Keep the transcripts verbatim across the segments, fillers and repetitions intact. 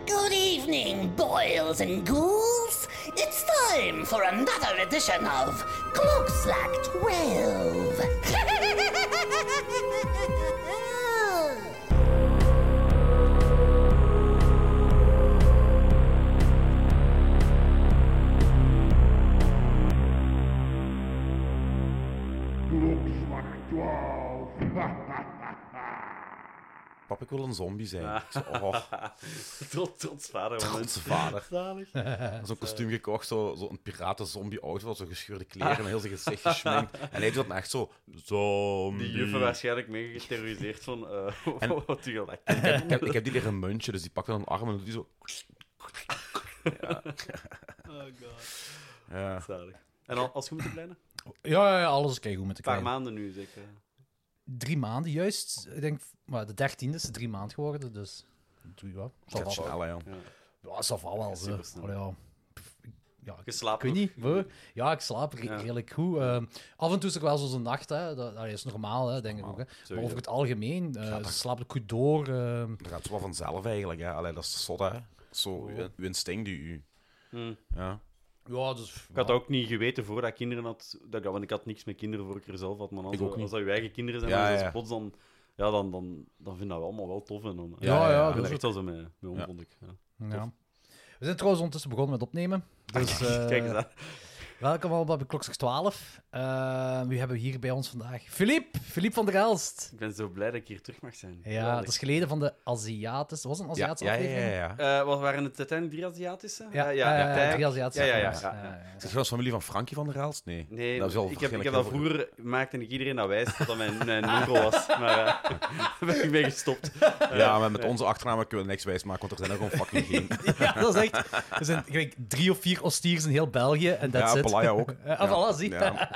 Good evening, boils and ghouls. It's time for another edition of Klokslag twelve. Pap, ik wil een zombie zijn. Ja. Zo, oh. Trots, trots vader. Trotse vader. Zalig. Zo'n kostuum gekocht, zo'n zo piraten-zombie-outfit, zo gescheurde kleren en heel zijn gezicht geschminkt. En hij doet me echt zo... Zombie. Die juffen waarschijnlijk mee geterroriseerd van... Uh, en, wat doe je like? En ik, heb, ik, heb, ik heb die leren muntje, dus die pakt dan een arm en doet die zo... Ja. Oh god. Ja. Zalig. En al, als je moet kleine? Ja, ja, alles is keigoed met de Een paar kleine. maanden nu, zeker. Drie maanden, juist. Ik denk, maar de dertiende is het drie maanden geworden, dus... Doe je wat? Dat is snel, hè, ja. Ja, dat zal wel. Super snel. Ja. Ja, je slaapt ik weet nog. niet. Ja, ik slaap re- Ja. redelijk goed. Uh, af en toe is er wel zo'n nacht, hè. Dat, dat is normaal, hè, denk Normaal. ik ook. Hè. Sowieso. Maar over het algemeen uh, dat- slaap ik goed door. Uh... Dat gaat zo wel vanzelf, eigenlijk. Hè. Allee, dat is zot, hè. Zo, Oh. uw, uw instinct die u... Hmm. Ja. Ja, dus... Ik had ook niet geweten voordat ik kinderen had, dat ik, want ik had niks met kinderen voor ik er zelf had, maar als, Ik ook niet. als dat je eigen kinderen zijn, Ja, als dat ja. plots dan, ja, dan, dan, dan vind ik dat allemaal wel tof. En dan, Ja, ja, ik dat ben is echt wel zo mee, mee om, Ja. vond ik. Ja. Ja. We zijn trouwens ondertussen begonnen met opnemen. Dus, uh, Kijk eens aan. welkom allemaal bij Klokslag twaalf. Uh, wie hebben we hier bij ons vandaag? Filip! Filip van der Elst. Ik ben zo blij dat ik hier terug mag zijn. Ja, dat is geleden van de Aziatische... Was het een Ja, Aziatische ja, ja, aflevering? ja, ja. Uh, wat waren het uiteindelijk drie Aziatische? Ja, Uh, ja, ja, ja, ja, drie Aziatische Ja, ja, ja. afleveringen. ja, ja. Is je als familie van Frankie van der Elst? Nee. Nee, dat is wel ik, heb, ik heb heel dat vroeger maakte ik iedereen dat wijs dat dat mijn, mijn onkel was. Maar uh, daar ben ik mee gestopt. Ja, maar met onze achternamen kunnen we niks wijsmaken, want er zijn er gewoon fucking geen. Ja, dat is echt... Er zijn gelijk drie of vier Ostiers in heel België en that's Ja, it. Palaya ook. Uh, ja. Voilà, zie. Ja.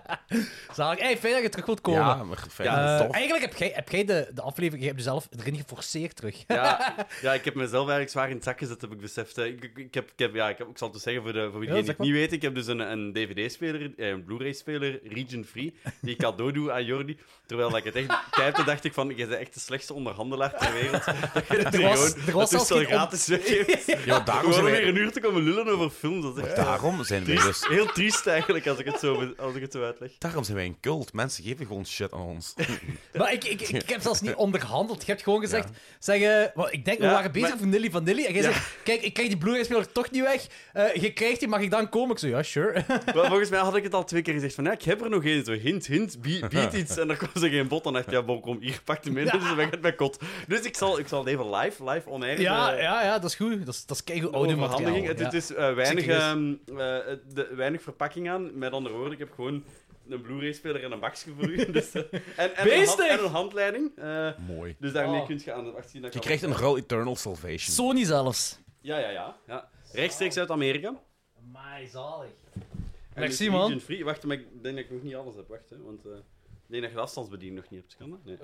Zalig. Hey, fijn dat je terug wilt komen. Ja, maar fijn. Uh, tof. eigenlijk heb jij, heb jij de, de aflevering... Je hebt jezelf erin geforceerd terug. Ja, ja, ik heb mezelf eigenlijk zwaar in het zak gezet, heb ik beseft. Ik, ik, ik, heb, ik, heb, ja, ik, heb, ik zal het dus zeggen voor, de, voor wie Ja, het zeg niet weet. Ik heb dus een, een D V D-speler, een Blu-ray-speler, Region Free, die ik cadeau doe aan Jordi. Terwijl ik het echt typte, dacht ik van, je bent echt de slechtste onderhandelaar ter wereld. Dat je het Er was- gewoon er was het zelfs toestel geen gratis weggeeft. Ja, daarom Gewoon zijn om wij, weer een uur te komen lullen over films. Dat is echt daarom zijn wij triest. dus... Heel triest eigenlijk, als ik het zo, als ik het zo uitleg. Daarom zijn wij een cult. Mensen geven gewoon shit aan ons. Maar ik, ik, ik heb zelfs niet onderhandeld. Je hebt gewoon gezegd... Ja. Zeg, uh, well, ik denk, we Ja, waren bezig maar- voor Nilly van Nilly. En jij Ja. zegt, kijk, ik krijg die Blu-ray-speler toch niet weg. Uh, je krijgt die, mag ik dan komen? Ik zo, ja, sure. Maar volgens mij had ik het al twee keer gezegd van ja, ik heb er nog één. Zo hint, hint, bied, bied iets. En dan kwam ze geen bod. Dan dacht ik, ja, bon, kom, hier, pak hem in. Ja. Dus dan ben ik het bij kot. Dus ik zal, ik zal het even live, live on air... Ja, eh, ja, ja, dat is goed. Dat is, dat is keigoed de audio-materiaal. overhandiging. Het, Ja. het is uh, weinig, Serieus. ehm, eh, de, weinig verpakking aan. Met andere woorden, ik heb gewoon een Blu-ray-speler en een bakje voor u. Dus, eh, en, en, een hand, Beestig! en een handleiding. Eh, Mooi. dus daarmee Oh. kun je aan de wacht zien. Dat Je ik krijgt al- een ruil Eternal Salvation. Sony zelfs. Ja, ja, ja, ja. Rechtstreeks uit Amerika. Amai, zalig. En Merci, dus man. region free. Wacht, maar ik denk dat ik nog niet alles heb. Wacht, hè, want uh, ik denk dat je de afstandsbediening nog niet hebt. Kan dat? Nee.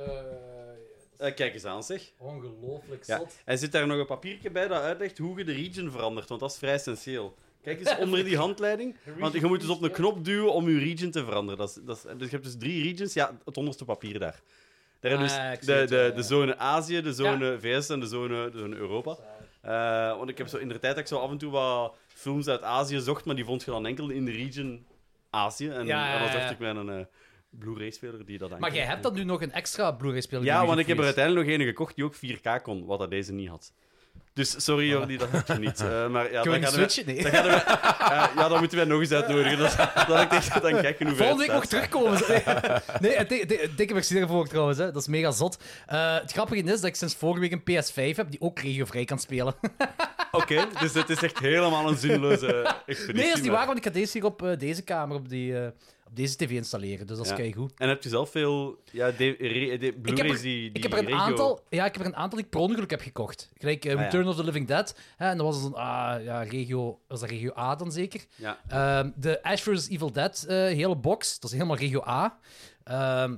Uh, kijk eens aan, zeg. Ongelooflijk Ja. En zit daar nog een papiertje bij dat uitlegt hoe je de region verandert, want dat is vrij essentieel. Kijk eens onder die handleiding, want je moet dus op een knop duwen om je region te veranderen. Dat is, dat is, dus je hebt dus drie regions, ja, het onderste papier daar. Daar heb je Ah, dus ik zie de, het, de, ja, ja. de zone Azië, de zone V S en de zone, de zone Europa. Uh, want ik heb zo in de tijd dat ik zo af en toe wat films uit Azië zocht, maar die vond je dan enkel in de region Azië. En, Ja, ja, en dan zocht ja. ik met een uh, Blu-ray-speler die dat aan Maar kon. jij hebt dan nu nog een extra Blu-ray-speler? die Ja, nu want ik heb er gefreezed. uiteindelijk nog een gekocht die ook vier K kon, wat dat deze niet had. Dus sorry Jordi, dat heb je niet. Uh, maar ja, Kunnen we dan niet gaan we- switchen? Nee. dan gaan we, uh, ja, dan moeten wij nog eens uitnodigen. Dat, dat ik tegen dan kijken hoe ver Volgende week het nog staat. terugkomen. Nee, nee dik- dik- dikke merci daarvoor trouwens. Hè. Dat is mega zot. Uh, het grappige is dat ik sinds vorige week een P S vijf heb die ook regiovrij kan spelen. Oké, dus het is echt helemaal een zinloze expeditie. Nee, dat is niet maar- waar, want ik ga deze hier op uh, deze kamer, op, die, uh, op deze tv installeren. Dus dat is Ja. keigoed. En heb je zelf veel ja, de, re, de, Ik heb, Blu-rays er, die, die ik, heb er een regio... aantal, ja, ik heb er een aantal die ik per ongeluk heb gekocht. Gelijk uh, Ah, ja. Return of the Living Dead. Hè, en dat was een ah, ja, regio, was dat regio A dan zeker. Ja. Um, de Ash versus. Evil Dead uh, hele box, dat is helemaal regio A. Um,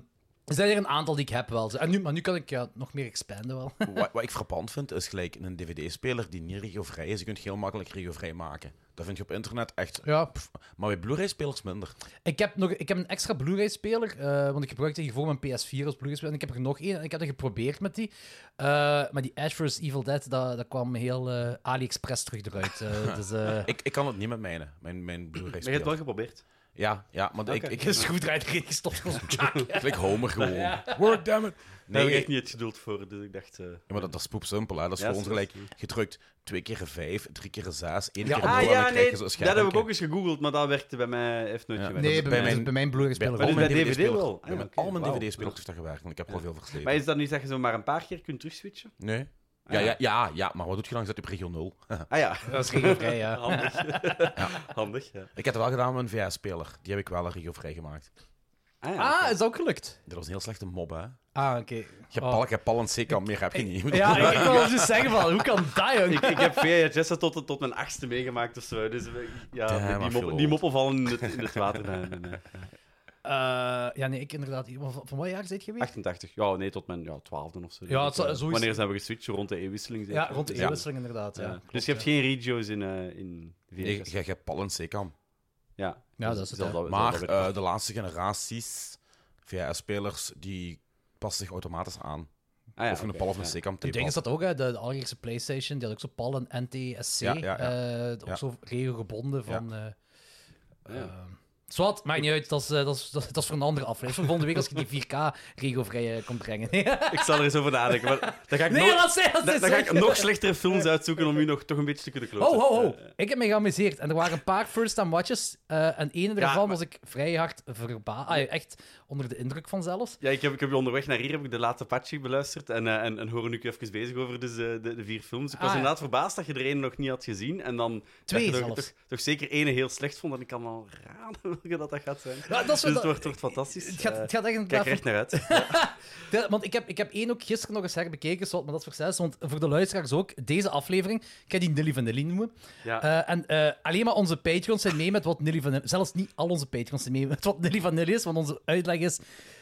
Er zijn er een aantal die ik heb wel. En nu, maar nu kan ik ja, nog meer expanden wel. wat, wat ik frappant vind, is gelijk een D V D-speler die niet regiovrij is. Je kunt heel makkelijk regiovrij maken. Dat vind je op internet echt... Ja. Pff, maar bij Blu-ray-spelers minder. Ik heb, nog, ik heb een extra Blu-ray-speler, uh, want ik gebruikte hiervoor mijn P S vier als Blu-ray-speler. En ik heb er nog één en ik heb het geprobeerd met die. Uh, maar die Ash versus. Evil Dead, dat, dat kwam heel uh, AliExpress terug eruit. Uh, dus, uh... ik, ik kan het niet met mijne, mijn, mijn Blu-ray-speler. Maar je hebt het wel geprobeerd? Ja, ja, maar okay. ik... ik De schroevendraaier erin gestopt. Gelijk Homer gewoon. Ja. Work, damn it. Daar heb ik echt niet het geduld voor, dus ik dacht... Uh... Ja, maar dat, dat is poepsimpel, hè. Dat is ja, voor ons gelijk gedrukt. Twee keer een vijf, drie keer een zes, één ja. keer een ah, nul, ja, en dan krijg je nee, zo'n scherm. dat heb ik ook eens gegoogeld, maar dat werkte bij mij heeft nooit ja. gewerkt. Nee, bij, bij mijn, mijn, bij mijn Blu-ray-speler bij, wel. bij Dus bij D V D D V D-speler wel? ah, ja, okay. al mijn wow. D V D-spelers heeft dat gewerkt, want ik heb er al veel verslepen. Maar is dat niet dat je zo maar een paar keer kunt terugswitchen? Nee. Ja, ja, ja, ja, maar wat doet je dan? Zet je op regio nul. Ah ja. Dat is regiovrij, ja. Handig. ja. Handig, ja. Ik heb het wel gedaan met een V S-speler. Die heb ik wel regiovrij gemaakt. Ah, ja, Ah, okay. is dat ook gelukt? Dat was een heel slechte mob, hè. Ah, oké. Okay. Je hebt oh. Pal, je hebt Pal en C-kant, meer heb je niet. Ja, ik, ik wil dus zeggen van, hoe kan dat, jong? Ik, ik heb V H S'en tot, tot mijn achtste meegemaakt of zo. Dus ja, Damn, die, moppen, die moppen vallen in het, in het water. Nee, nee, nee. Uh, ja, nee, ik inderdaad. Van, van wat jaar zit je weer? achtentachtig. Ja, nee, tot mijn ja, twaalfde of zo. Ja, het zou, zo is... Wanneer zijn we geswitcht? Rond de eeuwwisseling zeker? Ja, rond de eeuwwisseling ja. inderdaad. Ja. Ja. Dus je hebt geen regio's in, uh, in V H S? Nee, je hebt Pal en C-kant. Ja, ja, dat is het. Dat, maar uh, de laatste generaties V H S-spelers, die passen zich automatisch aan. Ah, ja, of een okay, Pal of een ja. C-kant. Het ding is dat ook, hè, de, de allereerste PlayStation, die had ook zo Pal en N T S C. Ja, ja, ja. Uh, ook ja. zo regio-gebonden van... Ja. Uh, uh, Zwat, maakt niet uit, dat is, dat, is, dat is voor een andere aflevering. Volgende week als je die vier K regiovrij komt brengen. Ik zal er eens over nadenken. Maar dan ga ik, nee, nog, dat zijn, dat dan, dan ga ik nog slechtere films uitzoeken om u nog toch een beetje te kunnen kloten. Oh, ho, ho. Ik heb me geamuseerd. En er waren een paar first-time watches. Uh, en ene daarvan ja, maar... was ik vrij hard verbaasd. Ah, echt onder de indruk van zelfs. Ja, ik heb, ik heb onderweg naar hier heb ik de laatste Apache beluisterd. En, uh, en, en hoor nu even bezig over dus, uh, de, de vier films. Ik was ah, inderdaad ja. verbaasd dat je er één nog niet had gezien. En dan Twee dat je zelfs. Toch, toch, toch zeker ene heel slecht vond. En ik kan al raden welke dat, dat gaat zijn. Ja, dat is dus dat... het wordt, wordt fantastisch. Het gaat, het gaat echt Kijk er echt naar uit. Ja. de, want ik heb, ik heb één ook gisteren nog eens herbekeken, zoals, maar dat is voor zes. Want voor de luisteraars ook, deze aflevering, ik ga die Nilly Vanilli noemen. Ja. Uh, en uh, alleen maar onze Patreons zijn mee met wat Nilly Vanilli... Zelfs niet al onze Patreons zijn mee met wat Nilly Vanilli is, want onze uitleg is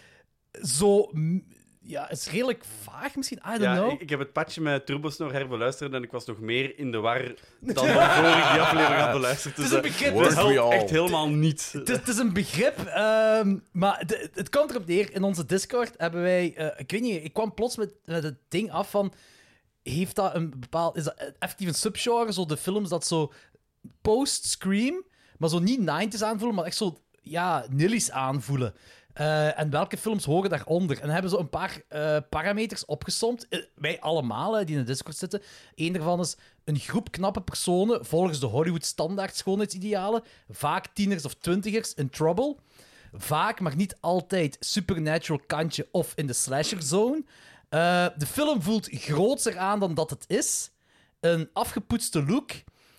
zo... Ja, is redelijk vaag misschien, I don't ja, know. Ik, ik heb het patje met Turbosnor herbeluisterd en ik was nog meer in de war dan voor ik die aflevering had beluisterd. Dus, het is een begrip. Het helpt echt helemaal niet. Het, het is een begrip, um, maar de, het komt erop neer. In onze Discord hebben wij... Uh, ik weet niet, ik kwam plots met, met het ding af van... Heeft dat een bepaald... Is dat effectief een subgenre? Zo de films dat zo post-Scream, maar zo niet nineties aanvoelen, maar echt zo, ja, Nillies aanvoelen. Uh, en welke films horen daaronder? En dan hebben ze een paar uh, parameters opgesomd. Uh, wij allemaal, uh, die in de Discord zitten. Eén daarvan is een groep knappe personen volgens de Hollywood-standaard schoonheidsidealen. Vaak tieners of twintigers in trouble. Vaak, maar niet altijd, supernatural kantje of in de slasher zone. Uh, de film voelt grootser aan dan dat het is. Een afgepoetste look.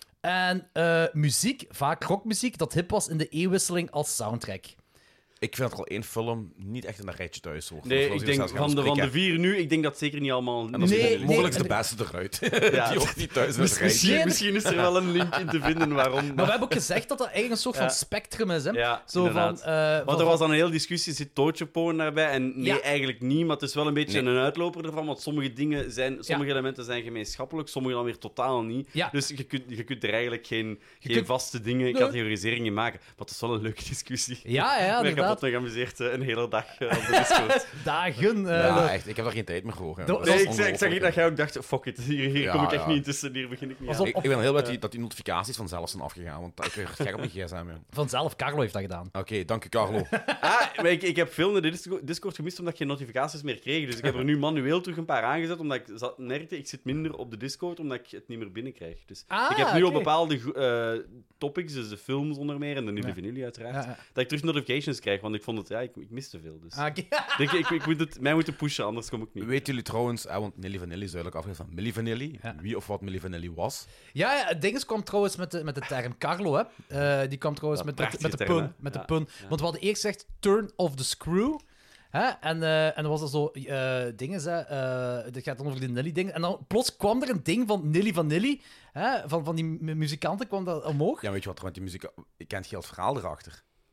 En uh, muziek, vaak rockmuziek, dat hip was in de eeuwwisseling als soundtrack. Ik vind dat al één film niet echt in een rijtje thuis hoort. Nee, ik denk van de, van de vier nu, ik denk dat zeker niet allemaal... En dat is nee, mogelijk nee, de beste eruit. Ja, die hoort niet thuis in het rijtje. Misschien, misschien is er wel een link in te vinden waarom. Maar we hebben ook gezegd dat dat eigenlijk een soort ja. van spectrum is. Hè? Ja, Zo van, uh, Want van, er was dan een hele discussie, zit Tootje-Poon daarbij? En nee, ja. eigenlijk niet, maar het is wel een beetje nee. een uitloper ervan, want sommige dingen zijn, sommige ja. elementen zijn gemeenschappelijk, sommige dan weer totaal niet. Ja. Dus je kunt, je kunt er eigenlijk geen, je geen kunt... vaste dingen, categoriseringen maken. Maar het is wel een leuke discussie. Ja, ja, ik ben kapot mee geamuseerd een hele dag uh, op de Discord. Dagen. Uh, ja, echt. Ik heb daar geen tijd meer voor. Do- nee, ik, ik zag dat jij ook dacht, fuck it, hier, hier ja, kom ik echt ja. niet intussen, hier begin ik niet aan. Ik, ik ben heel blij dat, dat die notificaties vanzelf zijn afgegaan, want ik werd gek op mijn gsm. Ja. Vanzelf, Carlo heeft dat gedaan. Oké, okay, dank je, Carlo. ah, maar ik, ik heb veel in de Discord gemist omdat ik geen notificaties meer kreeg, dus ik heb er nu manueel terug een paar aangezet, omdat ik zat, merkte, ik zit minder op de Discord, omdat ik het niet meer binnenkrijg. Dus ah, ik heb nu okay. op bepaalde uh, topics, dus de films onder meer, en de Nilly Vanilli uiteraard, ja, ja. dat ik terug notifications krijg, want ik vond het, ja, ik, ik mis te veel. Dus. Ah, okay. ik, ik, ik moet het, mij moeten pushen, anders kom ik niet. Weten jullie trouwens, eh, want Nilly Vanilli is duidelijk afgeleid van Milli Vanilli, ja. wie of wat Milli Vanilli was? Ja, ja het ding kwam trouwens met de, met de term Carlo, hè. Uh, die kwam trouwens met, met, met de term, pun. Met ja. de pun. Ja. Want we hadden eerst gezegd turn of the screw. Hè? En, uh, en dan was er zo uh, dingen, hè. Uh, dat gaat dan over de Nilly-dingen. En dan plots kwam er een ding van Nilly Vanilli, hè? Van, van die muzikanten kwam dat omhoog. Ja, weet je wat, want die muziek, ik ken heel het verhaal erachter.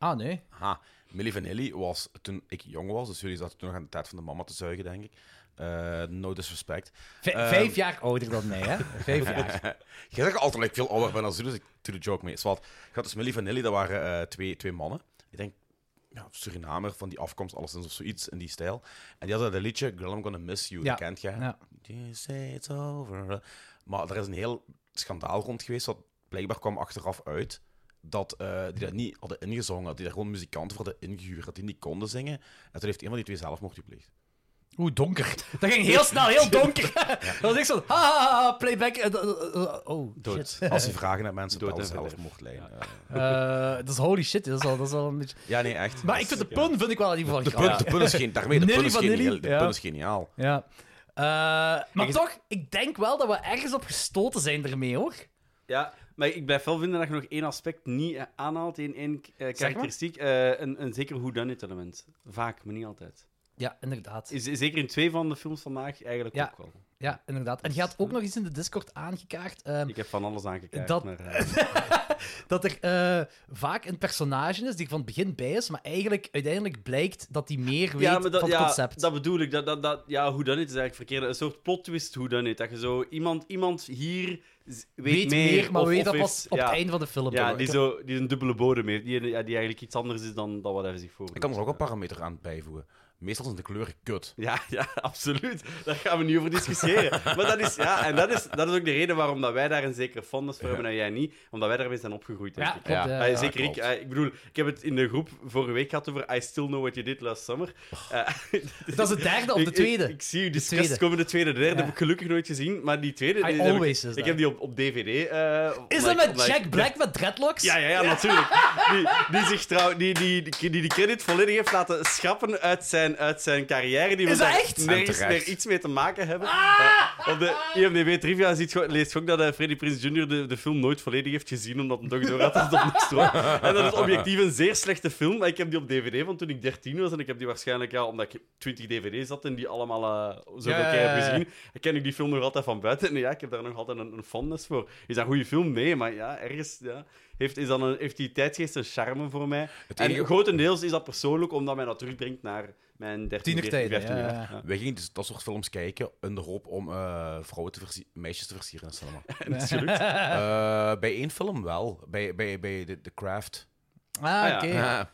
Ah, nee. Aha. Milli Vanilli was toen ik jong was, dus jullie zaten toen nog aan de tijd van de mama te zuigen, denk ik. Uh, no disrespect. V- Um, vijf jaar ouder dan mij, hè? Vijf jaar. Je zegt altijd dat ik veel ouder ben als u, dus ik doe de joke mee. Zwart. Je had dus Milli Vanilli, dat waren uh, twee, twee mannen. Ik denk, ja, Surinamer van die afkomst, alleszins of zoiets in die stijl. En die hadden dat liedje, Girl, I'm Gonna Miss You, Ja. dat kent jij. Ja. You say it's over. Maar er is een heel schandaal rond geweest, wat blijkbaar kwam achteraf uit, dat uh, die dat niet hadden ingezongen, dat die daar gewoon muzikanten voor hadden ingehuurd, dat die niet konden zingen. En toen heeft een van die twee zelfmoord gepleegd. Oeh, donker. Dat ging heel snel, heel donker. Ja. Dat was ik zo, ha, ha, ha, playback. Uh, uh, uh, oh, Dood. shit. Als je vragen naar mensen, Dood bel en zelfmoordlijn. verderf. Ja. Uh, dat is holy shit, dat is al, dat is al een beetje... ja, nee, echt. Maar ik vind de pun vind ik wel in ieder geval De pun, de pun is geen, daarmee, de Milli pun is Vanilli, geniaal. De ja. pun is geniaal. Ja. Uh, maar je- toch, ik denk wel dat we ergens op gestoten zijn ermee, hoor. Ja, maar ik blijf wel vinden dat je nog één aspect niet eh, aanhaalt, één, één eh, maar. karakteristiek. Eh, een, een zeker whodunit-element. Vaak, maar niet altijd. Ja, inderdaad. Is, zeker in twee van de films vandaag eigenlijk Ja. ook wel. Ja, inderdaad. En je had ook nog iets in de Discord aangekaart. Um, Ik heb van alles aangekeken. Dat- Maar, eh, dat er uh, vaak een personage is die er van het begin bij is, maar eigenlijk uiteindelijk blijkt dat hij meer weet ja, maar dat, van het ja, concept. dat bedoel ik. Dat, dat, dat, ja, whodunit is eigenlijk verkeerd. Een soort plot twist whodunit. Dat je zo iemand, iemand hier z- weet, weet meer, meer, maar of, weet of dat heeft- pas op ja, het einde van de film. Ja, Ik die, heb- zo, die een dubbele bodem heeft. Die, ja, die eigenlijk iets anders is dan, dan wat hij zich voordoet. Ik kan er ook een parameter aan bijvoegen. Meestal zijn de kleuren kut. Ja, ja, absoluut. Daar gaan we niet over discussiëren. Maar dat is, ja, en dat is, dat is ook de reden waarom dat wij daar een zekere fondness voor hebben en jij niet. Omdat wij daarmee zijn opgegroeid, denk Ja, ik. klopt, Ja. ja, Ah, ja. zeker ik. klopt. Ah, ik bedoel, ik heb het in de groep vorige week gehad over I Still Know What You Did Last Summer. Eh, Dat is de derde of de ik- ik- tweede? Ik, zie u De discussies tweede. komen, de tweede. De derde Ja. heb ik gelukkig nooit gezien, maar die tweede... I die heb always ik, is ik that. heb die op, op D V D. eh, Is omdat dat ik- met omdat ik- Jack Black met dreadlocks? Ja, ja, ja, natuurlijk. Die, die zich trouw, die, die, die, die die credit volledig heeft laten schrappen uit zijn, uit zijn carrière. Die Is wil dat daar echt? nergens En terecht. meer iets mee te maken hebben. Eh, op de I M D B trivia ziet je, leest je ook dat uh, Freddie Prinze junior de, de film nooit volledig heeft gezien, omdat hij toch door had dat het op niks was. En dat is objectief een zeer slechte film. Maar ik heb die op D V D van toen ik dertien was. En ik heb die waarschijnlijk, ja, omdat ik twintig D V D's had en die allemaal uh, zoveel Ja, keer ja, heb ja. gezien, ken ik die film nog altijd van buiten. En ja, ik heb daar nog altijd een, een fondness voor. Is dat een goede film? Nee, maar ja, ergens... Ja. Heeft, is dan een, heeft die tijdsgeest een charme voor mij. Het En enige- grotendeels is dat persoonlijk, omdat mij dat terugbrengt naar mijn dertien, Tienertijden, veertien, vijftien ja, jaar. ja. Ja. Wij gingen dus dat soort films kijken in de hoop om uh, vrouwen te versie- meisjes te versieren in de cinema. En het is gelukt. Uh, bij één film wel. Bij, bij, bij The, The Craft. Ah, ja. oké. Ja.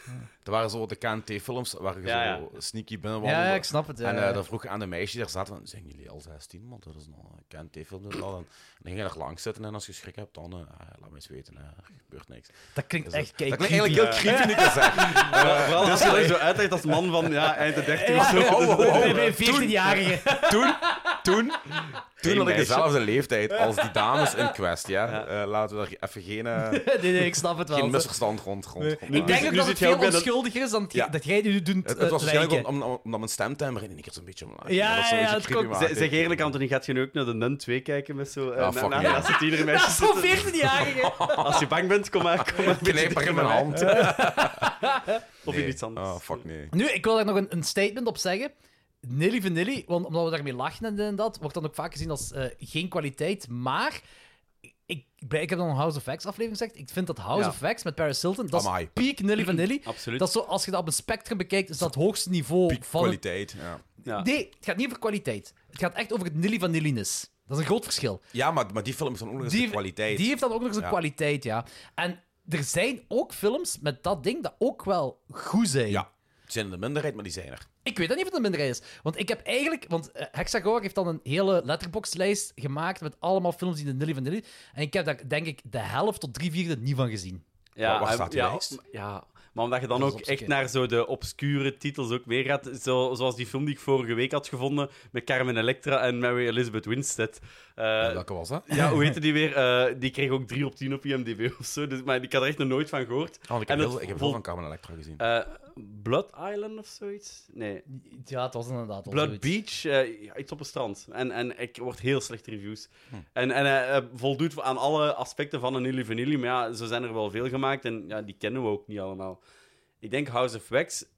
Er waren zo de K N T-films waar je Ja, ja. zo sneaky Ja, binnenwandelde. ja, ik snap het. Ja. En uh, dan vroeg ik aan de meisjes die daar zaten, van, zijn jullie al zestien? Want dat is nog een K N T-film. En dan ging je er langs zitten en als je schrik hebt, dan uh, laat me eens weten, uh, er gebeurt niks. Dat klinkt Dus echt dat, kijk. dat klinkt eigenlijk heel creepy nu te zeggen. Vooral- Vooral als je er zo uitlegt als man van ja, eind de dertig of zo. Ja. Oh, oh, oh. Bij bij een veertienjarige. Toen, toen, toen had ik meisje. dezelfde leeftijd als die dames in kwestie. Ja. Uh, laten we daar even geen, uh, Nee, nee, ik snap het wel. geen misverstand rond. rond, Nee. rond Ik denk nu ook dat zit het jij ook veel bij dat- onschuldiger is dan het- Ja. dat jij nu doet Het, uh, het was waarschijnlijk lijken. om- om- omdat mijn stemtimer in één keer zo'n beetje omlaag ging. Ja, Dat zo'n ja, beetje het creepy komt- maakte. Z- Zeg eerlijk, Anthony, gaat je nu ook naar de Nun twee kijken met zo... eh, Ah, na- fuck na- yeah. naast de tienermeisjes Voor zitten? veertienjarigen. Als je bang bent, kom maar. Kom maar een beetje Knijper in dichter mijn bij mij. hand. Of Nee. in iets anders. Oh, fuck nee. Nu, ik wil daar nog een, een statement op zeggen. Nilly Vanilli, want omdat we daarmee lachen en dit en dat, wordt dan ook vaak gezien als uh, geen kwaliteit. Maar ik, ik heb dan een House of X aflevering gezegd. Ik vind dat House Ja. of X met Paris Hilton, dat Amai. is peak Nilly Vanilli. Absoluut. Dat is zo, als je dat op een spectrum bekijkt, is dat het hoogste niveau Piek van... het- kwaliteit. Ja. Ja. Nee, het gaat niet over kwaliteit. Het gaat echt over het Nilly Vanilliness. Dat is een groot verschil. Ja, maar, maar die film is dan ook nog eens de kwaliteit. Die heeft dan ook nog eens een Ja. kwaliteit, ja. En er zijn ook films met dat ding dat ook wel goed zijn. Ja, die zijn in de minderheid, maar die zijn er. Ik weet dat niet of het een minderheid is. Want ik heb eigenlijk... Want uh, Hexagore heeft dan een hele letterboxlijst gemaakt met allemaal films die de Nilly Vanilli... En ik heb daar, denk ik, de helft tot drie vierde niet van gezien. Ja, Waar en- staat die ja, lijst? Ja, maar omdat je dan Dat is ook obscuur. echt naar zo de obscure titels ook meer gaat. Zo, zoals die film die ik vorige week had gevonden met Carmen Electra en Mary Elizabeth Winstead. Eh, Uh, welke was dat? ja, hoe heette die weer? Eh, die kreeg ook drie op tien op I M D B of zo. Dus, maar ik had er echt nog nooit van gehoord. Oh, ik En heb, het heel, ik heb vol- veel van Carmen Electra gezien. Eh, Blood Island of zoiets? Nee. Ja, het was inderdaad al Blood zoiets. Beach, eh, ja, iets op een strand. En, en ik word heel slechte reviews. Hm. En, en hij eh, voldoet aan alle aspecten van een Nilly Vanilli. Maar ja, zo zijn er wel veel gemaakt. En ja, die kennen we ook niet allemaal. Ik denk House of Wax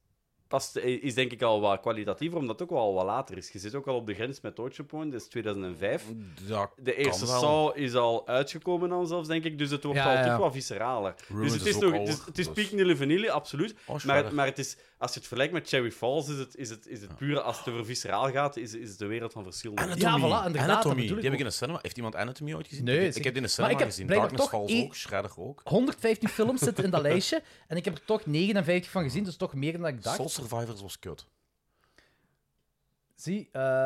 past, is denk ik al wat kwalitatiever, omdat het ook wel wat later is. Je zit ook al op de grens met Torture Porn, dat is tweeduizend vijf. Ja, De eerste kan wel. Saw is al uitgekomen dan zelfs, denk ik. Dus het wordt Ja, al ja. toch wat visceraler. Ruined Dus het is is, ook nog, al, het is, het is dus- peak Nille Vanille, absoluut. Oh, Maar, Shredder. maar het is, als je het vergelijkt met Cherry Falls, is het, is het, is het pure... Als het over visceraal gaat, is, is het de wereld van verschil. Anatomy. Ja, voilà, inderdaad, dat Anatomy. bedoel ik Die heb ik ook. in de cinema. Heeft iemand Anatomy ooit gezien? Nee, ik, ik zeker. heb die in de Maar cinema ik heb gezien. blijkbaar Darkness toch Falls één- ook, Shredder ook. honderdvijftien films zitten in dat lijstje. En ik heb er toch negenenvijftig van gezien, dus toch meer dan ik dacht. Soul Survivors was kut. Zie,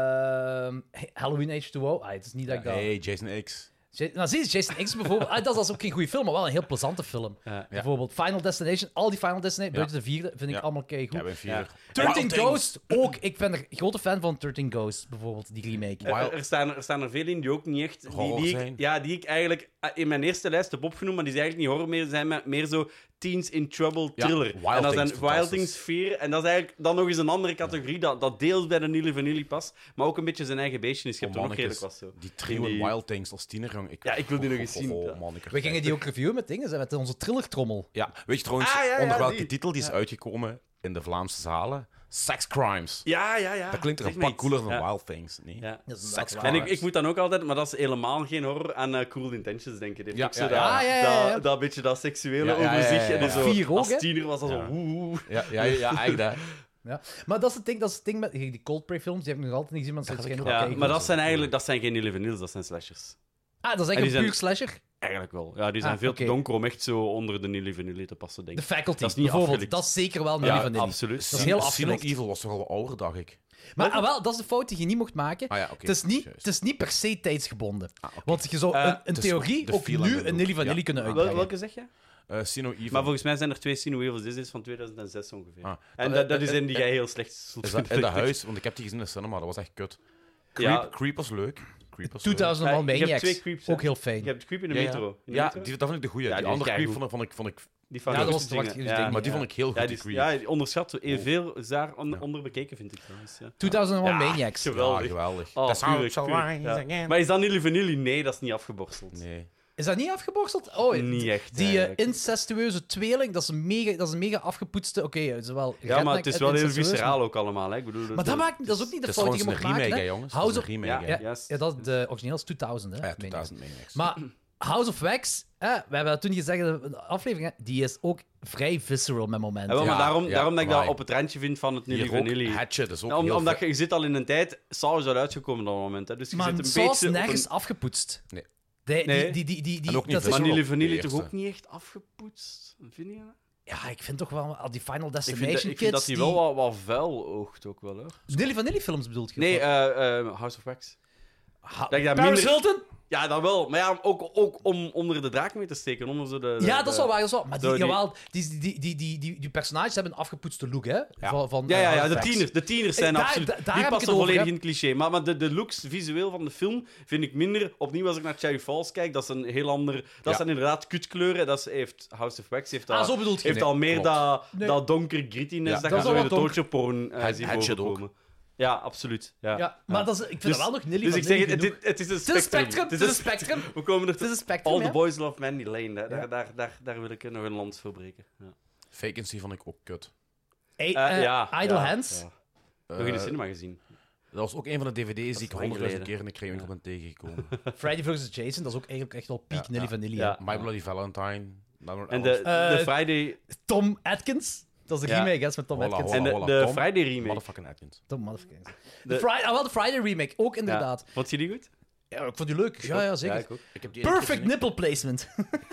ehm, Halloween H twee O. Ah, het is niet dat ik dat... Hey, Jason X. Ja, nou, zie je, Jason X bijvoorbeeld. Ah, dat is ook geen goede film, maar wel een heel plezante film. Ja. Bijvoorbeeld Final Destination. Al die Final Destination, Ja. buiten de vierde, vind ik Ja. allemaal keigoed. Cabin vier. Ja. dertien Wild Things. Ghosts, ook. Ik ben een grote fan van dertien Ghosts, bijvoorbeeld, die remake. Er, er, staan, er staan er veel in die ook niet echt... Die, Horror die ik, zijn. ja, die ik eigenlijk eh, in mijn eerste lijst heb opgenomen, maar die zijn eigenlijk niet horror meer, zijn maar meer zo Teens in Trouble Ja, thriller. Wild en dat Things, zijn Wild fantastisch. Things vier. En dat is eigenlijk dan nog eens een andere categorie, dat, dat deels bij de Nille Vanille past, maar ook een beetje zijn eigen beestje is. Je hebt Oh, er nog redelijk mannetjes. wat zo. Die trio Die- in Wild Things als tiener, jong. Ik, Ja, ik wil die nog oh, eens oh, zien. oh, Ja. manneke. We gingen die ook reviewen met dingen, met onze thrillertrommel. Ja, weet je trouwens Ah, ja, ja, onder welke die. titel die is uitgekomen in de Vlaamse zalen? Sex Crimes. Ja, ja, ja. Dat klinkt er een Zeg me pak iets. cooler dan Ja. Wild Things. Nee? Ja. Dat is Sex inderdaad En Crimes. ik, ik moet dan ook altijd, maar dat is helemaal geen horror, aan eh, Cruel Intentions denken. Die heeft Ja, ook zo ja, dat, ja. Ah, ja, ja, ja. Dat, dat beetje dat seksuele Ja, ja, over ja, zich. ja, En ja. zo, Vier ook, als hè? tiener was dat Ja. zo... oeh. Ja, ja, ja, echt hè. Ja. Maar dat is het ding, dat is het ding met die Coldplay-films, die heb ik nog altijd niet gezien, want ze zijn ook Ja, keigoed. maar dat zijn eigenlijk dat zijn geen Nille Vanilles, dat zijn slashers. Ah, dat is En echt die een zijn- puur slasher. Eigenlijk wel. Ja, die zijn Ah, veel oké. te donker om echt zo onder de Nille Vanille te passen, denk The ik. Faculty, Dat is niet bijvoorbeeld. afgelikt. Dat is zeker wel een Ja, van die. absoluut. Dat is heel Sino afgelikt. Evil was toch al wat ouder, dacht ik. Maar ah, wel, dat is de fout die je niet mocht maken. Ah ja, oké. het, is niet, Juist. het is niet per se tijdsgebonden. Ah, oké. Want je zou Eh, een, een het is theorie de ook feel en nu de een Nilly look. Vanilli Ja. kunnen Wel- Wel, uitbrengen. welke zeg je? Eh, Sino Evil. Maar volgens mij zijn er twee Sino Evils. Dit is van tweeduizend zes ongeveer. Ah. En Eh, dat, dat eh, is een die eh, jij heel slecht zult Is dat vinden, in de denk ik. huis? Want ik heb die gezien in de cinema, dat was echt kut. Creep, Ja. Creep was leuk. Creep was leuk. tweeduizend one Ja, ik heb Maniacs. twee creeps, hè. ook heel fijn. Je hebt Creep in de Ja, ja. metro. In de Ja, metro? die, dat vond ik de goeie. Ja, die die is andere Creep keigoed. vond ik, vond ik, vond ik, Die van Ja, dat Ghost was de dingen. wacht- Ja. dingen, maar die ja. vond ik heel goed, Ja, die die, Creep. ja, die onderschat. zo- Oh. Veel zwaar on- onderbekeken, vind ik trouwens. Ja. tweeduizend one Ja, Maniacs. geweldig. Ja, geweldig. Oh, That's how tuurlijk, it shall tuurlijk, rise ja. again. Maar is dat Nille Vanilli? Nee, dat is niet afgeborsteld. Nee. Is dat niet afgeborsteld? Oh, Niet die- echt, Die eh, eigenlijk. incestueuze tweeling, dat is een mega, dat is een mega afgepoetste... Oké, het is wel... Ja, maar het is wel heel incestueus, visceraal ook allemaal. Hè. Ik bedoel, Maar dat, maakt, dat is ook niet de Het is fout die je trouwens mag een remake, maken. hè, hè. jongens. Het House is een of... remake, Ja, hè. ja. Juist. Ja, dat, de origineel is tweeduizend, hè? Ja, meen ik. tweeduizend Maniacs. Maar House of Wax, hè, we hebben dat toen gezegd in de aflevering, hè, die is ook vrij visceral met momenten. Ja, wel, maar Ja, daarom, ja, daarom dat ik dat amai. op het randje vind van het Nille Hier ook, Vanilli. Hatchet is ook Ja, om- heel omdat vet. je, je zit al in een tijd, Saw is al uitgekomen op dat moment. Hè, dus je Maar zit een Saw is beetje op nergens een... afgepoetst. Nee. Die, die, Nee. die, die, die, die- En ook niet dat is- Maar visceral. Nille Vanilli De toch eerste. ook niet echt afgepoetst? Vind je dat? Ja, ik vind toch wel al die Final Ik Destination vind, dat, ik kids... vind dat die wel wat, wat vuil oogt ook wel, hoor. Nilly Vanilli films bedoelt je? Nee, Of eh, eh, House of Wax. wat? dat ik dat Paris minder- Hilton? Ja, dat wel. Maar ja, ook, ook om onder de draak mee te steken. Onder zo de, de- Ja, dat is de- wel waar. Dat is wel. Maar die, zo die- jawel, die, die, die, die, die, die, die personages hebben een afgepoetste look, hè? Van, van, Ja, eh, ja, ja, House de of Wax. tieners, de tieners zijn Daar- absoluut... daar- daar die heb ik passen het over, volledig hè. in het cliché. Maar, maar de, de looks visueel van de film vind ik minder... Opnieuw, als ik naar Cherry Falls kijk, dat is een heel ander... Dat Ja. zijn inderdaad kutkleuren. Dat is, heeft House of Wax heeft, dat, Ah, zo bedoelt je. heeft nee. al meer klopt. dat, Nee. dat donker grittiness. Ja, dat, dat je is zo wel in de wat torture porn uh, Het- ziet Hatchet ook. bovenkomen. Ja, absoluut. Ja. Ja, maar dat is, ik vind Dus- dat wel nog Nilly Dus van ik zeg, Nilly het, genoeg. het, het is een Het is een spectrum. spectrum. Het is een spectrum. We komen er Het is een All spectrum, the ja. Boys Love Mandy Lane. Daar, Ja. daar, daar, daar, daar wil ik nog een lans voor breken. Ja. Vacancy vond ik ook kut. Hey, Eh, eh, ja, Idle ja, Hands. ja. Nog in de Eh, cinema gezien. Dat was ook een van de dvd's die ik lang honderdduizend geleden. keer in de kringwinkel ben tegengekomen. Friday versus. Jason, dat is ook eigenlijk echt wel peak Ja, Nilly ja. van Nilly. Ja. My Bloody Valentine. En de, Eh, de Friday... Tom Atkins. Dat is een Ja. remake, hè, is met Tom Hola, Atkins. En de, hola, de Tom. Friday remake. Motherfucking Atkins. Tom motherfucking. De De- Friday, ah, wel, de Friday remake, ook inderdaad. Ja. Vond je die goed? Ja, ik vond die leuk. Ja, ja, zeker. Ja, ik ook. Ik heb die ene keer Perfect gezien. nipple placement.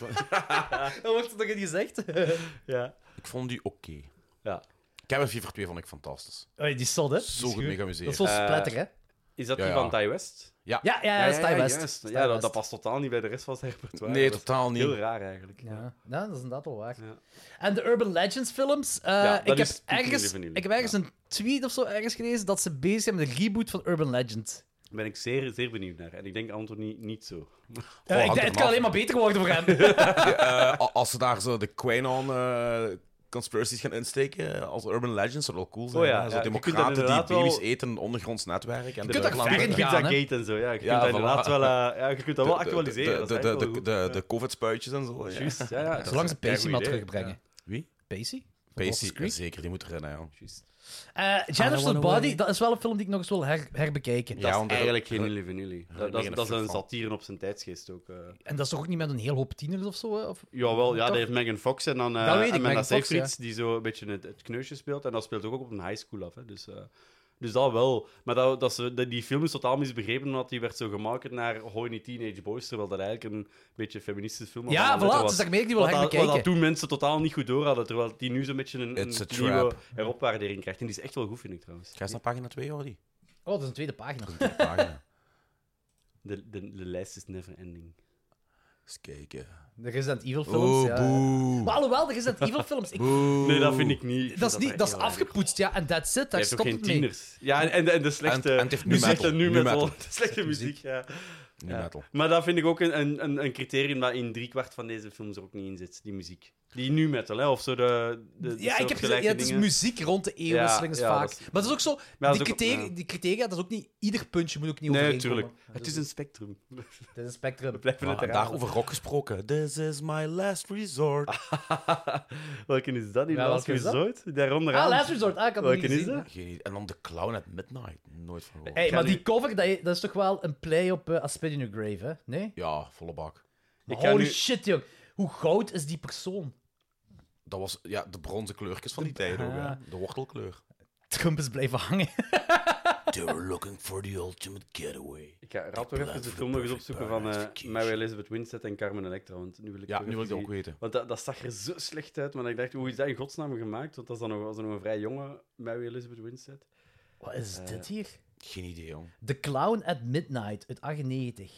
Dat wordt er toch in gezegd? Ja. Ik vond die oké. Ja. Cabin Fever twee vond ik fantastisch. Oh, die is zot, hè? Zo goed mee Dat geamuseerd. is zo Eh, splatter, hè? Is dat Ja, die ja. van Ty West? Ja. Ja, ja, ja, dat is Ty West. juist. Dat is Ja, Ty dat, West. dat past totaal niet bij de rest van zijn repertoire. Nee, Dat is totaal niet. Heel raar, eigenlijk. Ja, ja, dat is inderdaad wel waar. Ja. En de Urban Legends films. eh, Ja, dat ik, heb is peak ergens, Nilly Vanilli. ik heb ergens een tweet of zo ergens gelezen dat ze bezig zijn met een reboot van Urban Legend. Daar ben ik zeer, zeer benieuwd naar. En ik denk Anthony niet zo. Ja, ik, hangt denk- er het kan vanaf. alleen maar beter worden voor hem. Eh, a- als ze daar zo de Quanon eh conspiracies gaan insteken als Urban Legends, zou dat wel cool zijn. Oh ja, hè? Zo ja, je kunt dat democraten die inderdaad baby's wel- eten in een ondergronds netwerk. En Je kunt daar buitenland- ver in Pizza gaan, hè. Gate en zo, ja. Je kunt Ja, dat voilà. inderdaad wel, eh, ja, je kunt dat wel De- de- actualiseren. De, dat de, is de, echt de, wel goed. de, Ja. de covid-spuitjes en zo. Ja. Juist, ja, ja. dat Zolang is ze een Pacey maar keigoed idee. terugbrengen. Wie? Pacey? Van Pacey, Dawson's Creek? zeker, die moet erin, hè, joh. Juist. Uh, Jennifer's I Body, Away. dat is wel een film die ik nog eens wil her- herbekijken. Ja, Dat is want er- eigenlijk geen er- Milli Vanilli. er- Dat, dat, er- is- dat is er- een satire op zijn tijdsgeest ook. eh. En dat is toch ook niet met een heel hoop tieners of zo? Hè? Of... Jawel, ja, Toch? dat heeft Megan Fox en dan uh, Dat weet ik, Amanda Megan Fox, Seyfried, die zo een beetje het, het kneusje speelt. En dat speelt ook op een high school af. Hè. Dus, uh, dus dat wel. Maar dat, dat ze, dat, die film is totaal misbegrepen, omdat die werd zo gemaakt naar horny teenage boys, terwijl dat eigenlijk een beetje een feministische film was. Ja, En dat voilà, was- het is daarmee dat ik die wil wat, dat, wat herbekijken. dat toen mensen totaal niet goed door hadden, terwijl die nu zo'n beetje een, een It's a nieuwe trap. heropwaardering krijgt. En die is echt wel goed, vind ik trouwens. Ga eens naar pagina twee, Jordi. Oh, dat is een tweede pagina. Dat is een pagina. De, de, de lijst is never ending. Eens kijken. De Resident Evil films, Oh, ja. boe. Maar alhoewel, de Resident Evil films... Ik... Boe. Nee, dat vind ik niet. Ik Dat is, vind niet, echt dat is heel erg. afgepoetst, ja, en that's it. Hij Daar heeft ook stopt geen het mee. tieners. Ja, en, en, de, en de slechte, En- en het heeft nu de slechte metal. nu Nu metal. metal. De slechte muziek, ja. Nu Ja. metal. Maar dat vind ik ook een, een, een, een criterium dat in driekwart van deze films er ook niet in zit, die muziek. Die nu metal, hè, of zo de, de, de Ja, ik heb gezegd, soortgelijke ja, het is dingen. muziek rond de eeuwwisseling is Ja, ja, vaak. dat is- Maar dat is ook zo... Maar dat die, is ook- criteria, ja. die criteria, dat is ook niet... Ieder puntje moet ook niet Nee, overeenkomen. natuurlijk. Het is een spectrum. Het is een spectrum. We blijven Ah, het en herhalen. daarover rock gesproken. This is my last resort. Welke is dat? Die Ja, Last welke is dat? Resort? Daaronder aan. Ah, Last Resort. Ah, ik had het Welke niet is gezien. dat? Geen idee. En dan The Clown at Midnight. Nooit van gehoord. Hey, ga maar nu- die cover, dat, dat is toch wel een play op uh, A Spit in Your Grave, hè? Nee? Ja, volle bak. Ik ga Holy nu- shit, jong. Hoe goud is die persoon? Dat was ja, de bronzen kleurtjes van die tijd ook. Ah. Hè. De wortelkleur. Trump is blijven hangen. They were looking for the ultimate getaway. Ik ga rap toch even de film nog eens opzoeken van uh, Mary Elizabeth Winstead en Carmen Electra, want nu wil ik Ja, toch nu wil ik even dat ook zien. weten. Want dat, dat zag er zo slecht uit, maar ik dacht, hoe is dat in godsnaam gemaakt? Want dat is dan nog, was dan nog een vrij jonge Mary Elizabeth Winstead. Wat is Eh. dit hier? Geen idee, jong. The Clown at Midnight uit achtennegentig.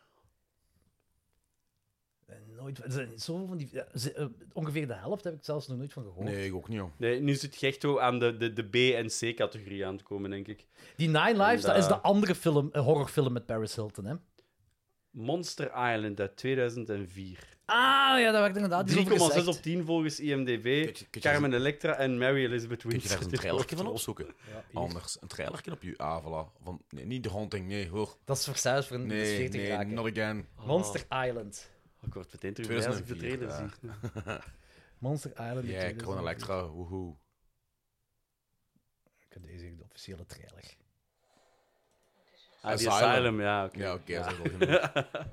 Eh, Nooit, er zijn zoveel van die... ja, ze- eh, ongeveer de helft heb ik zelfs nog nooit van gehoord. Nee, ik ook niet, jong. Nee, nu zit je echt zo aan de, de, de B- en C-categorie aan te komen, denk ik. Die Nine Lives, En, dat is eh, de andere film, een horrorfilm met Paris Hilton, hè? Monster Island uit tweeduizend vier. Ah, ja, daar werd inderdaad iets drie over komma zes gezegd. op tien volgens I M D B. Kun je- kun je Carmen Electra en Mary Elizabeth Kun je daar Winstead. eens een trailertje van opzoeken? Ja, hier. Anders. Een trailertje op je ah, voilà. Van, nee, niet The Haunting, nee, hoor. Dat is verzuis voor een Nee, sfeer te nee, geraken. not again. Monster Island. Oh, ik word meteen terug blij als ik de tweeduizend trailer vier, zie. Monster Island. Ja, yeah, Carmen Electra, woehoe. Ik heb deze hier, de officiële trailer. Ah, die Asylum. Asylum, ja, oké. Ja, oké, Ja. dat is wel genoeg.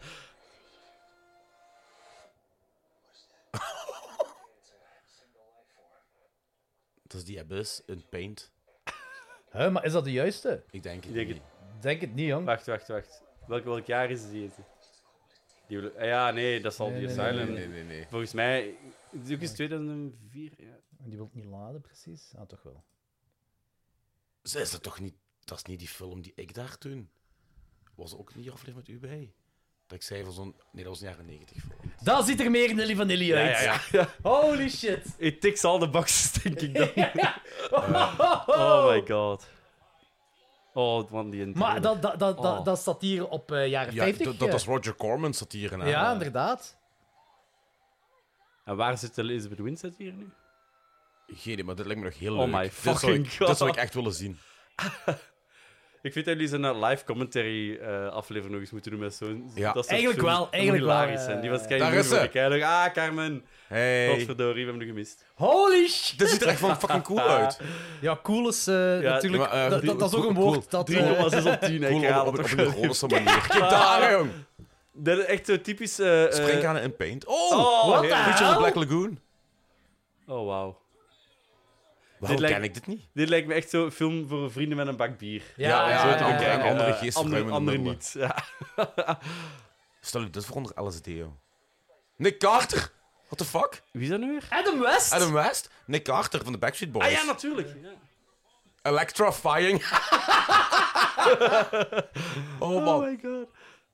Dat is die Abyss in Paint. Huh, maar is dat de juiste? Ik denk het Ik denk niet. Denk het niet, jong. Wacht, wacht, wacht. Welk, welk jaar is die? die wil- ah, ja, nee, dat zal Nee, die nee, Asylum. Nee, nee, nee, nee. Volgens mij, het is ook eens tweeduizend vier. Ja. Die wil ik niet laden, precies. Ah, toch wel. Ze is dat toch niet... Dat is niet die film die ik daar toen... Was ook niet aflevering met u bij? Dat ik zei van zo'n... Nee, dat was een jaren negentig film. Dat ziet er meer Nelly Vanilli Ja, uit. ja, ja, ja. Holy shit. It ticks all the boxes, denk ik dan. Oh my god. Oh, man, die Maar dat, dat, dat, dat, Oh. dat staat hier op eh, jaren Ja, vijftig. dat, dat is Roger Corman satire. hè. Ja, inderdaad. En waar zit Elizabeth Winstead hier nu? Geen idee, maar dit lijkt me nog heel Oh leuk. my Dit zou fucking ik- god. Dit zou ik echt willen zien. Ik vind dat jullie zijn uh, live commentary uh, aflevering nog eens moeten doen met zo'n... Ja. dat soort Eigenlijk films. wel, Dat eigenlijk moet wel, hilarisch zijn. Die was eh, kei Daar moe is voor ze. de kei. Ah, Carmen. Hey. Godverdorie, we hebben hem gemist. Holy shit. Dit ziet er echt van fucking cool uit. Ja, cool is eh, Ja, natuurlijk... maar, eh, dat, dat, dat is ook een cool, woord dat... drie eh, komma zes op tien, Cool ik haal op, op, het op toch een wel. ironische manier. Kijk daar, jong. Dat is echt zo typisch... uh, uh, Springkanen in Paint. Oh! Oh, What the heerlijk. Creature of the hell? Black Lagoon. Oh, wauw. Waarom lijkt- ken ik dit niet? Dit lijkt me echt zo'n film voor vrienden met een bak bier. Ja, Ja, ja, Zo ja, te ja, bekijken. en andere Eh, geestverruimende andere, andere middelen. niet. Ja. Stel je dit voor onder L S D, joh. Nick Carter! What the fuck? Wie is dat nu weer? Adam West? Adam West? Nick Carter van de Backstreet Boys. Ah ja, natuurlijk. Ja. Electrifying. oh man. Oh my god.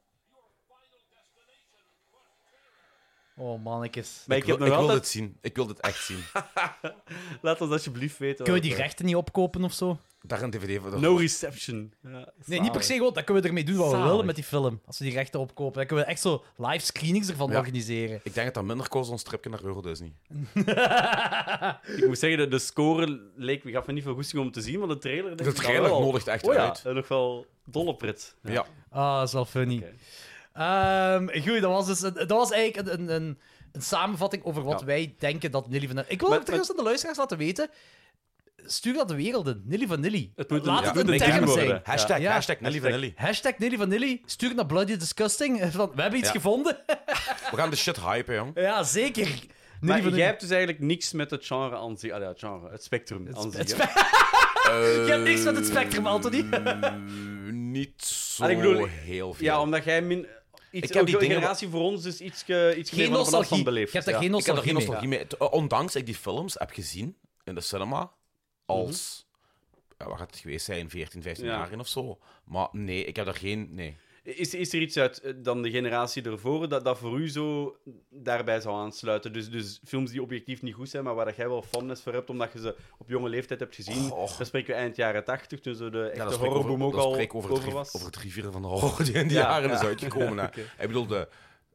Oh, mannetjes. Maar Ik, ik, wil, heb nog ik wil altijd... dit zien. Ik wil dit echt zien. Laat ons alsjeblieft weten. Kun je wat, die eh, rechten niet opkopen of zo? Daar een D V D van. No reception. Ja, Nee, zalig. niet per se gewoon. Dat kunnen we ermee doen wat we Zalig. willen met die film. Als we die rechten opkopen. Dan kunnen we echt zo live screenings ervan Ja. organiseren. Ik denk dat dat minder kost dan een stripje naar Euro Disney. Ik moet zeggen, de, de score leek, gaf me niet veel goesting om te zien, maar de trailer... denk De ik trailer wel. nodigt echt Oh ja, uit. eh, nog wel dolle pret. Ja. Ah, dat is wel funny. Oké. Ehm, goed, dat was, dus een, dat was eigenlijk een, een, een, een samenvatting over wat Ja. wij denken dat Nelly van... Ik wil Maar- het trouwens aan de luisteraars laten weten. stuur dat de wereld in. Nilly Vanilli. Het moet een, Laat ja, het het een moet term ding zijn. worden. Hashtag, Ja. hashtag Nelly Hashtag- Vanilli. Hashtag Nilly Vanilli. Stuur naar Bloody Disgusting. Van, we hebben iets Ja. gevonden. We gaan de shit hypen, jong. Ja, zeker. Nilly Maar Vanilli. jij hebt dus eigenlijk niks met het genre aan zich. Ah ja, het genre, het spectrum aan Het zich. spe- hè? Je hebt niks met het spectrum, Anthony. Uh, niet zo Ah, ik bedoel, heel veel. Ja, omdat jij min... Iets, Ik heb die ook de dingen- generatie voor ons dus iets, ge, iets Geen meer van een nostalgie. afstand beleefd. Je hebt daar ja. geen Ik heb er geen nostalgie mee. nostalgie mee. Het- Ondanks dat ik die films heb gezien in de cinema als... ja, wat gaat het geweest zijn? veertien, vijftien Ja. jaar in of zo. Maar nee, ik heb er geen... Nee. Is, is er iets uit eh, dan de generatie ervoor dat, dat voor u zo daarbij zou aansluiten? Dus, dus films die objectief niet goed zijn, maar waar dat jij wel fondness voor hebt, omdat je ze op jonge leeftijd hebt gezien. Och. Dan spreken we eind jaren tachtig, toen zo de echte Ja, dat spreek ik horrorboom over, ook dat al spreek ik over, over, het drie- was. over het rivieren van de horror die in die Ja, jaren ja. is uitgekomen. hè. Oké. Ik bedoel, de,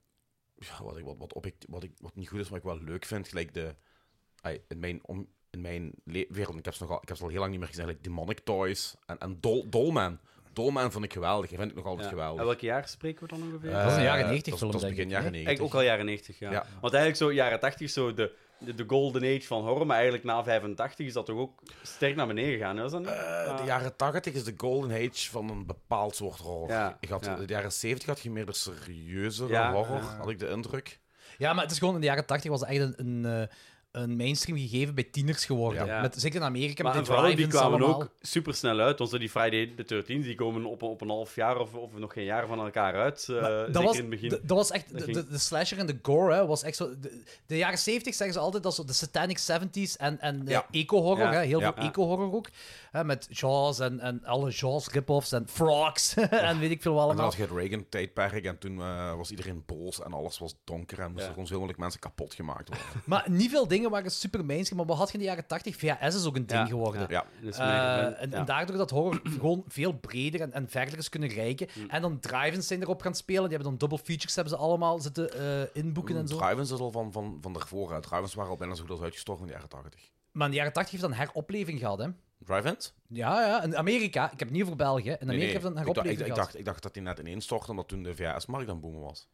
ja, wat, ik, wat, wat, object, wat, ik, wat niet goed is, maar ik wel leuk vind, gelijk de... ai, in mijn, om, in mijn le- wereld, ik heb, ze nog al, ik heb ze al heel lang niet meer gezien, like Demonic Toys en, en Doll, Dollman. Dollman vond ik geweldig, die vind ik nog altijd Ja. geweldig. En welk jaar spreken we dan ongeveer? Eh, Dat is een jaren negentig dat is- film, Dat is denk begin ik, jaren hè? Eigenlijk negentig. ook al jaren negentig, ja. Ja. Want eigenlijk zo jaren tachtig, zo de, de, de golden age van horror, maar eigenlijk na vijfentachtig is dat toch ook sterk naar beneden gegaan, hè? Was dat niet? Eh, Ah. de jaren tachtig is de golden age van een bepaald soort horror. Ja, Ik had, ja. De jaren zeventig had je meer de serieuzere Ja, horror, ja. had ik de indruk. Ja, maar het is gewoon in de jaren tachtig was het echt een, een, eh, een mainstream gegeven bij tieners geworden. Ja. Met, zeker in Amerika, Maar met en de vooral die drive-ins kwamen allemaal. ook super snel uit. Want zo die Friday the dertienth die komen op, op een half jaar of, of nog geen jaar van elkaar uit. eh, Maar zeker dat, was, in het begin. d- dat was echt... Dat De, ging- de, de slasher en de gore hè, was echt zo... De, de jaren zeventig zeggen ze altijd dat zo de satanic seventies en, en eh, Ja. eco-horror, Ja. hè, heel Ja. veel eco-horror ook. Hè, met Jaws en, en alle Jaws rip-offs en Frogs en weet ik veel wat En dan allemaal. had je het Reagan-tijdperk en toen eh, was iedereen boos en alles was donker en moesten Ja. gewoon zoveel mogelijk mensen kapot gemaakt worden. Maar niet veel dingen waren super mainstream, maar wat had je in de jaren tachtig? V H S is ook een ding Ja, geworden. ja. Ja. Dus Eh, mij- en, ja. en daardoor dat horror gewoon veel breder en, en verder is kunnen reiken. Mm. En dan drive-ins zijn erop gaan spelen. Die hebben dan double features hebben ze allemaal zitten eh, inboeken en zo. Drive-ins is al van, van, van daarvoor uit. Drive-ins waren al bijna zo goed als uitgestorven in de jaren tachtig. Maar in de jaren tachtig heeft dat een heropleving gehad, hè? Drive-ins? Ja, ja. In Amerika, ik heb het niet over België. In Amerika heeft dat een ik, dacht, heropleving ik, ik, gehad. dacht, ik dacht dat die net ineens stortte omdat toen de V H S-markt aan boomen was.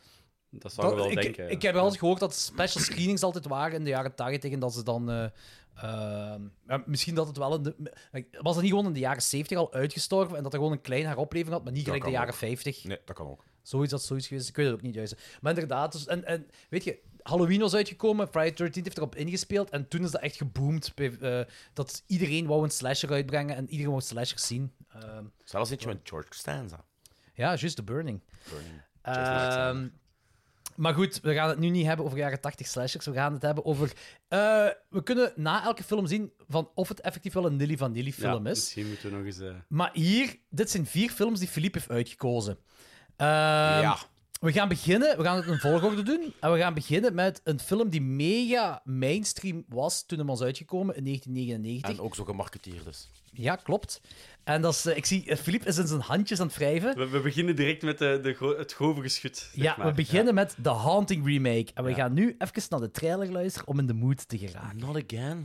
Dat zou je Dat- wel ik, denken. ja. ik heb wel eens gehoord dat special screenings altijd waren in de jaren tachtig en dat ze dan... eh, eh, ja, misschien dat het wel in de... Was het niet gewoon in de jaren zeventig al uitgestorven en dat er gewoon een kleine heropleving had, maar niet Dat gelijk de kan jaren vijftig? Nee, dat kan ook. Zoiets dat zoiets geweest. Ik weet het ook niet juist. Maar inderdaad, dus, en, en weet je, Halloween was uitgekomen, Friday the thirteenth heeft erop ingespeeld en toen is dat echt geboomd. Bij, eh, dat iedereen wou een slasher uitbrengen en iedereen wou slashers zien. Ehm, Zelfs eentje met George Costanza. ja, juist The Burning. Burning. Jason Alexander. Ehm, maar goed, we gaan het nu niet hebben over jaren tachtig slashers. We gaan het hebben over... eh, we kunnen na elke film zien van of het effectief wel een Nilly Vanilli film Ja, is. Misschien moeten we nog eens... eh, Maar hier, dit zijn vier films die Philippe heeft uitgekozen. Ehm, Ja. We gaan beginnen, we gaan het in volgorde doen. En we gaan beginnen met een film die mega mainstream was toen hem was uitgekomen in negentien negenennegentig. En ook zo gemarketeerd is. Ja, klopt. En dat is, eh, ik zie, eh, Philippe is in zijn handjes aan het wrijven. We, we beginnen direct met de, de, gro- het grove geschut. zeg Ja, maar. we beginnen met The Haunting Remake. En we Ja. gaan nu even naar de trailer luisteren om in de mood te geraken. Not again.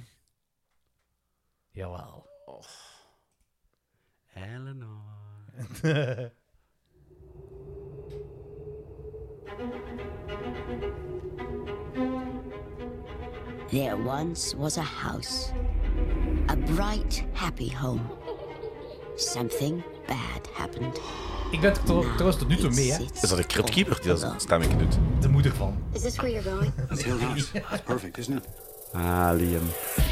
Jawel. Eleanor. There once was a house. A bright, happy home. Something bad happened. Ik ben er trouw- trouwens tot nu toe mee, hè. It Is dat de sits cryptkeeper die all dat alone. stemming doet? De moeder van. Is this where you're going? That's the old house. It's perfect, isn't it? Ah, Liam.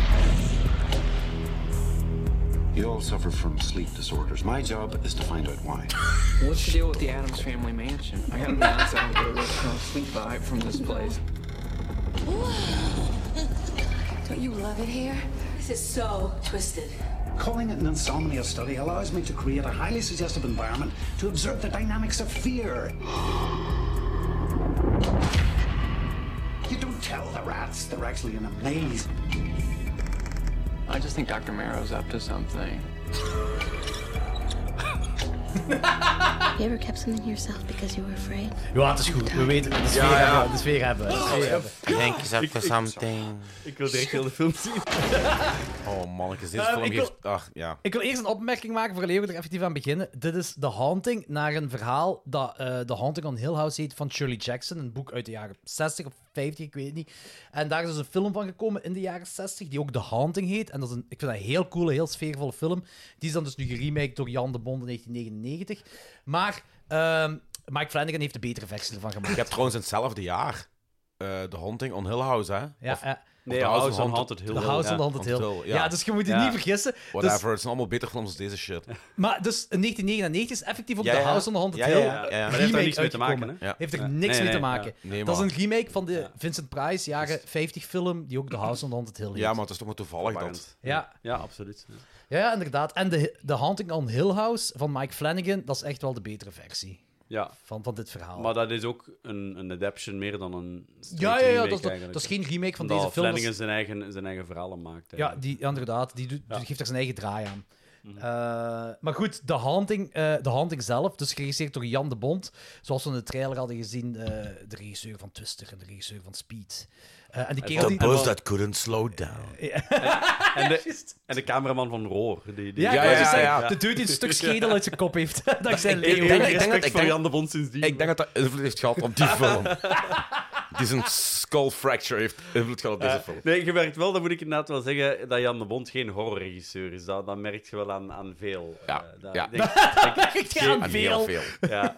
You all suffer from sleep disorders. My job is to find out why. What's the deal with the Addams Family Mansion? I gotta be honest, I don't get a real strong sleep vibe from this place. Don't you love it here? This is so twisted. Calling it an insomnia study allows me to create a highly suggestive environment to observe the dynamics of fear. You don't tell the rats they're actually in a maze. I just think Doctor Marrow's up to something. You ever kept something to yourself because you were afraid? Ja, het is goed. We weten de sfeer Ja, ja. hebben. De sfeer hebben. De sfeer hebben. Thank you for something. Ik wil direct heel de film zien. Oh mannetjes, deze Uh, film ik wil- geeft... Ach, ja. Ik wil eerst een opmerking maken voor we er effectief aan beginnen. Dit is The Haunting, naar een verhaal dat uh, The Haunting on Hill House heet van Shirley Jackson. Een boek uit de jaren zestig of vijftig, ik weet het niet. En daar is dus een film van gekomen in de jaren zestig, die ook The Haunting heet. En dat is een, ik vind dat een heel coole, heel sfeervolle film. Die is dan dus nu geremaked door Jan de Bond in negentien negenennegentig. Maar um, Mike Flanagan heeft de betere versie ervan gemaakt. Je hebt trouwens in hetzelfde jaar uh, The Haunting on Hill House, hè? Ja, Of- ja. Nee, The House on Haunted Hill. The House on Ja. Haunted Hill. Haunted Hill, Ja. ja. dus je moet je Ja. niet vergissen. Whatever, Dus, het zijn allemaal betere films dan deze shit. maar dus in negentien negenennegentig is effectief ook Ja, The ja. House on the Haunted Ja, Hill ja, ja. Ja, ja. een Maar dat heeft daar remake niks mee te maken, uitgekomen. hè? Ja. Heeft er Ja. niks Nee, mee te nee, maken. ja. Nee, dat is maar- een remake van de Ja. Vincent Price, jaren vijftig film, die ook The House on the Haunted Hill heet. Ja, maar het is toch maar toevallig dat... Verwarrend. Ja. Ja, absoluut. Ja, ja, inderdaad. En de, de Haunting on Hill House van Mike Flanagan, dat is echt wel de betere versie Ja, van, van dit verhaal. maar dat is ook een, een adaptation meer dan een straight ja, ja, ja, remake dat, is, dat, eigenlijk. dat is geen remake van Omdat deze film. dat is- Flanagan zijn eigen, zijn eigen verhalen maakt. Ja, eigenlijk. die, ja, inderdaad. Die, doet, Ja. die geeft er zijn eigen draai aan. Mhm. Uh, maar goed, The Haunting, uh, The Haunting zelf, dus geregisseerd door Jan de Bond. Zoals we in de trailer hadden gezien, uh, de regisseur van Twister en de regisseur van Speed. Uh, en die kerel The die... bus that couldn't slow down. En de, en de cameraman van Roar. Die, die, Ja, Ja, ik wou ja, zo zeggen, ja. de dude die een stuk schedel uit zijn kop heeft. Dankzij Ik Leo. denk- denk, ik denk dat- ik voor denk- Jan de Bond sindsdien. Ik denk dat dat invloed heeft gehad op die film. Die zijn skull fracture heeft invloed gehad op deze Eh, film. nee, je merkt wel, dat moet ik inderdaad wel zeggen, dat Jan de Bond geen horrorregisseur is. Dat, dat merk je wel aan, aan veel. Ja, Eh, dat, ja. ik denk- Echt aan En heel veel. veel. ja.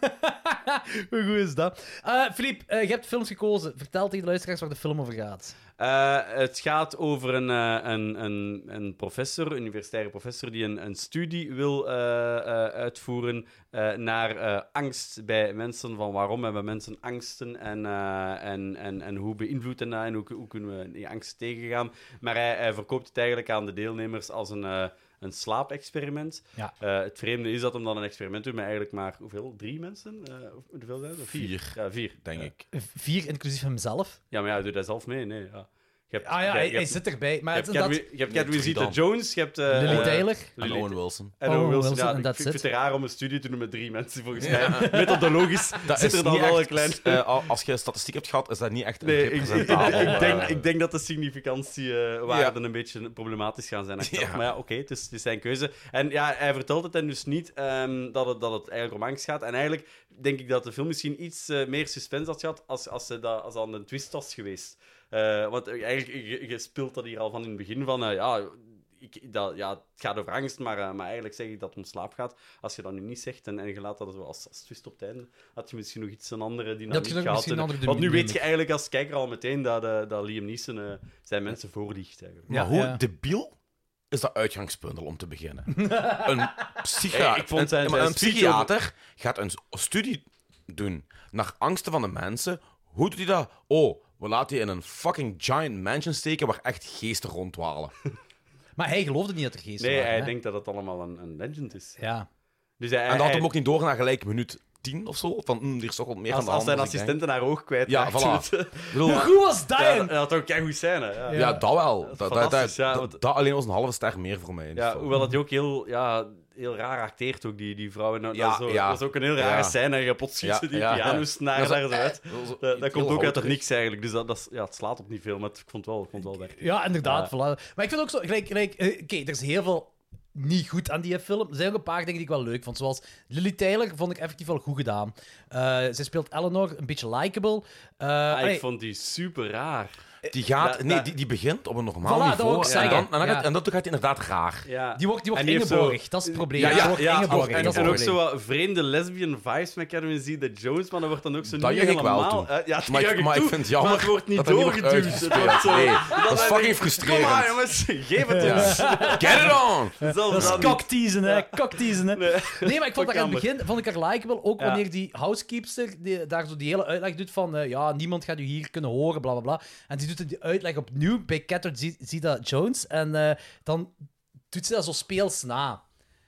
Hoe goed is dat? Uh, Philippe, uh, je hebt films gekozen. Vertel tegen de luisteraars waar de film over gaat. Eh, het gaat over een, eh, een, een, een professor, een universitaire professor, die een, een studie wil eh, eh, uitvoeren eh, naar eh, angst bij mensen. Van waarom hebben mensen angsten en, eh, en, en, en hoe beïnvloedt dat en hoe, hoe kunnen we die angst tegengaan. Maar hij, hij verkoopt het eigenlijk aan de deelnemers als een... eh, een slaapexperiment. Ja. Eh, het vreemde is dat hem dan een experiment doet met eigenlijk maar hoeveel? Drie mensen? Uh, hoeveel zijn het? Vier. Vier, Ja, vier. denk Ja. ik. Vier, inclusief hemzelf. Ja, maar ja, doet hij zelf mee? Nee. Ja. Je hebt, Ah ja, je- hij, je hij hebt- zit erbij. Maar je het hebt is dat... Catherine- je hebt Nee, Catherine drie Zeta-Jones, je hebt... eh, Lily eh, Taylor. En Lily- Owen Wilson. En Oh, Owen Wilson, Wilson, ja. en Ik that's vind it. het raar om een studie te doen met drie mensen, volgens mij. Methodologisch Dat zit is er dan niet wel een echt, klein... eh, al- als je statistiek hebt gehad, is dat niet echt Nee, ik, ik, ik, representabel. ik denk, eh, ik denk dat de significantiewaarden Ja. een beetje problematisch gaan zijn achteraf. Ja. Maar ja, oké, het, is, het is zijn keuze. En ja, hij vertelt het en dus niet ehm, dat, het, dat het eigenlijk om angst gaat. En eigenlijk denk ik dat de film misschien iets eh, meer suspense had gehad als, als, ze dat, als dat een twist was geweest. Eh, want eigenlijk, je, je speelt dat hier al van in het begin van... eh, ja, ik, dat, ja, het gaat over angst, maar, uh, maar eigenlijk zeg ik dat het om slaap gaat. Als je dat nu niet zegt en, en je laat dat zo als, als twist op het einde, had je misschien nog iets een andere dynamiek Dat je nog gehad. misschien een andere Want nu dynamiek. weet je eigenlijk als kijker al meteen dat, uh, dat Liam Neeson uh, zijn mensen voorliegt. Eigenlijk. Maar Ja, hoe ja. debiel is dat uitgangspunt al om te beginnen? een psychiater, Hey, ik vond zijn- een, zijn een speech psychiater gaat een s- studie doen naar angsten van de mensen. Hoe doet hij dat? Oh, we laten je in een fucking giant mansion steken waar echt geesten rondwalen. Maar hij geloofde niet dat er geesten Nee, waren. hij hè? denkt dat het allemaal een, een legend is. Ja. Dus hij, En dat had hij- hem ook niet door na gelijk minuut tien of zo. Van, hm, hier is toch wat meer als, aan de als hand. zijn dan ik assistenten haar oog kwijt Ja, raakt. voilà. Ik bedoel, Hoe goed was dat? Ja, hè? dat, dat had ook kei goed zijn. Hè. Ja. denk. Ja, dat wel. is Dat, dat, dat, fantastisch, ja, dat- want- dat alleen was een halve ster meer voor mij. in die Ja, film. hoewel dat hij ook heel, ja, heel raar acteert, ook, die, die vrouw. En dat, Ja, dat, is ook, ja. dat is ook een heel rare Ja. scène. Je pot schiet Ja, ze die ja, piano ja. snaren Dat is- daar zo uit. dat is- Dat, dat heel komt ook uit het houterig. niks eigenlijk. Dus dat, dat is, ja, het slaat op niet veel, maar het, ik vond het wel, ik vond het wel werken. Ja, inderdaad. Ja. Voilà. Maar ik vind ook zo... Gelijk, gelijk, eh, Oké, er is heel veel niet goed aan die film. Er zijn ook een paar dingen die ik wel leuk vond. Zoals Lily Taylor vond ik effectief wel goed gedaan. Uh, zij speelt Eleanor, een beetje likable. Uh, Ah, allee, ik vond die super raar. Die, gaat, Dat- nee, dat- die, die begint op een normaal Voilà, dat niveau. wou ik en, dan, zeggen. en, dan gaat, Ja. en dat gaat hij inderdaad raar. Ja. Die wordt, die wordt En die heeft ingeborgd. zo- Dat is het probleem. Ja, Die ja, wordt Ja, ingeborgd. en, Dat is en het ook zo probleem. wat vreemde lesbian vibes met Catherine Zeta-Jones, maar dat wordt dan ook zo Dat niet juich ik wel helemaal... toe. eh, ja, dat Maar ik- juich maar ik toe, vind het jammer maar het wordt niet dat dat niet wordt doorgeduwd. Het uitgespeeld. wordt zo- Nee, Dan dat is denk fucking ik, frustrerend. Kom maar, jongens, geef het Ja. ons. Get it on! Zelfs Dat is dan niet. cockteasen, hè. Cockteasen, hè. Nee. Nee, maar ik vond Ook haar in het jammer. begin vond ik haar likable. Ook Ja. wanneer die housekeepster die, daar zo die hele uitleg doet van eh, ja, niemand gaat u hier kunnen horen, bla bla bla. En die doet die uitleg opnieuw bij Catherine Zeta-Jones. En eh, dan doet ze dat zo speels na.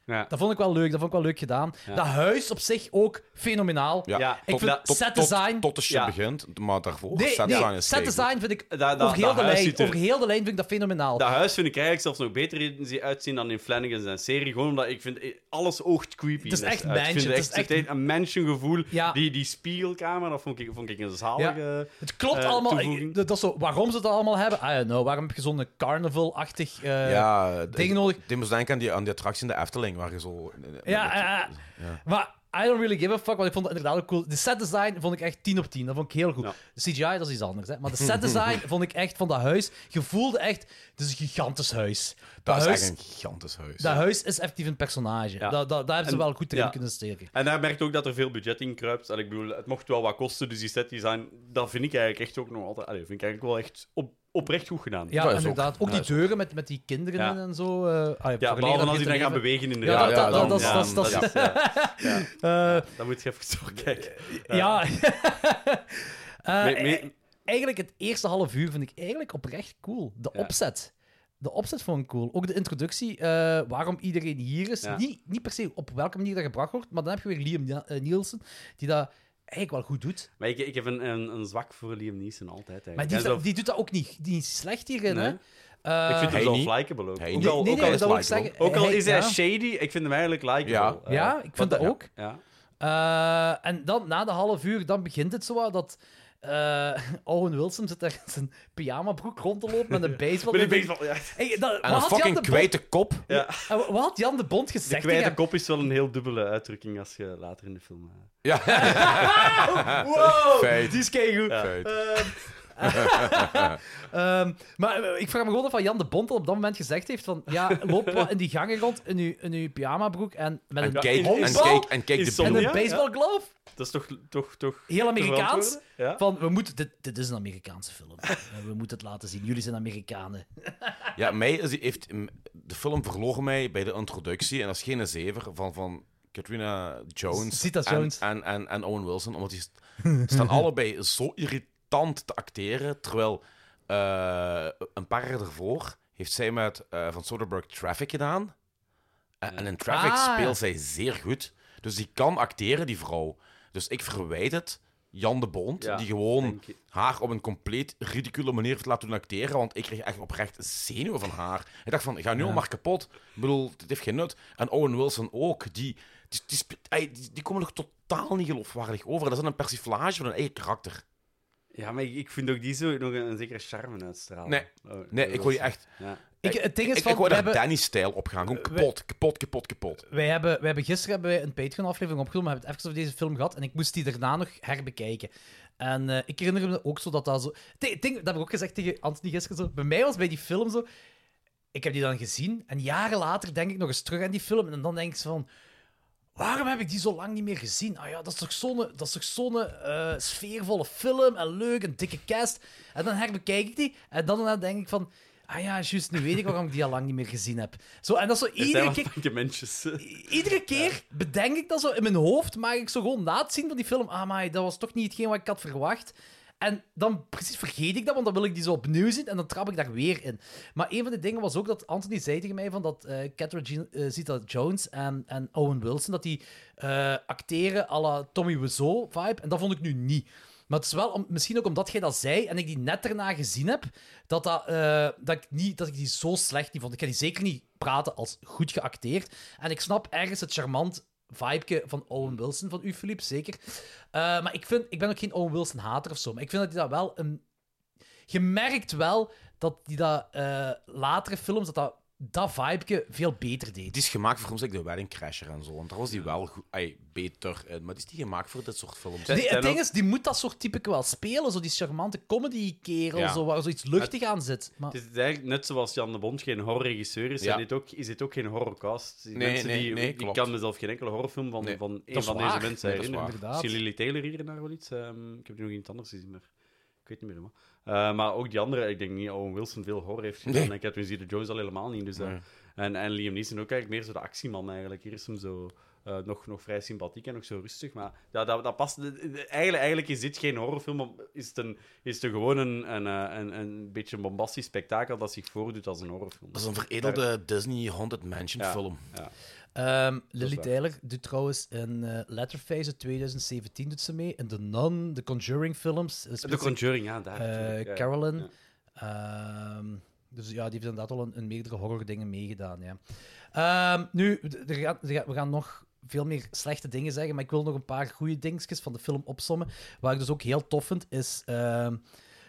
Ja. Dat vond ik wel leuk, dat vond ik wel leuk gedaan. Ja. Dat huis op zich ook fenomenaal. Ja, Ja, ik tot, vind tot, set tot, design... tot de shit Ja. begint, maar daarvoor, Nee, set nee, design is set keigoed. design vind ik... Dat, dat, over, heel dat de huis lijn, ziet er- over heel de lijn vind ik dat fenomenaal. Dat huis vind ik eigenlijk zelfs nog beter in- uitzien dan in Flanagan zijn serie. Gewoon omdat ik vind, alles oogt creepy. Het is in dat echt huis. Ik mansion, vind het is echt, echt- een mansion gevoel. Ja. Die, die spiegelkamer, dat vond ik, vond ik een zalige... Het klopt eh, allemaal. toevoeging. Dat is zo, waarom ze het allemaal hebben, I don't know. Waarom heb je zo'n carnival-achtig eh, Ja, ding nodig? Ik moest denken aan die, aan die attractie in de Efteling, waar je zo... Ja, eh, Ja. maar I don't really give a fuck, want ik vond het inderdaad ook cool. De set design vond ik echt tien op tien. Dat vond ik heel goed. Ja. De C G I, dat is iets anders. Hè. Maar de set design vond ik echt van dat huis. Je voelde echt, het is een gigantisch huis. Dat is huis, echt een gigantisch huis. dat huis is effectief een personage. Ja. Dat, dat, daar hebben ze En- wel goed erin ja. kunnen steken. En daar merkt ook dat er veel budget in kruipt. En ik bedoel, het mocht wel wat kosten, dus die setdesign, dat vind ik eigenlijk echt ook nog altijd... Allee, vind ik eigenlijk wel echt op, oprecht goed gedaan. Ja, dat is inderdaad. Ook, ook- die dat is deuren met, met die kinderen Ja. in en zo. eh allee, Ja, voor behalve leren als die dan te gaan leven. bewegen in de Ja, ruimte. dat- dat- dan- dat is- ja, dat is- dat is- dat is- ja. Ja. Eh, Dan moet je even doorkijken. Ja. Eh, Me- me- Eigenlijk, het eerste half uur vind ik eigenlijk oprecht cool. De Ja. opzet. De opzet vond ik cool. Ook de introductie, eh, waarom iedereen hier is. Ja. Niet, niet per se op welke manier dat gebracht wordt, maar dan heb je weer Liam Ni- eh, Nielsen, die dat eigenlijk wel goed doet. Maar ik, ik heb een, een, een zwak voor Liam Neeson, altijd. Eigenlijk. Maar die, En zo- die doet dat ook niet, die is slecht hierin. Nee. Hè? Eh, ik vind hem Hij zelf niet. likable ook. Hij Ook niet. al, nee, ook nee, al, dat wil ik likable. zeggen. ook al Hij- is hij ja. shady, ik vind hem eigenlijk likable. Ja. Eh, Ja, ik vind want- dat ook. Ja. Eh, en dan, na de half uur, dan begint het zo wat dat eh, Owen Wilson zit daar in zijn pyjamabroek rond te lopen met een baseball. Maar die baseball, ja. Hey, dat, En wat een had Jan fucking de Bond- kwijte kop. Ja. Eh, Wat had Jan de Bond De gezegd? kwijte tegen kop is wel een heel dubbele uitdrukking als je later in de film... eh, Ja. hem? Wow, Feit. die is keigoed. Ja. Feit. Ehm, maar eh, ik vraag me gewoon af wat Jan de Bond al op dat moment gezegd heeft van ja, loop wat in die gangen rond in uw, in uw pyjamabroek en met En een kijk, en honkbal kijk, en kijk in de zon- en beelden. een Ja, baseball glove. Dat is toch... toch, toch Heel te Amerikaans. verantwoorden? Ja? Van, we moeten, dit, dit is een Amerikaanse film. Eh, we moeten het laten zien. Jullie zijn Amerikanen. Ja, mij is, heeft, de film verloor mij bij de introductie. En dat is geen zever van, van Katrina Jones, Zita en, Jones. En, en, en Owen Wilson. Omdat die st- staan allebei zo irritant te acteren. Terwijl eh, een paar jaar ervoor heeft zij met eh, Van Soderbergh Traffic gedaan. En, en in Traffic Ah, speelt ja. zij zeer goed. Dus die kan acteren, die vrouw. Dus ik verwijt het Jan de Bond, Ja, die gewoon denk ik. haar op een compleet ridicule manier heeft laten doen acteren, want ik kreeg echt oprecht zenuwen van haar. Ik dacht van, ik ga nu al maar kapot. Ik bedoel, dit heeft geen nut. En Owen Wilson ook. Die, die, die, spe- ey, die, die komen nog totaal niet geloofwaardig over. Dat is een persiflage van hun eigen karakter. Ja, maar ik, ik vind ook die zo nog een, een zekere charme uitstralen. Nee. Oh, Nee, dat ik wil je was- echt... Ja. Ik, het ding is Ik, van, ik wou we daar hebben, Danny-stijl op gaan. Gewoon kapot, kapot, kapot, kapot. wij hebben, wij hebben gisteren hebben wij een Patreon-aflevering opgenomen, we hebben het even over deze film gehad, en ik moest die daarna nog herbekijken. En eh, ik herinner me ook zo dat dat zo... Het ding, dat heb ik ook gezegd tegen Anthony gisteren zo. Bij mij was bij die film zo... Ik heb die dan gezien, en jaren later denk ik nog eens terug aan die film, en dan denk ik zo van... Waarom heb ik die zo lang niet meer gezien? Ah ja, dat is toch zo'n, dat is toch zo'n eh, sfeervolle film en leuk, een dikke cast. En dan herbekijk ik die en dan denk ik van... Ah ja, juist, nu weet ik waarom ik die al lang niet meer gezien heb. Zo, en dat is zo Het zijn iedere wat keer... pankementjes. Iedere keer bedenk ik dat zo in mijn hoofd, maak ik zo gewoon na het zien van die film. Ah, maar dat was toch niet hetgeen wat ik had verwacht. En dan precies vergeet ik dat, want dan wil ik die zo opnieuw zien en dan trap ik daar weer in. Maar een van de dingen was ook dat Anthony zei tegen mij van dat uh, Catherine uh, Zeta-Jones en, en Owen Wilson, dat die uh, acteren à la Tommy Wiseau-vibe. En dat vond ik nu niet. Maar het is wel, om, misschien ook omdat jij dat zei en ik die net daarna gezien heb, dat, dat, uh, dat, ik niet, dat ik die zo slecht niet vond. Ik ga die zeker niet praten als goed geacteerd. En ik snap ergens het charmant vibe van Owen Wilson van u, Philippe, zeker. Uh, maar ik, vind, ik ben ook geen Owen Wilson-hater of zo. Maar ik vind dat hij dat wel een... Je merkt wel dat hij dat uh, latere films, dat dat, dat vibe veel beter deed. Die is gemaakt voor films like The Wedding Crasher en zo. Want daar was die wel goed, ay, beter in. Maar die is niet gemaakt voor dit soort films. Nee, het ding is, die moet dat soort type wel spelen. Zo die charmante comedy-kerel, Ja. zo, waar zoiets luchtig aan zit. Maar... Het is eigenlijk net zoals Jan de Bond geen horrorregisseur is, Ja. en dit ook, is dit ook geen horrorcast. Die Nee, mensen nee, die, nee, ik klopt. kan mezelf geen enkele horrorfilm van, Nee, van dat een is van waar. deze mensen Nee, dat is herinneren. waar. Inderdaad. Zie Lily Taylor hier daar wel iets? Um, ik heb die nog iets anders gezien, maar ik weet niet meer helemaal. Uh, maar ook die andere, ik denk niet Owen Wilson veel horror heeft gedaan. Nee. En Catherine Zeta-Jones al helemaal niet. Dus, uh, Nee. en, en Liam Neeson ook eigenlijk meer zo de actieman eigenlijk. Hier is hem zo... Uh, nog, nog vrij sympathiek en nog zo rustig. Maar ja, dat, dat past. Eigenlijk, eigenlijk is dit geen horrorfilm. Maar is het, een, is het gewoon een, een, een, een beetje een bombastisch spektakel dat zich voordoet als een horrorfilm. Dat is een veredelde Disney Haunted Mansion Ja, film. ja. Um, Lily Taylor doet trouwens in uh, Letterface twintig zeventien doet ze mee. In The Nun, de Conjuring films. De Conjuring, ja, daar. Uh, ja, Carolyn. Ja. Um, dus ja, die heeft inderdaad al in, in meerdere horror dingen meegedaan. Ja. Um, nu, er gaat, er gaat, we gaan nog veel meer slechte dingen zeggen, maar ik wil nog een paar goede dingetjes van de film opsommen. Wat ik dus ook heel tof vind, is... Um,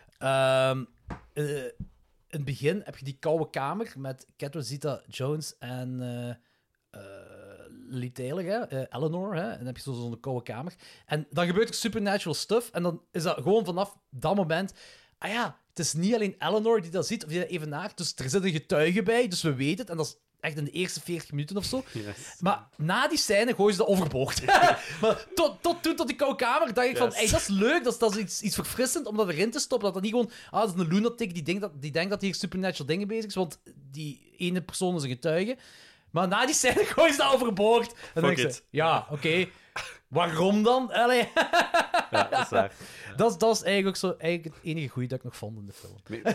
um, uh, in het begin heb je die koude kamer met Catherine Zeta-Jones en... Uh, Uh, Lily Taylor, hè? Uh, Eleanor, hè? En dan heb je zo zo'n koude kamer. En dan gebeurt er supernatural stuff. En dan is dat gewoon vanaf dat moment... Ah ja, het is niet alleen Eleanor die dat ziet, of die dat evenaart. Dus er zit een getuige bij, dus we weten het. En dat is echt in de eerste veertig minuten of zo. Yes. Maar na die scène gooien ze dat overboord. Maar tot, tot toen, tot die koude kamer, dacht ik yes. van... Hey, dat is leuk, dat is, dat is iets, iets verfrissend om dat erin te stoppen. Dat dat niet gewoon... Ah, dat is een lunatic die denkt dat, die denkt dat hier supernatural dingen bezig is. Want die ene persoon is een getuige. Maar na die scène gooien ze dat overboord. En dan denk ik, ja, oké. Okay. Waarom dan? Allee. Ja, dat is waar. Dat, dat is eigenlijk, zo, eigenlijk het enige goede dat ik nog vond in de film. Me-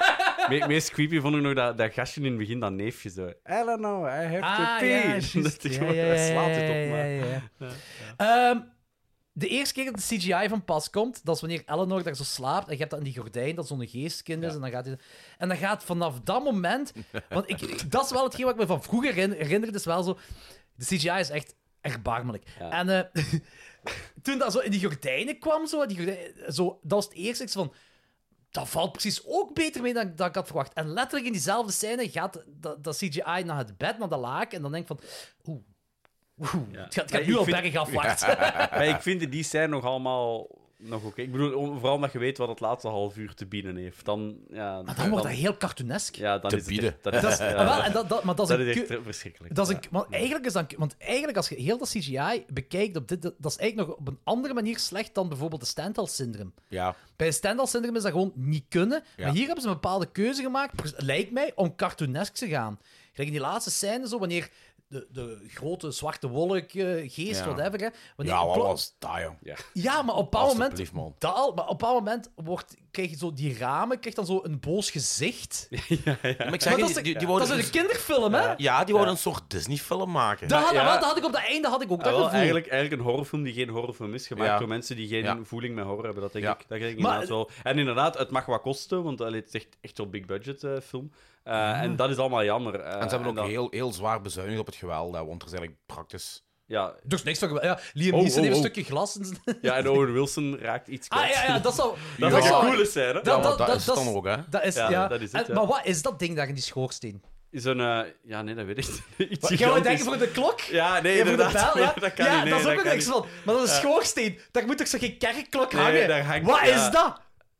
me- meest creepy vond ik nog dat, dat gastje in het begin, dat neefje zo. Eleanor, I have ah, to pee. Ja, dat hij gewoon ja, ja, ja, slaat het op. Maar. Ja, ja, ja. Ja. Um, de eerste keer dat de C G I van pas komt, dat is wanneer Eleanor daar zo slaapt. En je hebt dat in die gordijn, dat zo'n geestkind is. Ja. En, dan gaat hij, en dan gaat vanaf dat moment... Want ik, dat is wel hetgeen wat ik me van vroeger herinner. Is wel zo... De C G I is echt erbarmelijk. Ja. En uh, toen dat zo in die gordijnen kwam, zo, die gordijnen, zo, dat was het eerste. Ik zei van... Dat valt precies ook beter mee dan, dan ik had verwacht. En letterlijk in diezelfde scène gaat dat, dat C G I naar het bed, naar de laken. En dan denk ik van... Oeh. Oeh, ja. Het gaat, het gaat nu al bergafwaarts. Ja. Maar ik vind die scène nog allemaal nog oké. Okay. Ik bedoel, vooral omdat je weet wat het laatste half uur te bieden heeft. Dan, ja, maar dan wordt dat heel cartoonesk. Ja, dan te is bieden. Het, dat is, dat is, ja, wel, en dat, dat, maar dat is, dat een is echt verschrikkelijk. Dat is een, want, eigenlijk is dat, want eigenlijk, als je heel dat C G I bekijkt, op dit, dat, dat is eigenlijk nog op een andere manier slecht dan bijvoorbeeld de Stendhal-syndroom. Ja. Bij de Stendhal-syndroom is dat gewoon niet kunnen. Ja. Maar hier hebben ze een bepaalde keuze gemaakt, lijkt mij, om cartoonesk te gaan. Kijk, in die laatste scène, zo, wanneer... De, de grote zwarte wolk, uh, geest, ja. whatever. Hè. Wanneer ja, wat was dat, joh? Ja, ja maar op een bepaald moment... Dat, maar op een bepaald moment wordt, krijg je zo die ramen, krijg dan zo een boos gezicht. Ja, ja. Maar ik zeg, maar die, dat die, die is, dat is een kinderfilm, hè? Ja, die wouden ja. een soort Disney-film maken. Dat had, ja. wel, dat had ik op dat einde had ik ook ja, dat wel, gevoel. Eigenlijk, eigenlijk een horrorfilm die geen horrorfilm is, gemaakt ja. door mensen die geen ja. voeling met horror hebben. Dat denk ja. ik, dat denk ik maar, inderdaad wel. En inderdaad, het mag wat kosten, want allee, het is echt, echt zo'n big-budget uh, film. Uh, ja. En dat is allemaal jammer. Uh, en ze hebben en ook dat... heel, heel zwaar bezuinigd op het geweld, hè, want er is eigenlijk praktisch... Ja. Er is niks van geweld. Ja, Liam oh, Neeson oh, heeft oh. een stukje glas. In zijn... Ja, en Owen Wilson raakt iets kwijt. Ah, ja, ja, dat zou... dat ja, is ja. een coole scène. Dat, ja, dat, dat, dat is dan ook, hè? Dat is, ja, ja. dat is het, en, ja. Maar wat is dat ding daar in die schoorsteen? Is een... Uh, ja, nee, dat weet ik niet. Iets Gaan we denken voor de klok? Ja, nee, ja, voor de inderdaad. bel, ja? Nee, dat kan ja, niet. Nee, dat is ook dat nog niks niet. van. Maar dat is een schoorsteen. Daar moet toch zo geen kerkklok nee, hangen? Daar hangt, wat ja. is dat?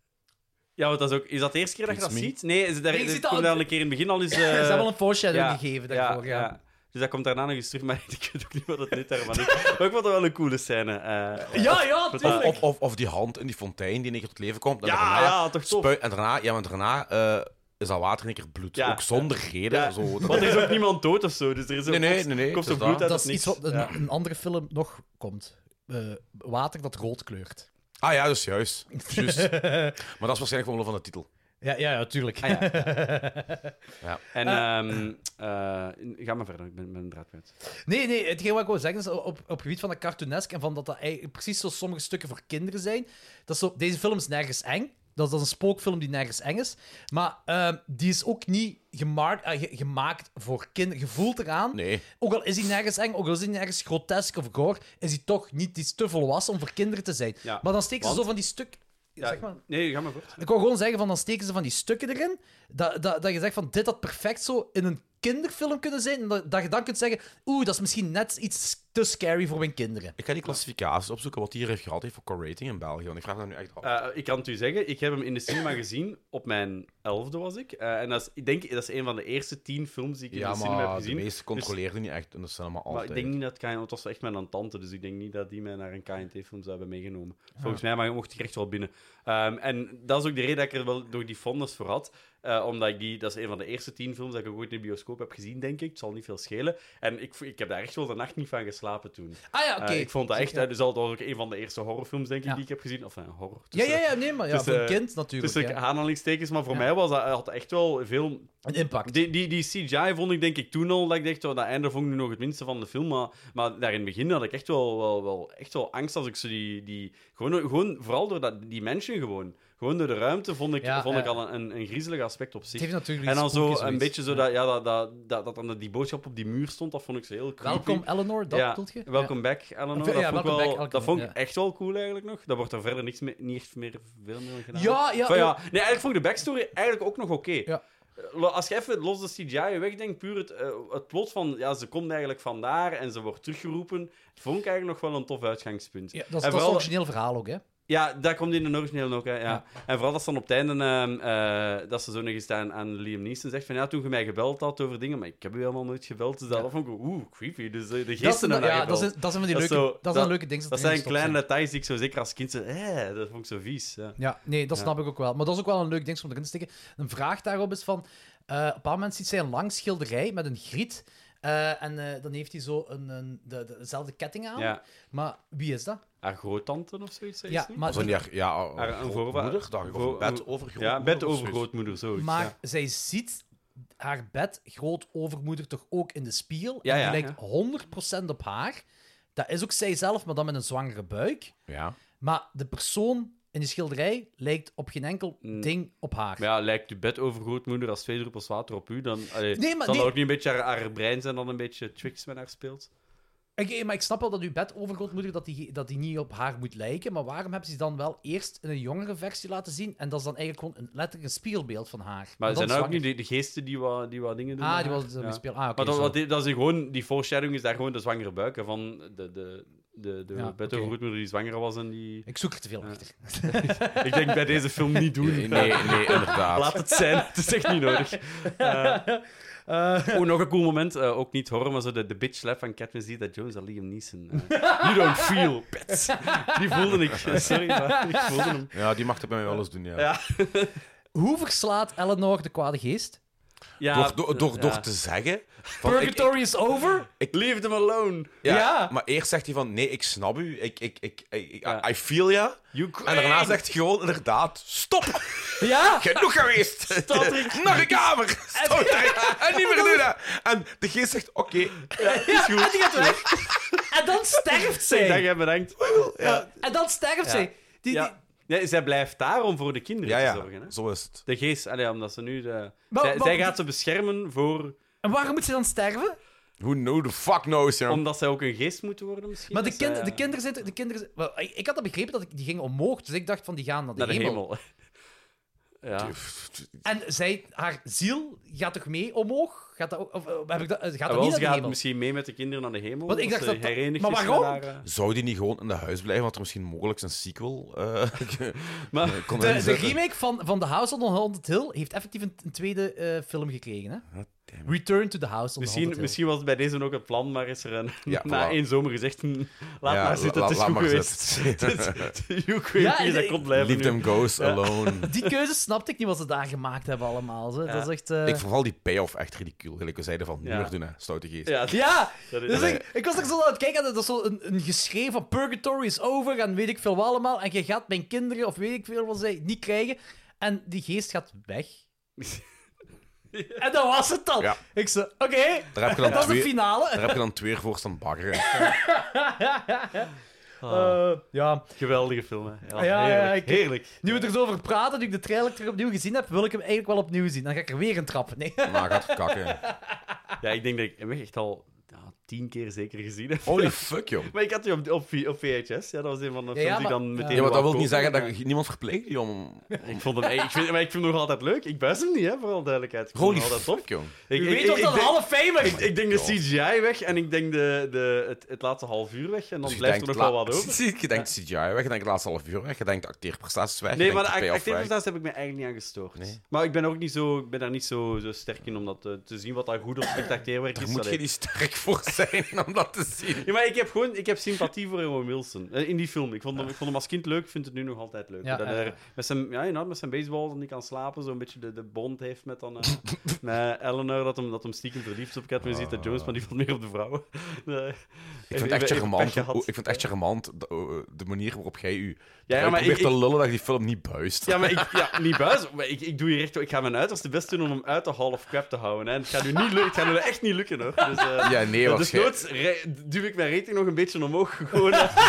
Ja, want dat is ook... Is dat de eerste keer dat je dat ziet? Nee, is het daar, nee, het het komt al... daar een keer in het begin al eens... Uh... Ze hebben al een foreshadowing ja, gegeven daarvoor, ja. ja. ja. Dus dat komt daarna nog eens terug, maar ik weet ook niet wat het nut daarvan is. Maar ik vond dat wel een coole scène. Uh, ja, ja, tuurlijk. Of, of, of die hand in die fontein die in één keer tot leven komt. En ja, daarna ja, toch tof. Spui- en daarna, ja, maar daarna uh, is dat water in één keer bloed. Ja, ook zonder ja. reden. Ja. Zo, Want er is ook niemand dood of zo. Dus er is ook nee, nee, nee, nee, komt zo bloed uit. Dat is niks. iets wat een, ja. een andere film nog komt. Uh, water dat rood kleurt. Ah ja, dat is juist. juist. Maar dat is waarschijnlijk gewoon van de titel. Ja, ja, ja, tuurlijk. Ah, ja. ja. En uh, um, uh, ga maar verder, ik ben, ben draad kwijt. Nee, nee, hetgeen wat ik wil zeggen is op, op het gebied van dat cartoonesk en van dat dat precies zo sommige stukken voor kinderen zijn. Dat is zo, deze film is nergens eng. Dat is, dat is een spookfilm die nergens eng is. Maar uh, die is ook niet gemaakt, uh, ge- gemaakt voor kinderen. Je voelt eraan. Nee. Ook al is hij nergens eng, ook al is hij nergens grotesk of gore, is hij toch niet die is te volwassen om voor kinderen te zijn. Ja, maar dan steken want... ze zo van die stuk... Ja, zeg maar. Nee, ga maar voort. Ik wil gewoon zeggen, van, dan steken ze van die stukken erin, dat, dat, dat je zegt van, dit had perfect zo in een kinderfilm kunnen zijn, en dat, dat je dan kunt zeggen, oeh, dat is misschien net iets te scary voor mijn kinderen. Ik ga die klassificaties opzoeken, wat die hier heeft gehad heeft voor core rating in België, want ik vraag dat nu echt af. Uh, ik kan het u zeggen, ik heb hem in de cinema gezien, op mijn elfde was ik, uh, en dat is, ik denk, dat is een van de eerste tien films die ik ja, in de cinema heb gezien. gezien. Ja, maar de meeste controleerden dus, niet echt in de cinema altijd. Maar ik denk niet dat K N T, want het was echt mijn tante, dus ik denk niet dat die mij naar een K N T-film zou hebben meegenomen. Volgens ja. mij maar mocht ik echt wel binnen. Um, en dat is ook de reden dat ik er wel door die fondus voor had. Uh, omdat ik die... Dat is een van de eerste tien films dat ik ook ooit in de bioscoop heb gezien, denk ik. Het zal niet veel schelen. En ik, ik heb daar echt wel de nacht niet van geslapen toen. Ah ja, oké. Okay. Uh, ik vond dat echt... Uh, dus dat was ook een van de eerste horrorfilms, denk ik, ja. die ik heb gezien. Of een uh, horror. Tussen, ja, ja, ja, nee, maar ja, tussen, voor een kind natuurlijk. Tussen ja. aanhalingstekens, maar voor ja. mij was dat, had echt wel veel... Een impact. Die, die, die C G I vond ik denk ik toen al, dat ik dacht, oh, dat einde vond ik nu nog het minste van de film, maar, maar daar in het begin had ik echt wel, wel, wel, echt wel angst als ik zo die... die gewoon, gewoon, vooral door dat, die mensen gewoon... Gewoon door de ruimte vond ik, ja, vond ja. ik al een, een griezelig aspect op zich. Het heeft natuurlijk en dan zo een zoiets. beetje zo dat, ja, dat, dat, dat, dat dan die boodschap op die muur stond, dat vond ik zo heel creepy. Welkom Eleanor, dat ja. bedoel je? Welcome ja. back, Eleanor. Ja, dat vond, wel, back, Eleanor, dat vond ik ja. echt wel cool eigenlijk nog. Dat wordt er verder niks mee, niet echt meer veel meer gedaan. Ja, ja, Van, ja. ja. Nee, eigenlijk vond ik de backstory eigenlijk ook nog oké. Okay. Ja. Als je even los de C G I wegdenkt, puur het, uh, het plot van ja, ze komt eigenlijk vandaar en ze wordt teruggeroepen, vond ik eigenlijk nog wel een tof uitgangspunt. Ja, dat is, dat is het origineel verhaal ook, hè? Ja, dat komt in de origineel ook, hè. Ja. Ja. En vooral dat ze dan op het einde, uh, uh, dat ze zo nog eens aan, aan Liam Neeson zegt van ja, toen je mij gebeld had over dingen, maar ik heb u helemaal nooit gebeld, dus dat, ja. dat vond ik oeh, creepy. Dus uh, de geesten hebben ja, dat, is, dat zijn van die leuke, dat, dat zijn leuke dingen. Dat, dat zijn kleine details die ik zo zeker als kind zo, eh, dat vond ik zo vies. Ja, ja nee, dat snap ja. ik ook wel. Maar dat is ook wel een leuk ding om erin te steken. Een vraag daarop is van, uh, op een bepaald moment ziet zij een lang schilderij met een griet. Uh, en uh, dan heeft hij zo een, een, de, de, dezelfde ketting aan. Ja. Maar wie is dat? Haar groottante of zoiets? Ja, maar die, haar, ja, haar een grootmoeder. Voor bed over grootmoeder. Ja, bed over grootmoeder, zoiets. Maar ja. zij ziet haar bed grootovermoeder toch ook in de spiegel. Ja, en die ja, lijkt ja. honderd procent op haar. Dat is ook zij zelf, maar dan met een zwangere buik. Ja. Maar de persoon in die schilderij lijkt op geen enkel mm. ding op haar. Maar ja, lijkt je bed over grootmoeder als twee druppels water op u, dan allee, nee, maar, zal nee. dat ook niet een beetje haar, haar brein zijn dan een beetje tricks met haar speelt? Okay, maar ik snap wel dat uw bed over grootmoeder dat die, dat die niet op haar moet lijken, maar waarom hebben ze dan wel eerst in een jongere versie laten zien en dat is dan eigenlijk gewoon een, letterlijk een spiegelbeeld van haar? Maar er zijn nou ook niet de, de geesten die wat, die wat dingen doen? Ah, die was ja. speel. Ah, okay, maar dat, dat, dat is gewoon, die foreshadowing is daar gewoon de zwangere buik hè, van de, de, de, de ja, bed okay. over grootmoeder die zwanger was en die... Ik zoek er te veel achter. Ja. Ik denk bij deze film niet doen. Nee, nee, nee inderdaad. Laat het zijn, het is echt niet nodig. Uh, Uh, oh, nog een cool moment. Uh, ook niet horror, maar zo de, de bitch slap van Catherine Zeta-Jones en Liam Neeson. Uh, you don't feel, pets. Die voelde ik. Sorry, maar ik voelde hem. Ja, die mag dat bij mij wel eens doen, ja. ja. Hoe verslaat Eleanor de kwade geest? Ja, door door, door, door ja. te zeggen... Van, Purgatory ik, ik, is over? Ik leave them alone. Ja, ja. Maar eerst zegt hij van, nee, ik snap u. Ik, ik, ik, ik, ja. I feel ya. En daarna zegt hij gewoon, inderdaad, stop. Ja. Genoeg geweest. Nog een kamer. Stotterik. En niet meer doen dat. En de geest zegt, oké. Okay. Ja, is goed. En die gaat weg. En dan sterft zij. Dank je, bedankt. Ja. En dan sterft ja. zij. Die, ja. Ja, zij blijft daar om voor de kinderen ja, ja. te zorgen. Hè? Zo is het. De geest, allee, omdat ze nu... De... Maar, zij, maar, zij gaat ze beschermen voor... En waarom moet ze dan sterven? Who know the fuck knows, ja. Omdat zij ook een geest moet worden, misschien. Maar de, kind, zij, de kinderen zitten... De kinderen, well, ik, ik had dat begrepen, dat ik, die gingen omhoog. Dus ik dacht van, die gaan naar de naar hemel. De hemel. Ja. En zij, haar ziel gaat toch mee omhoog? Gaat dat ook, of, heb ik dat, gaat dat wel, niet naar de gaat hemel? misschien mee met de kinderen naar de hemel. Want ik dacht dat... dat maar waarom? Haar, uh... Zou die niet gewoon in de huis blijven? Want er misschien mogelijk een sequel uh, maar de, de remake van, van The House on the Haunted Hill heeft effectief een, een tweede uh, film gekregen. Hè? Oh, Return to the House on misschien, the Haunted Hill. Misschien was het bij deze ook het plan, maar is er een, ja, na voilà. één zomer gezegd... Laat ja, maar zitten, la, het is la, goed geweest. You crazy, dat kon blijven Leave nu. them ghosts ja. alone. Die keuze snapte ik niet wat ze daar gemaakt hebben allemaal. Zo. Ja. Dat is echt, uh... Ik vond vooral die payoff echt ridicuul. Gelijk we zeiden van, nu ja. meer doen, hè, stoute geest. Ja, ja. Dus ik, ik was er zo aan het kijken en dat is zo een, een geschreven van Purgatory is over en weet ik veel wat allemaal. En je gaat mijn kinderen, of weet ik veel wat zij, niet krijgen. En die geest gaat weg. Ja. En dat was het dan. Ja. Ik zei, oké, okay, dat is de finale. Daar heb je dan twee voor staan baggeren. Uh, ja. Geweldige film, hè. Ja, ja, heerlijk. Ja, ik, heerlijk. Nu we er zo over praten, nu ik de trailer terug opnieuw gezien heb, wil ik hem eigenlijk wel opnieuw zien. Dan ga ik er weer een trap. Nee. Maar gaat kakken. Ja, ik denk dat ik hem echt al ja, tien keer zeker gezien heb. Holy fuck, joh. Maar ik had die op, op, op V H S. Ja, dat was een van de films ja, ja, die maar, dan meteen... Ja, maar dat wil kopen, niet zeggen maar... dat niemand verpleegt die om... Ik vond hem... Ik vind, maar ik vind hem nog altijd leuk. Ik buis hem niet, hè, voor alle duidelijkheid. Ik Holy altijd fuck, joh. Ik, Je ik, weet ik, toch ik, dat ik Hall of Famer... Ik, ik denk de C G I weg en ik denk de, de, het, het laatste half uur weg. En dan dus blijft er nog wel wat over. Je denkt de C G I weg, je denkt het laatste half uur weg, je denkt de acteerprestaties weg. Nee, maar de acteerprestaties heb ik me eigenlijk niet aan gestoord. Nee. Maar ik ben, ook niet zo, ik ben daar niet zo, zo sterk in om dat te, te zien wat daar goed of slecht acteerwerk is. Daar moet je niet sterk voor zijn om dat te zien. Ja, maar ik heb gewoon ik heb sympathie voor Owen Wilson. Uh, in die film. Ik vond, hem, ik vond hem als kind leuk, vind het nu nog altijd leuk. Ja, dat ja, hij ja. met zijn, ja, inderdaad, met zijn baseball en niet kan slapen, zo'n beetje de, de bond heeft met, dan, uh, met Eleanor, dat hem, dat hem stiekem verliefd is op Catherine Zeta-Jones, maar die valt meer op de vrouwen. Uh, Ik vind het echt charmant, ik vind het echt charmant de, de manier waarop jij u ja, ja, maar probeert ik, te ik, lullen dat je die film niet buist. Ja, maar ik, ja, niet buis, maar ik, ik doe hier echt... Ik ga mijn uiterste best doen om hem uit de Hall of Crap te houden. Hè. En het gaat nu niet lukken, het gaat nu echt niet lukken, hoor. Dus, uh, ja, nee, uh, dus nooit duw ik mijn rating nog een beetje omhoog, gewoon...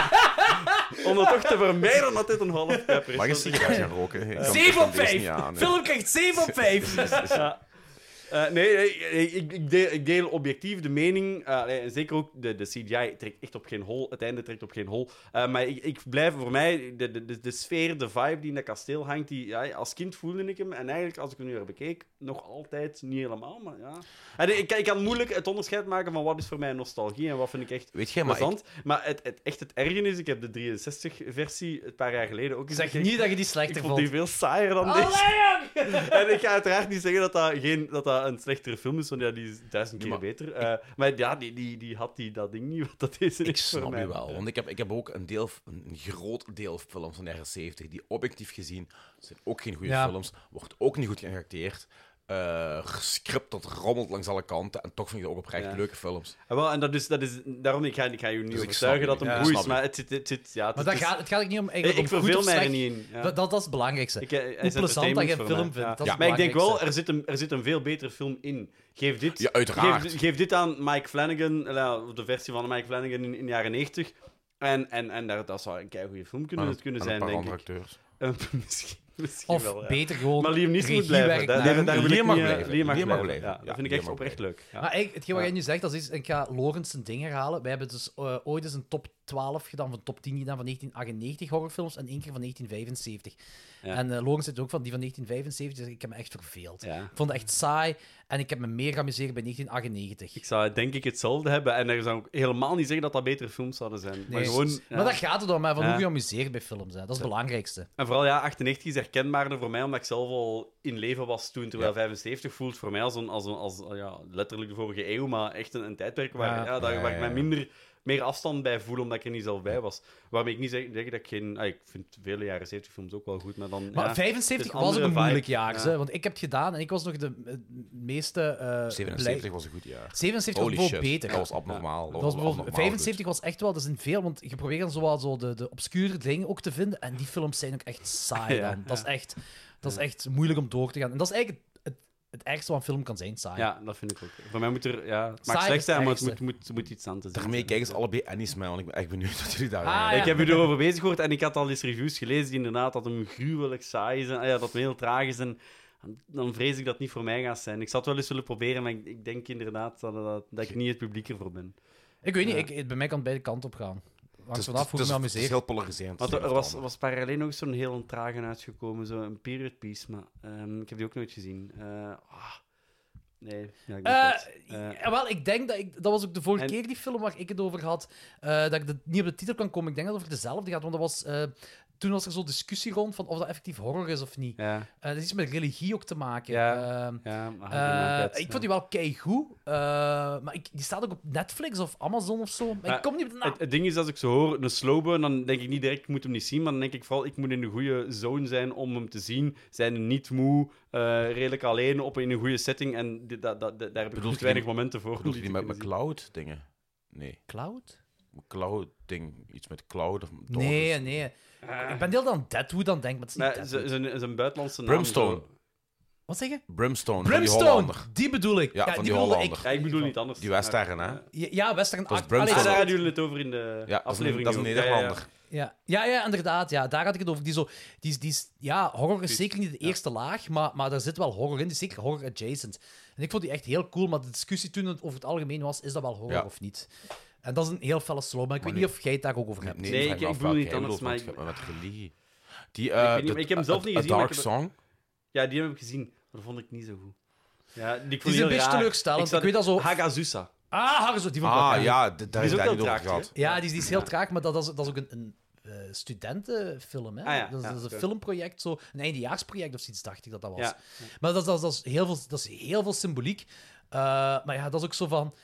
Uh, om dat toch te vermijden dat dit een Hall of Crap is. Mag je sigaret gaan roken? zeven op vijf! Film krijgt zeven op vijf! Ja. Uh, nee, nee ik, ik, deel, ik deel objectief de mening, uh, en zeker ook de, de C G I trekt echt op geen hol, het einde trekt op geen hol. Uh, maar ik, ik blijf voor mij, de, de, de sfeer, de vibe die in dat kasteel hangt, die, ja, als kind voelde ik hem, en eigenlijk als ik hem nu weer bekeek, nog altijd niet helemaal, maar ja. En ik, ik kan moeilijk het onderscheid maken van wat is voor mij nostalgie en wat vind ik echt Weet jij, maar plezant. ik... Maar het, het, echt het erge is, ik heb de drieënzestig-versie een paar jaar geleden ook eens Zeg bekeken. niet dat je die slechter ik vond. vond die veel saaier dan Allee, deze. En ik ga uiteraard niet zeggen dat dat, geen, dat, dat een slechtere film is, want ja, die is duizend keer ja, maar beter. Uh, maar ja, die, die, die had die, dat ding niet, wat dat deze Ik is voor snap mij. je wel, want ik heb, ik heb ook een, deel, een groot deel films van de jaren zeventig die objectief gezien zijn ook geen goede Ja. films, wordt ook niet goed geacteerd. Uh, script dat rommelt langs alle kanten en toch vind ik dat ook oprecht Ja. leuke films. Ja, wel, en dat is, dat is, daarom ik ga ik ga je niet Dus ik overtuigen snap dat je. hem Ja, goed snap is, je. maar het zit... Het zit ja, het Maar dat is- gaat, het gaat niet om, ik, eigenlijk ik om goed verveel of mij er slecht. niet in. Ja. Dat, dat, dat is het belangrijkste. Ik, hij is Hoe plezant dat je entertainment een voor film mij. vindt, Ja. dat is het Maar ik denk wel, belangrijkste. er zit, een, er zit een veel betere film in. Geef dit, Ja, uiteraard. Geef, geef dit aan Mike Flanagan, uh, de versie van Mike Flanagan in, in de jaren negentig. En, en, en daar, dat zou een keigoede film kunnen, En- kunnen en zijn, een paar denk andere ik. acteurs. Uh, misschien misschien Of wel, ja. beter gewoon Maar Liam Neeson moet regiewerk blijven. Daar, naar- daar, daar wil ik Liam mag niet, eh, blijven. Liam mag Liam mag blijven. blijven. Ja, Ja, dat vind ik Liam echt mag oprecht leuk. Ja. Maar ik, hetgeen wat Ja. jij nu zegt, dat is, ik ga Lawrence zijn ding herhalen. Wij hebben dus uh, ooit eens een top twaalf gedaan, van top tien gedaan van negentien achtennegentig horrorfilms en één keer van negentien vijfenzeventig. Ja. En uh, Lawrence zit ook van die van negentien vijfenzeventig, dus ik heb me echt verveeld. Ja. Ik vond het echt saai en ik heb me meer geamuseerd bij negentien achtennegentig. Ik zou denk ik hetzelfde hebben. En ik zou ook helemaal niet zeggen dat dat betere films zouden zijn. Maar Nee. gewoon... Maar ja. dat gaat er dan maar van Ja. hoe je amuseert bij films. Hè. Dat is het belangrijkste. En vooral, ja, achtennegentig is herkenbaarder voor mij, omdat ik zelf al in leven was toen, terwijl Ja. vijfenzeventig voelt voor mij als, een, als, een, als ja, letterlijk de vorige eeuw, maar echt een, een tijdperk waar, Ja. ja, daar, Ja, waar ik ja, mij ja. minder, meer afstand bij voel, omdat ik er niet zelf bij was. Waarmee ik niet zeg, zeg dat ik geen... Ah, ik vind vele jaren zeventig films ook wel goed, maar dan... Maar ja, vijfenzeventig het is was ook andere een moeilijk vibe. jaar. Ja. Hè, want ik heb het gedaan en ik was nog de uh, meeste... uh, zevenenzeventig blij- was een goed jaar. zevenenzeventig Holy was shit, bijvoorbeeld beter. dat was abnormaal. Dat was bijvoorbeeld, vijfenzeventig was echt wel, dat zijn veel, want je probeert dan zo, wat zo de, de obscure dingen ook te vinden en die films zijn ook echt saai Ja, dan. Dat is ja. echt, dat is echt moeilijk om door te gaan. En dat is eigenlijk het, het, het ergste wat een film kan zijn, saai. Ja, dat vind ik ook. Voor mij moet er... Ja, het mag Saai slecht is zijn, maar het het moet, ergste. moet, moet iets aan te zien. Daarmee kijken ze allebei Annie's mij, want ik ben echt benieuwd wat jullie daar Ah, gaan. ja. Ik heb u erover bezig gehoord en ik had al eens reviews gelezen die inderdaad dat hem gruwelijk saai is en ah ja, dat hem heel traag is. En dan vrees ik dat het niet voor mij gaat zijn. Ik zou het wel eens willen proberen, maar ik, ik denk inderdaad dat, dat, dat ik niet het publiek ervoor ben. Ik weet niet, Ja. ik, bij mij kan het beide kanten op gaan. Het Hangt is, vanaf hoe het ik is, me het is amuseer. heel polariserend. Want het er is was, heel was een paar jaar geleden nog zo'n heel trage uitgekomen, zo'n period piece, maar ehm, ik heb die ook nooit gezien. Eh, ah, nee, ja, ik denk Eh, dat. Eh, ja, wel, ik denk dat ik... Dat was ook de vorige En- keer die film waar ik het over had. eh, dat ik de, niet op de titel kan komen. Ik denk dat het over dezelfde gaat. Want dat was... eh, toen was er zo'n discussie rond van of dat effectief horror is of niet. ja, Eh, dat is iets met religie ook te maken. Ja, Ehm, ja, maar eh, had ik niet ik vond die wel keigoed. Uh, maar ik, die staat ook op Netflix of Amazon of zo. Maar Maar ik kom niet op de naam. Het, het ding is, als ik zo hoor, een slowburn, dan denk ik niet direct, ik moet hem niet zien, maar dan denk ik vooral, ik moet in de goede zone zijn om hem te zien. Zijn niet moe, eh, redelijk alleen, op in een goede setting, en dit, dat, dat, dat- daar heb ik Bedoelt goed je weinig die- momenten voor. om Bedoel je die die te met kunnen McCloud dingen? Nee. Cloud? McCloud ding. Iets met cloud of Nee, Daughters. nee. zien. Ik ben deel aan Deadwood aan het denken, maar het is niet Nee, Deadwood. zijn- zijn zijn buitenlandse naam. Brimstone. zo. Wat zeg je? Brimstone. Van die Brimstone! Hollander. Die bedoel ik. Ja, van die bedoelde Hollander. Ja, ik bedoel niet anders. Die western, hè? Ja, Ja, ja Western Dat is Act- Brimstone. Ah, Allee, daar hadden jullie het over in de Ja, dat is een, aflevering. dat is een ook. Ja, ja, ja. Nederlander. Ja. Ja, ja, inderdaad. Ja. Daar had ik het over. Die zo, die, is- die is, ja, horror is zeker niet de eerste laag, maar, maar daar zit wel horror in. Die is zeker horror adjacent. En ik vond die echt heel cool, maar de discussie toen het over het algemeen was, is dat wel horror Ja. of niet? En dat is een heel felle slow, maar ik Maar weet nee. niet of jij het daar ook over hebt. Nee, vraag ik- me ik af bedoel welke niet jij anders, bedoelt, maar want ik- met religie. Die, weet eh niet, maar ik heb hem zelf niet A- gezien, A maar Dark ik heb- Song. Ja, die heb ik gezien. Maar dat vond ik niet zo goed. Ja, die vond Die is heel een beetje raar. teleurstellend. zat- Ik weet dat zo- Hagazusa. Ah, Hagazo, die vond ik wel Ah, cool. ja, d- daar Die is is ook daar wel niet over traag, gehad. hè? Ja, die, is- die is heel Ja. traag, maar dat is, dat is ook een, een eh, studentenfilm. Hè? Ah, ja, dat, is, ja, dat is een oké. filmproject, zo, een eindejaarsproject of zoiets, dacht ik dat dat was. Ja. Maar dat, dat, dat, is heel veel, dat is heel veel symboliek. Eh, maar ja, dat is ook zo van...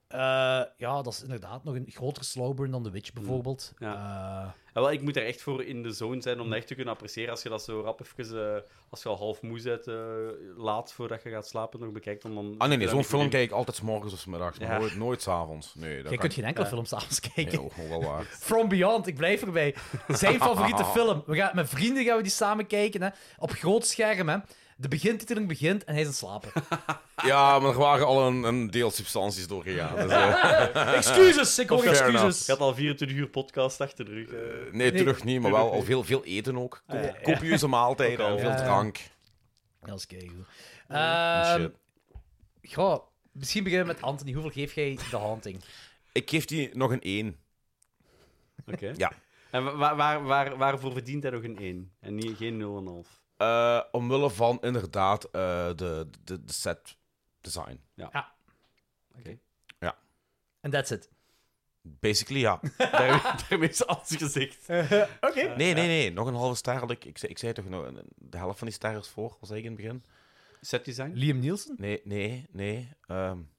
Uh, ja, dat is inderdaad nog een grotere slow burn dan The Witch, bijvoorbeeld. Ja. Uh, ja, wel, ik moet er echt voor in de zone zijn om dat echt te kunnen appreciëren. Als je dat zo rap even, uh, als je al half moe bent, uh, laat voordat je gaat slapen, nog bekijkt. Dan, dan ah nee, nee zo'n film in... kijk ik altijd 's morgens of 's middags, maar ja. nooit, nooit 's avonds. Nee, Jij kunt geen enkele ja. film s'avonds kijken. Nee, oh, wel waar. From Beyond, ik blijf erbij. Zijn favoriete film. We gaan, met vrienden gaan we die samen kijken, hè. Op groot scherm, hè. De begintiteling begint en hij is aan het slapen. Ja, maar er waren al een, een deel substanties doorgegaan. Dus, uh... excuses, ik hoor excuses. Je had al vierentwintig uur podcast achter de rug. Uh... Nee, nee, terug niet, maar wel al veel, veel eten ook. Ko- ja. Copieuze maaltijden en veel drank. Dat is keigoed. Uh, goh, misschien beginnen we met Anthony. Hoeveel geef jij The Haunting? Ik geef die nog een één. Oké. Okay. Ja. En waar, waar, waar, waarvoor verdient hij nog een één? En niet, geen nul komma vijf? Uh, omwille van inderdaad uh, de, de, de set design. Ja. ja. Oké. Okay. Ja. En that's it. Basically, ja. Daar, daarmee is alles gezegd. Uh, Oké. Okay. Nee, nee, nee. Nog een halve ster. Ik, ik, zei, ik zei toch nog de helft van die ster is voor, was ik in het begin. Set design? Liam Nielsen? Nee, nee, nee. Um...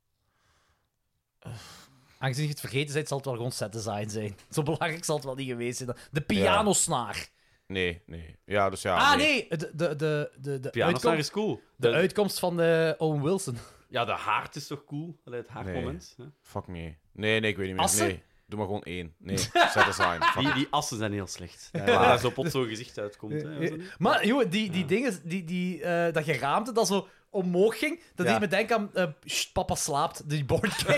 Uh. Aangezien je het vergeten bent, zal het wel gewoon set design zijn. Zo belangrijk zal het wel niet geweest zijn. De pianosnaar. Ja. Nee, nee. Ja, dus ja. Ah, nee. nee. De, de, de, de, de pianosnaar is cool. De, de uitkomst van de Owen Wilson. Ja, de haard is toch cool? Allee, het haardmoment. Nee. Fuck me. Nee, nee, ik weet niet meer. Assen? Nee. Doe maar gewoon één. Nee, set design. Die, die assen zijn heel slecht. Ja, waar zo pot zo'n gezicht uitkomt. Hè, maar joh, die, die ja. dingen, die, die, uh, dat geraamte dat zo omhoog ging, dat ja. deed me denken aan uh, Sst, papa slaapt, die boardgame.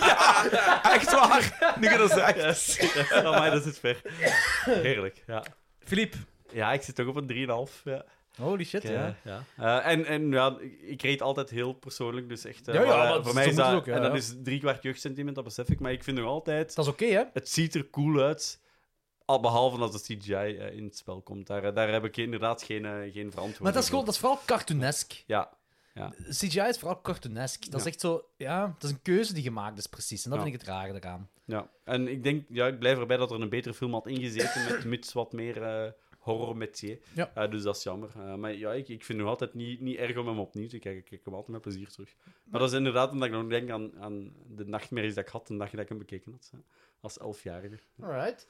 Ja, echt waar. Nu je dat zegt. Yes. Ja, maar dat is ver. Heerlijk, ja. Philippe? Ja, ik zit toch op een drie komma vijf. Ja. Holy shit, okay, ja. ja. Uh, en en ja, ik reed altijd heel persoonlijk, dus echt... Uh, ja, ja, maar, uh, voor mij is dat... Ook, ja, en dat ja. is drie kwart jeugdsentiment, dat besef ik. Maar ik vind nog altijd... Dat is oké, okay, hè? Het ziet er cool uit, al behalve als de C G I uh, in het spel komt. Daar, uh, daar heb ik inderdaad geen, uh, geen verantwoording. Maar dat is, gewoon, dat is vooral cartoonesk. Ja. Ja. C G I is vooral cartoonesk. Dat ja. is echt zo... Ja, dat is een keuze die gemaakt is, precies. En dat ja. vind ik het rare eraan. Ja. En ik denk... Ja, ik blijf erbij dat er een betere film had ingezeten met, met wat meer... Uh, horror metier. Ja. Uh, dus dat is jammer. Uh, maar ja, ik, ik vind het nog altijd niet, niet erg om hem opnieuw te kijken. Ik kijk hem altijd met plezier terug. Maar dat is inderdaad omdat ik nog denk aan, aan de nachtmerries dat ik had de dag dat ik hem bekeken had. Hè. Als elfjarige. Alright.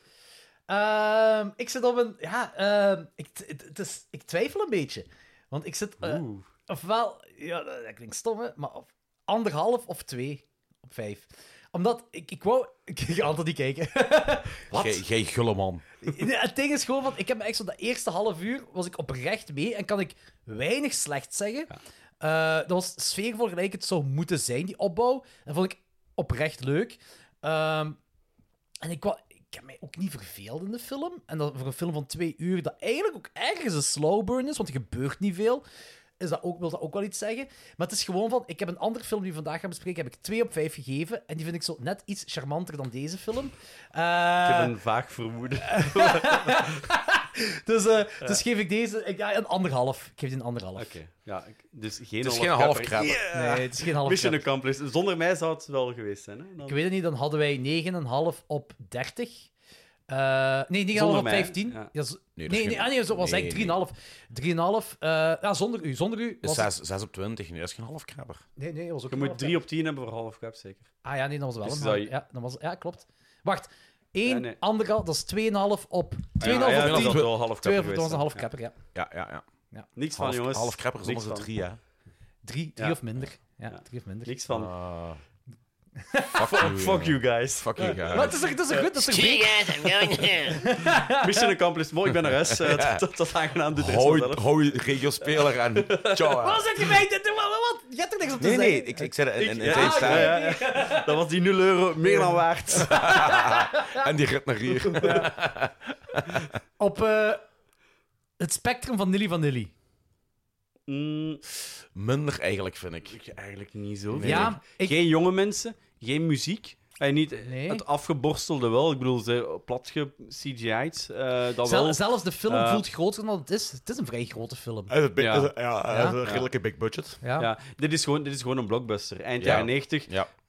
Uh, ik zit op een... Ja, uh, ik, het, het is, ik twijfel een beetje. Want ik zit... Uh, ofwel... Ja, dat klinkt stom, hè. Maar op anderhalf of twee op vijf. Omdat ik, ik wou... Ik ga altijd niet kijken. Wat? Jij gulle man. Het ding is gewoon van... Ik heb echt zo dat eerste half uur was ik oprecht mee en kan ik weinig slecht zeggen. Ja. Uh, dat was sfeervol gelijk het zou moeten zijn, die opbouw. En vond ik oprecht leuk. Um, en ik, wou, ik heb mij ook niet verveeld in de film. En dat voor een film van twee uur, dat eigenlijk ook ergens een slow burn is, want er gebeurt niet veel. Is dat ook, wil dat ook wel iets zeggen. Maar het is gewoon van... Ik heb een andere film die we vandaag gaan bespreken, heb ik twee op vijf gegeven. En die vind ik zo net iets charmanter dan deze film. Uh... Ik heb een vaag vermoeden. dus, uh, ja. dus geef ik deze... Ik, ja, een anderhalf. Ik geef die een anderhalf. Oké. Okay. Ja, ik, dus geen het is half geen half krabber. Yeah. Nee, het is geen half Mission accomplished. Zonder mij zou het wel geweest zijn. Hè? Dan... Ik weet het niet, dan hadden wij negen komma vijf op dertig. Uh, nee, negen komma vijf op vijftien. Ja. Ja, zo, nee, nee, nee, ah, nee, zo was nee, ik drie komma vijf. drie komma vijf. Uh, ja, zonder u. Zonder u was zes, zes op twintig. Nee, dat is geen half krabber. Nee, nee, was ook je moet drie op tien hebben voor half krab, zeker. Ah ja, nee, dat was wel dus een dat... ja, dat was, ja, klopt. Wacht. één, ja, nee. anderhalf, dat is twee komma vijf op... twee komma vijf ja, ja, op tien. Dat was twee, dat was een half krabber, ja. Ja, ja, ja. ja. Niks half, van, jongens. Half krabber zonder de drie, hè. Drie, drie ja. of minder. Ja, ja, drie of minder. Niks van. Uh... Fuck, you, fuck you guys. Fuck you guys. Maar het is toch, het is toch goed? Dat is toch guys, I'm going here. Mission accomplished. Mooi, ik ben naar huis. Uh, tot, tot aangenaam. Doe hoi, hoi, regiospeler en ciao. Wat zit je bij? Wat? Je hebt er niks op te nee, zeggen. Nee, ik, ik zei het in, in, in ja, twee staan. Ja, ja, ja. Dat was die nul euro meer dan waard. En die rit naar hier. Ja. Op uh, het spectrum van Nilly Vanilli. Mm, minder eigenlijk, vind ik. ik eigenlijk niet zo. Nee. Ja, ik... Geen jonge mensen, geen muziek. En niet nee. het afgeborstelde wel. Ik bedoel, ze platge C G I's. Uh, dat Zel, wel. Zelfs de film uh, voelt groter dan het is. Het is een vrij grote film. Uh, big, ja. Uh, ja, uh, ja. een redelijke big budget. Ja. Ja. Dit, is gewoon, dit is gewoon een blockbuster. Eind ja. jaren negentig. Ja.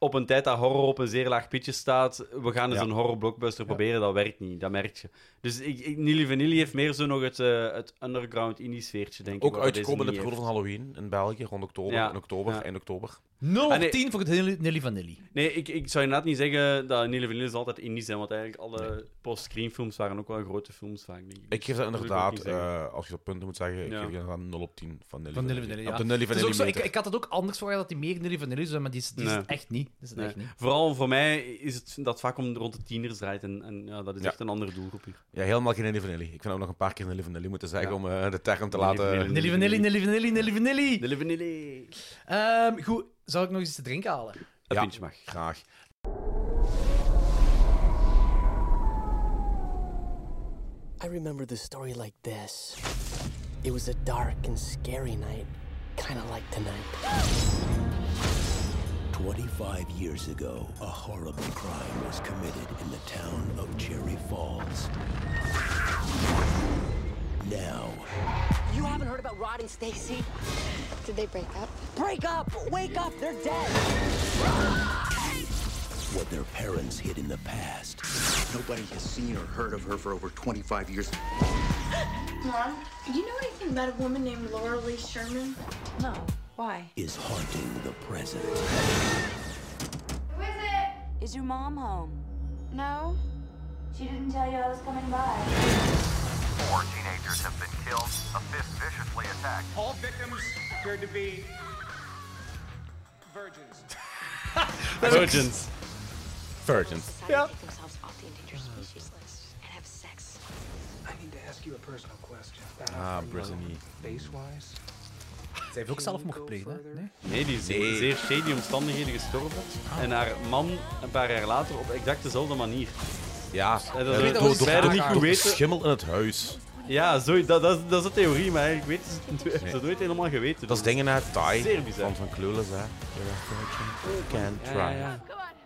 op een tijd dat horror op een zeer laag pitje staat, we gaan eens Ja. een horror-blockbuster proberen, dat werkt niet, dat merk je. Dus ik, ik, Nili Vanilli heeft meer zo nog het, uh, het underground indie-sfeertje, denk ik. Ook waar uitgekomen in deze de niet periode van Halloween in België, rond oktober, Ja. in oktober, Ja. eind oktober. nul Ah, nee. op tien voor het Nilly Nilly Vanilli. Nee, ik, ik zou inderdaad niet zeggen dat Nili Vanilli altijd indie zijn, want eigenlijk alle post-screen films waren ook wel grote films vaak, denk ik. Ik geef dat Dus wil ik ook inderdaad, niet zeggen. uh, als je dat punten moet zeggen, ik Ja. geef je inderdaad nul op tien van Nilly Van Nilly Vanilli. Vanilli, ja. Op de Nilly Het is Vanilli ook zo, ik, meter. ik had het ook anders verwacht dat hij meer Nilly Vanilli zou zijn, maar die is, die is Nee. het echt niet. Die is het Nee. echt niet. Vooral voor mij is het dat vaak om rond de tieners draait en, en ja, dat is Ja. echt een andere doelgroep hier. Ja, helemaal geen Nilly Vanilli. Ik vind ook nog een paar keer Nilly Vanilli moeten zeggen Ja. om uh, de term te Nilly laten... Vanilli. Nilly Vanilli, Nilly Vanilli, Nilly Vanilli. Nilly Vanilli. Ehm, goed, zou ik nog eens te drinken halen? Een Ja. pintje mag. Graag. I remember the story like this. It was a dark and scary night, kind of like tonight. twenty-five years ago, a horrible crime was committed in the town of Cherry Falls. Now, You haven't heard about Rod and Stacy? Did they break up? Break up! Wake up! They're dead! what their parents hid in the past Nobody has seen or heard of her for over twenty-five years. Mom, do you know anything about a woman named Laura Lee Sherman? No. Why? is haunting the present. Who is it? Is your mom home? No. She didn't tell you I was coming by. Four teenagers have been killed, a fifth viciously attacked. All victims appeared to be virgins. Virgins. Virgins. Yeah. Take themselves off the endangered species list and have sex. I need to ask you a personal question. Ah, Brittany. Face-wise? Zij heeft ook zelfmoord gepleegd, hè? Nee? Nee, die is in Nee. zeer shady omstandigheden gestorven. En haar man een paar jaar later op exact dezelfde manier. Ja, Ja, dat eh, weet door- dat we door- beide door- niet door goed de weten. schimmel in het huis. Ja, zo, dat, dat, is- dat is de theorie, maar ik weet het ik heb het nooit helemaal geweten. Dat is dingen uit Thai. Zeer bizar. Van Van Clueless, hè. You're a virgin, can Ja, try. ja, ja.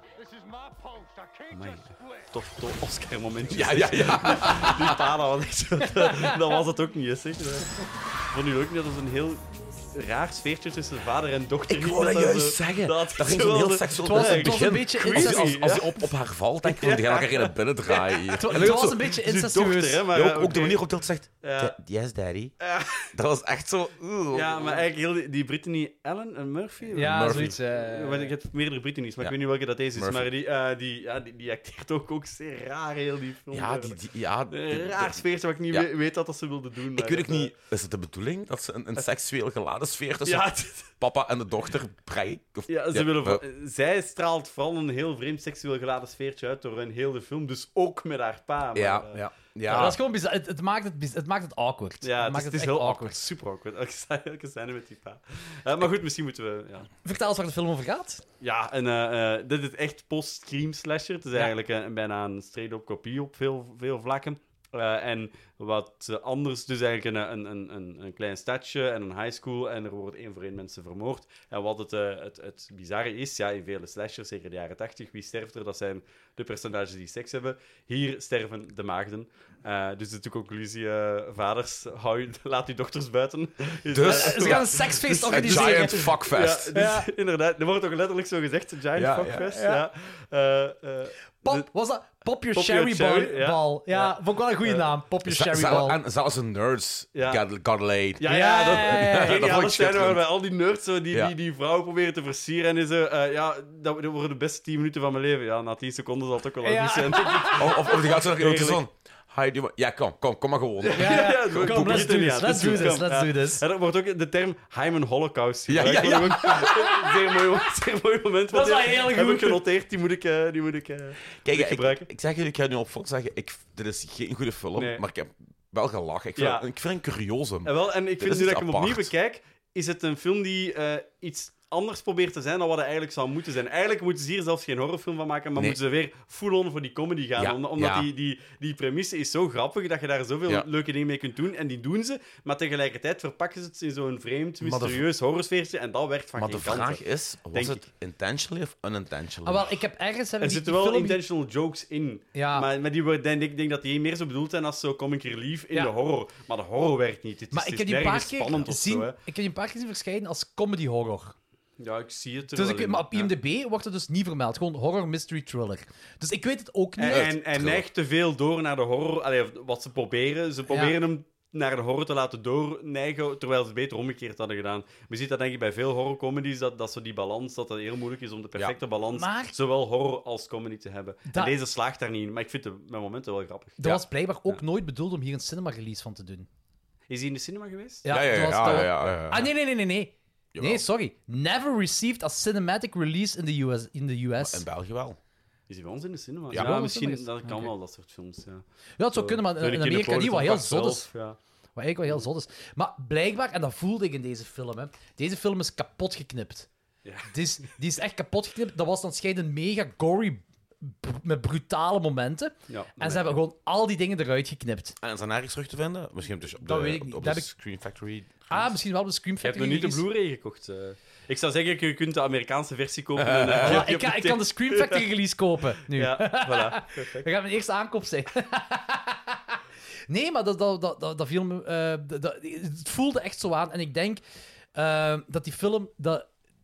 Amai, tof, tof Oscar-momentje. Ja, ja, ja. Die pa, dat was echt zo... Dat was het ook niet, hè, zeg. Vond je ook niet dat het een heel raar sfeertje tussen vader en dochter Ik is? wou dat zo- juist zeggen. Dat, Dat ging zo'n heel seksueel... Het was- dat het was begin- een beetje als, als, creepy, als ja. hij op, op haar valt, denk ik van, die gaan elkaar in binnen draaien. hier. Het wa- En het dan ook was zo- een beetje zijn incestueus. dochter, hè, maar Ja, ook, ja, ook oké. de manier waarop hij zegt... Ja. Yes, daddy. Ja. Dat was echt zo... oeh. Ja, maar eigenlijk heel die, die Brittany Allen en Murphy. Ja, Murphy. zoiets. eh. Want ik heb meerdere Brittany's, maar Ja. ik weet niet welke dat deze is. Murphy. Maar die, eh, die, ja, die, die acteert ook, ook zeer raar, heel die film. Ja, die... die ja, die- Een raar sfeertje wat ik niet Ja. we- weet wat dat ze wilden doen. Ik maar weet ook dat, niet... Is het de bedoeling dat ze een, een seksueel geladen sfeer eh, tussen Ja, het- papa en de dochter brengen? Of- ja, ze willen, eh, vo- zij straalt vooral een heel vreemd seksueel geladen sfeertje uit door een hele film, dus ook met haar pa. Maar, ja, eh, ja, Ja, ja. dat is gewoon bizar. Het, het, maakt het, biz- het maakt het awkward. Ja, het, maakt is, het is echt heel awkward. Super awkward. Elke scène- Elke scène met die pa. Eh, maar goed, misschien moeten we... Ja, Vertel eens waar de film over gaat. ja en eh, eh, dit is echt post-scream slasher. Het is Ja. eigenlijk een, bijna een straight-up kopie op veel, veel vlakken. Eh, en wat eh, anders, dus eigenlijk een, een, een, een, een klein stadje en een high school en er worden één voor één mensen vermoord. En wat het, eh, het, het bizarre is, ja, in vele slashers, zeker de jaren tachtig, wie sterft er? Dat zijn de personages die seks hebben. Hier sterven de maagden. Eh, dus de conclusie, eh, vaders, hou je, laat je dochters buiten. Is Dus- dat- Ze gaan een seksfeest Een organiseren. giant fuckfest. Ja, dus, inderdaad. Er wordt ook letterlijk zo gezegd, een giant Ja, fuckfest. ja, Ja. ja. Eh, eh, Pop, de- was dat? Pop Your Pop Your Cherry, Cherry, ball. ja. ball. Ja, Ja. vond ik wel een goede Eh, naam. Pop Your Z- Cherry zel- ball. En zelfs een nerds Ja. got, got laid. Ja, Ja, ja, dat, ja, ja, ja. dat, Dat vond alles ik zijn schitterend. waarbij al die nerds zo, die, Ja. die, die vrouwen proberen te versieren en is zo, eh, ja, dat, dat worden de beste tien minuten van mijn leven. Ja, na tien seconden zal het ook wel al Ja. goed zijn. Of, of, of die gaat zo naar iemand Eigenlijk. van... Hi, do you- ja, kom, kom, kom maar gewoon. Ja, ja. zo- Kom, zo let's begint do het niet this, aan. let's Dus do this, kom, let's ja. do this. En er wordt ook de term Hyman Holocaust Ja, gebruikt. ja, ja. Dat vond ik ook een zeer mooi, zeer mooi moment. Dat is want wel die heel heb goed. ik genoteerd, die moet ik, eh, die moet ik, eh, Kijk, moet ik ik, gebruiken. ik zeg je, ik ga nu op voort zeggen, ik, dit is geen goede film, Nee. maar ik heb wel gelachen. Ik vind, Ja. ik vind een curiosum. En, wel, en ik Dit vind is nu dat iets ik hem opnieuw apart. bekijk, is het een film die eh, iets anders probeert te zijn dan wat hij eigenlijk zou moeten zijn. Eigenlijk moeten ze hier zelfs geen horrorfilm van maken, maar Nee. moeten ze weer full-on voor die comedy gaan. Ja, Om- omdat ja. die, die, die premisse is zo grappig dat je daar zoveel Ja. leuke dingen mee kunt doen. En die doen ze, maar tegelijkertijd verpakken ze het in zo'n vreemd, Maar de- mysterieus horrorsfeertje. En dat werkt van Maar geen de kanten. vraag is, was denk het intentionally of unintentionally? Ah, wel, ik heb ergens... hebben Er die- zitten die wel film- intentional jokes in. Ja. Maar, maar die worden, denk, ik denk dat die meer zo bedoeld zijn als zo comic relief in Ja. de horror. Maar de horror werkt niet. Het is, Maar het ik is heb die een paar nergens keer spannend of zien, zo. Hè. ik heb die een paar keer zien verschijnen als comedy horror. Ja, ik zie het er Dus wel ik, in. maar op I M D B wordt het dus niet vermeld. Gewoon horror, mystery, thriller. Dus ik weet het ook niet. En, en, en neigt te veel door naar de horror. Allee, wat ze proberen. Ze proberen Ja. hem naar de horror te laten doorneigen, terwijl ze het beter omgekeerd hadden gedaan. Je ziet dat denk ik bij veel horrorcomedies, dat, dat zo die balans, dat het heel moeilijk is om de perfecte balans, Maar- zowel horror als comedy te hebben. Dat- En deze slaagt daar niet in, maar ik vind het met momenten wel grappig. Dat was blijkbaar ook nooit bedoeld om hier een cinema-release van te doen. Is hij in de cinema geweest? Ja, ja, dat was- ja, dat ja, was- ja, ja. Ah, nee, nee, nee, nee. nee. Jawel. Nee, sorry. Never received a cinematic release in the U S. In the U S. In België wel. Is hij bij ons in de cinema? Ja, Ja, wel, misschien, is- dat kan oké. wel, dat soort films. Ja, Ja, het zou kunnen, maar in, in Amerika niet, wat heel zot is. Ja. Wat eigenlijk wel heel zot is. Maar blijkbaar, en dat voelde ik in deze film, hè, deze film is kapot geknipt. Ja. Die, is, die is echt kapot geknipt. Dat was dan schijnt een mega gory, br- met brutale momenten. Ja, en ze hebben gewoon al die dingen eruit geknipt. En zijn nergens terug te vinden? Misschien dus op de, Dat weet ik niet. op Dat de heb ik- Screen Factory. Ah, misschien wel op de Scream Je hebt Factory. nog niet de release. Blu-ray gekocht. eh. Ik zou zeggen, je kunt de Amerikaanse versie kopen. en, eh, Ja, die ik, kan, op ik kan de Scream Factory release kopen nu. Ja, voilà. Perfect. Dat gaat mijn eerste aankoop zijn. Nee, maar dat, dat, dat, dat, dat viel me, eh, dat, dat- het voelde echt zo aan. En ik denk eh, dat die film... Dat,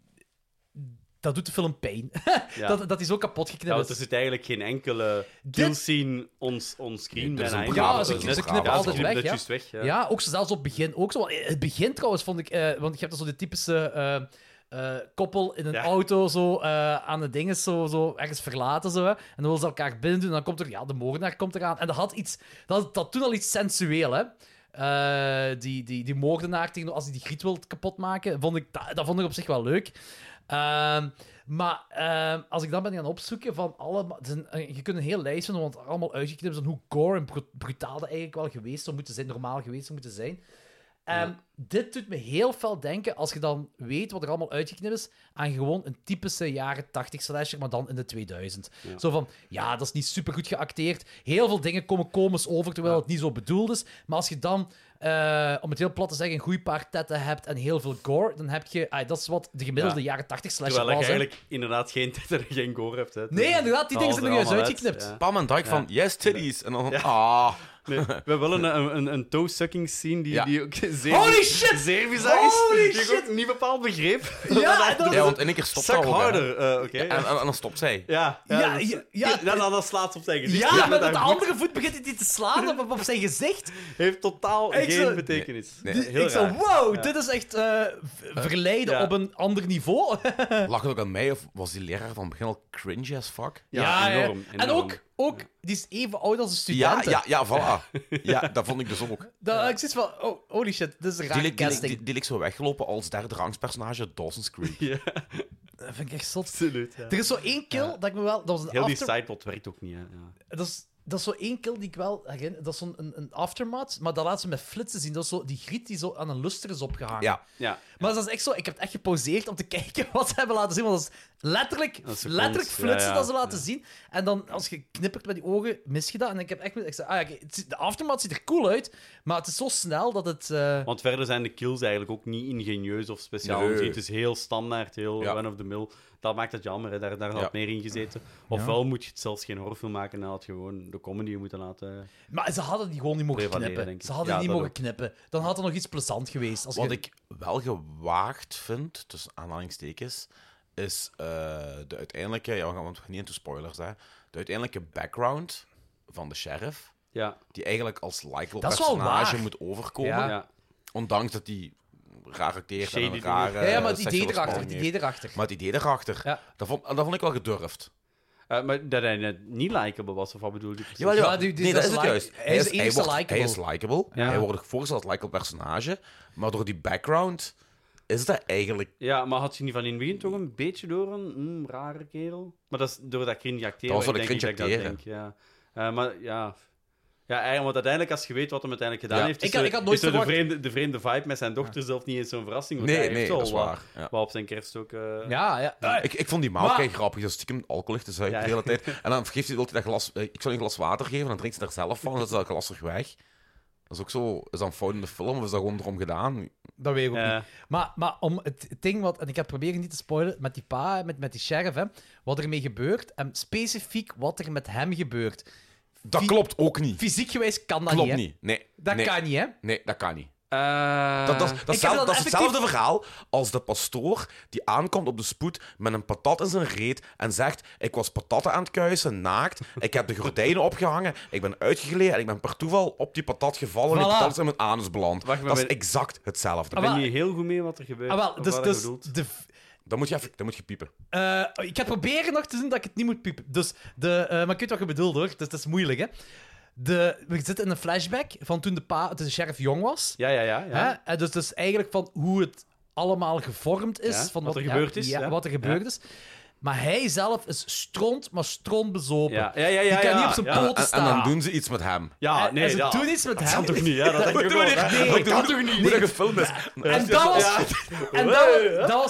dat doet de film pijn. Ja. dat, dat die zo kapot Ja, geknipt want is. er zit eigenlijk geen enkele Dit- killscene ons, ons screen Nee, er is bijna een in. brave- Ja, ze, dat is ze net knippen brave. altijd Ze knippen weg. net Ja. juist weg, Ja. ja. ook zelfs op het begin. Ook zo, het begin trouwens vond ik... eh, want je hebt dan zo de typische eh, eh, koppel in een Ja. auto zo, eh, aan de dingen zo, zo ergens verlaten. Zo, hè. En dan willen ze elkaar binnen doen. En dan komt er... Ja, de moordenaar komt eraan. En dat had iets... Dat, dat toen al iets sensueel, hè. Eh, die, die, die moordenaar, tegen, als hij die griet wil kapotmaken, vond ik, dat, dat vond ik op zich wel leuk. Ehm, maar ehm, als ik dan ben gaan opzoeken van alle... er zijn- eh, je kunt een heel lijst vinden, want allemaal uitgeknipt van hoe gore en bru- brutaal dat eigenlijk wel geweest zou moeten zijn, normaal geweest zou moeten zijn. Ehm, Dit doet me heel veel denken, als je dan weet wat er allemaal uitgeknipt is, aan gewoon een typische jaren tachtig slasher, maar dan in de tweeduizend. Ja. Zo van, ja, dat is niet super goed geacteerd. Heel veel dingen komen komisch over, terwijl het niet zo bedoeld is. Maar als je dan, eh, om het heel plat te zeggen, een goed paar tetten hebt en heel veel gore, dan heb je... ah, dat is wat de gemiddelde Ja. jaren tachtig slasher Terwijl je was. hè. eigenlijk inderdaad geen tijd en geen gore hebt. Hè. Nee, inderdaad, die Dat dingen zijn haalt er juist allemaal uit, uitgeknipt. ja. Pam en Dyke van, Ja. yes, titties. En dan, Ja. ah. Nee, we hebben wel een, een, een, een toe-sucking scene die, Ja. die ook zeer, Holy shit! zeer bizar is. Holy die ik shit! ook niet bepaald begreep. Ja, dat Ja, want in één keer stopt Zak dat ook, hè. harder. eh, Oké. Ja, en, en, en dan stopt zij. Ja, ja, Ja, dat is- ja, ja. ja, dan, dan slaat ze op zijn gezicht. Ja, met haar de voet. andere voet begint hij die te slaan op, op zijn gezicht. Heeft totaal Ik geen zo- betekenis. Nee. Nee, heel ik zo, raar. wow, Ja. dit is echt eh, v- verleiden Ja. op een ander niveau. Lag het ook aan mij of was die leraar van het begin al cringy as fuck? Ja, enorm, En enorm. ook, ook, die is even oud als een Ja, student. ja, ja, voilà. Ja, dat vond ik dus ook. Dat, ik zit van, oh, holy shit, dit is een Die, raar lik- die, casting. die, die, ligt zo weggelopen als derde rangspersonage Dawson's Creek. Ja, Dat vind ik echt zot. absoluut. Ja. Er is zo één kill dat ik me wel... Dat was een Heel die after... sideplot werkt ook niet. Hè. Ja. Dat is, dat is zo één kill die ik wel herinner. Dat is zo'n een, een aftermath, maar dat laat ze met flitsen zien. Dat is zo die griet die zo aan een luster is opgehangen. Ja. Ja. Maar dat is echt zo... Ik heb het echt gepauzeerd om te kijken wat ze hebben laten zien, want dat is letterlijk, Dat is zo letterlijk cool. flitsen Ja, ja, dat ze laten ja. zien. En dan, als je knippert met die ogen, mis je dat. En ik heb echt... Ik zei, ah, ja, oké, het ziet- de aftermath ziet er cool uit, maar het is zo snel dat het... eh, Want verder zijn de kills eigenlijk ook niet ingenieus of speciaal. Nee. Het is heel standaard, heel Ja. run-of-the-mill. Dat maakt het jammer, hè. daar, daar had Ja. meer in gezeten. Ofwel moet je het zelfs geen horrorfilm maken en had je gewoon de comedy moeten laten... Maar ze hadden die gewoon niet mogen Prevaleren, knippen. denk ik. Ze hadden Ja, die niet dat mogen knippen. Dan had er nog iets plezant geweest. Als Wat je... ik wel gewaagd vind, tussen aanhalingstekens, is eh, de uiteindelijke... Ja, we gaan we gaan niet into spoilers, hè. De uiteindelijke background van de sheriff, Ja. die eigenlijk als likable Dat is wel personage waar. moet overkomen. Ja. Ja. Ondanks dat hij raar acteert en Shady een rare Ja, ja, maar het idee seksuele erachter. spanning Het idee heeft. erachter. Maar het idee erachter, Ja. dat, vond, dat vond ik wel gedurfd. Eh, maar dat hij net niet likable was, of wat bedoel je? precies? Jawel, Ja, jawel. die- die nee, is dat is als het like- juist. hij is de hij, enige wordt, hij likable. is likable. Ja. Hij wordt voorgesteld als likable personage. Maar door die background is dat eigenlijk... Ja, maar had je niet van in het begin toch een beetje door een mm, rare kerel? Maar dat is door dat cringe acteren. Dat was door de denk ik cringe dat ik dat acteren. denk, ja. Eh, maar ja... Ja, eigenlijk, want uiteindelijk, als je weet wat hij uiteindelijk gedaan Ja. heeft, Ik is, had- er- ik had nooit is er de, verwacht- vreemde, de vreemde vibe met zijn dochter zelf niet eens zo'n verrassing. Want Nee, hij heeft nee, wel dat is wat- waar. Ja. wat op zijn kerst ook... eh, Ja, ja. Ik, ik vond die maal Maar- kei grappig. Dat stiekem alcohol ligt te zuipen Ja. de hele tijd. En dan geeft hij, wil hij dat glas... eh, Ik zou een glas water geven, dan drinkt ze daar zelf van. Dan zet ze dat glas terug weg. Dat is ook zo... Is dat een fout in de film, of is dat gewoon erom gedaan? Dat weet ik ook Ja. niet. Maar, maar om het ding wat... En ik heb proberen niet te spoilen met die pa, met, met die sheriff, hè, wat ermee gebeurt. En specifiek wat er met hem gebeurt. Dat Fy- klopt ook niet. Fysiek gewijs kan dat Klopt niet, hè. niet. Nee. Dat nee. kan niet, hè. Nee, dat kan niet. Eh, Uh... Dat, dat, dat, dat, is, dat is hetzelfde verhaal als de pastoor die aankomt op de spoed met een patat in zijn reet en zegt: ik was patatten aan het kuisen, naakt, ik heb de gordijnen opgehangen, ik ben uitgegleden en ik ben per toeval op die patat gevallen en Voilà. die patat is in mijn anus beland. Wacht, maar dat is ben- exact hetzelfde. Ik ben niet heel goed mee wat er gebeurt. Ah, wel, of dus, wat je dus bedoelt. de, Dan moet je, even, dan moet je piepen. Uh, ik ga proberen nog te doen dat ik het niet moet piepen. Dus de, uh, maar ik weet wat je bedoelt, hoor. Dus dat is moeilijk, hè. De, we zitten in een flashback van toen de, pa, de sheriff jong was. Ja, ja, ja. ja. Hè? En dus, dus eigenlijk van hoe het allemaal gevormd is. Ja, van wat wat, er ja, gebeurd is, Ja, ja. wat er gebeurd Ja. is. Maar hij zelf is stront, maar stront bezopen. Ja, ja, ja, ja, Die kan ja, niet op zijn ja. poten En, en staan. dan doen ze iets met hem. Ja, En- nee, en ze ja. doen iets met dat hem. kan toch niet, hè? Dat denk ik Doe wel. maar hè. niet. Dat Nee, kan doe- toch niet? Hoe dat gefilmd is. En dat was... Ja. En dat, dat was...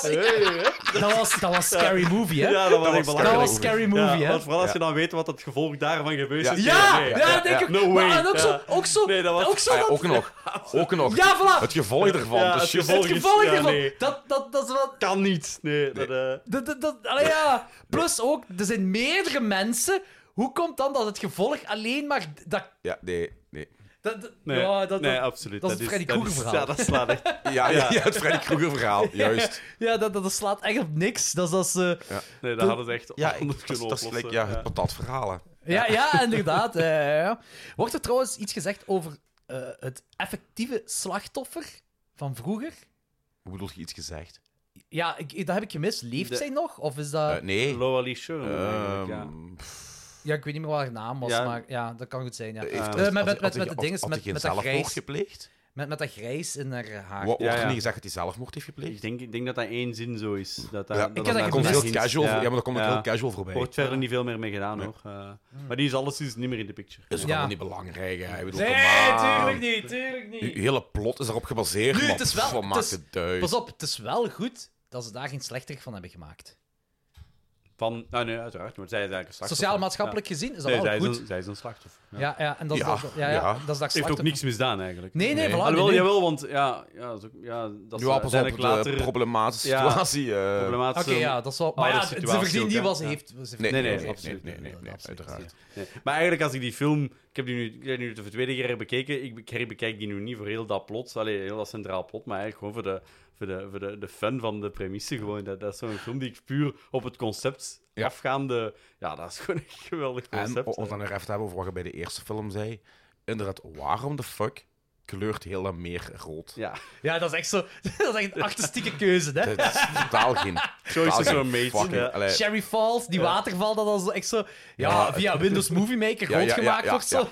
Dat was, dat was Scary Movie, hè? Ja, dat was echt Dat belachelijk. was Scary Movie, Ja, hè? want vooral als je Ja. dan weet wat het gevolg daarvan gebeurd is. Ja, nee, ja, denk ik. No Maar- way. en ook zo... Ja. Ook zo, Nee, dat was- ook zo Ah ja, dat- ook nog. Ook nog. Ja, voilà. Het gevolg ervan. Ja, dus het juist- gevolg Het is- gevolg ja, ervan. nee. Dat, dat, dat is wat... Kan niet. Nee, dat... eh, Dat, dat, dat, allee, ja. Plus ook, er zijn meerdere mensen. Hoe komt dan dat het gevolg alleen maar... Dat, Ja, nee, nee. dat, dat- Nee, ja, dat, nee, dat- absoluut. Dat is het Freddy Krueger is- verhaal. Ja, dat slaat echt... Ja, ja, Ja. ja, het Freddy Krueger verhaal, juist. Ja, dat, dat, dat slaat echt op niks. Dat is als... eh, Ja, Nee, dat Dat- hadden ze echt ja anders ik, dat, kunnen dat is oplossen. gelijk ja, het patatverhalen. ja, ja, inderdaad. ja, ja, ja. Wordt er trouwens iets gezegd over eh, het effectieve slachtoffer van vroeger? Hoe bedoel je iets gezegd? Ja, ik, dat heb ik gemist. Leeft De- zij nog? Of is dat... Uh, nee. Loa Lee Sherman, eigenlijk, ja. Ehm, pff, Ja, ik weet niet meer wat haar naam was, Ja. maar ja, dat kan goed zijn. Ja. heeft- Eh, had- met, had- met, had met, hij- met de had- dinges, had met, hij geen met dat zelfmoord grijs. gepleegd? Met, met dat grijs in haar haar. Wordt Ja, er ja. niet gezegd dat hij zelfmoord heeft gepleegd? Ik denk, ik denk dat dat één zin zo is. Dat, dat, Ja, dat, ik heb dat dat Dat komt gemist. heel casual, Ja. ja, maar dat komt ook Ja. heel casual voorbij. Er wordt verder niet veel meer mee gedaan, Nee. hoor. Uh, maar die is alles dus niet meer in de picture. Dat is ook Ja. allemaal niet belangrijk. Hè. Ik bedoel, Nee, kom aan. tuurlijk niet, tuurlijk Je niet. hele plot is erop gebaseerd, Nu, maar het is wel- pff, wat het maakt is- het uit? Pas op, het is wel goed dat ze daar geen slechterik van hebben gemaakt. Van, nou nee, uiteraard. Maar zij is eigenlijk een slachtoffer. Sociaal-maatschappelijk gezien is dat Nee, wel zij is, goed. een, zij is een slachtoffer. Ja. Ja, ja, en dat is Ja, dat, ja, ja, ja. dat is dat Heeft ook slachtoffer. niks misdaan, eigenlijk. Nee, nee, Nee. voilà. Alhoewel, nee, nee. jawel, want ja, ja, dat is ook, ja, dat is Ja, pas op, uiteindelijk de later... problematische Ja. situatie. eh, problematische... Oké, ja, dat is wel... Maar ja, oude ze situatie verdient ook, niet hè. wat ze Ja. heeft. Ze Nee, verdient nee, nee, nee, nee, absoluut nee, niet. nee, nee, Absoluut niet. uiteraard. Nee. Maar eigenlijk, als ik die film... Ik heb die nu, ik heb die nu de tweede keer herbekeken. Ik, ik herbekijk die nu niet voor heel dat plot. Allee, heel dat centraal plot. Maar eigenlijk gewoon voor de, voor de, voor de, de fun van de premisse. Gewoon. Dat, dat is zo'n film die ik puur op het concept Ja. afgaande... Ja, dat is gewoon echt een geweldig En concept. om het dan nog even te hebben over wat je bij de eerste film zei. Inderdaad, waarom de fuck kleurt heel dat meer rood? Ja. Ja, dat is echt zo... Dat is echt een artistieke keuze, hè. Dat is totaal geen... Choices totaal are geen made, fucking- ja. allee, Cherry Falls, die Ja. waterval, dat was echt zo... Ja, Ja, via Windows Movie Maker Ja, groot ja, ja, gemaakt ja, wordt zo.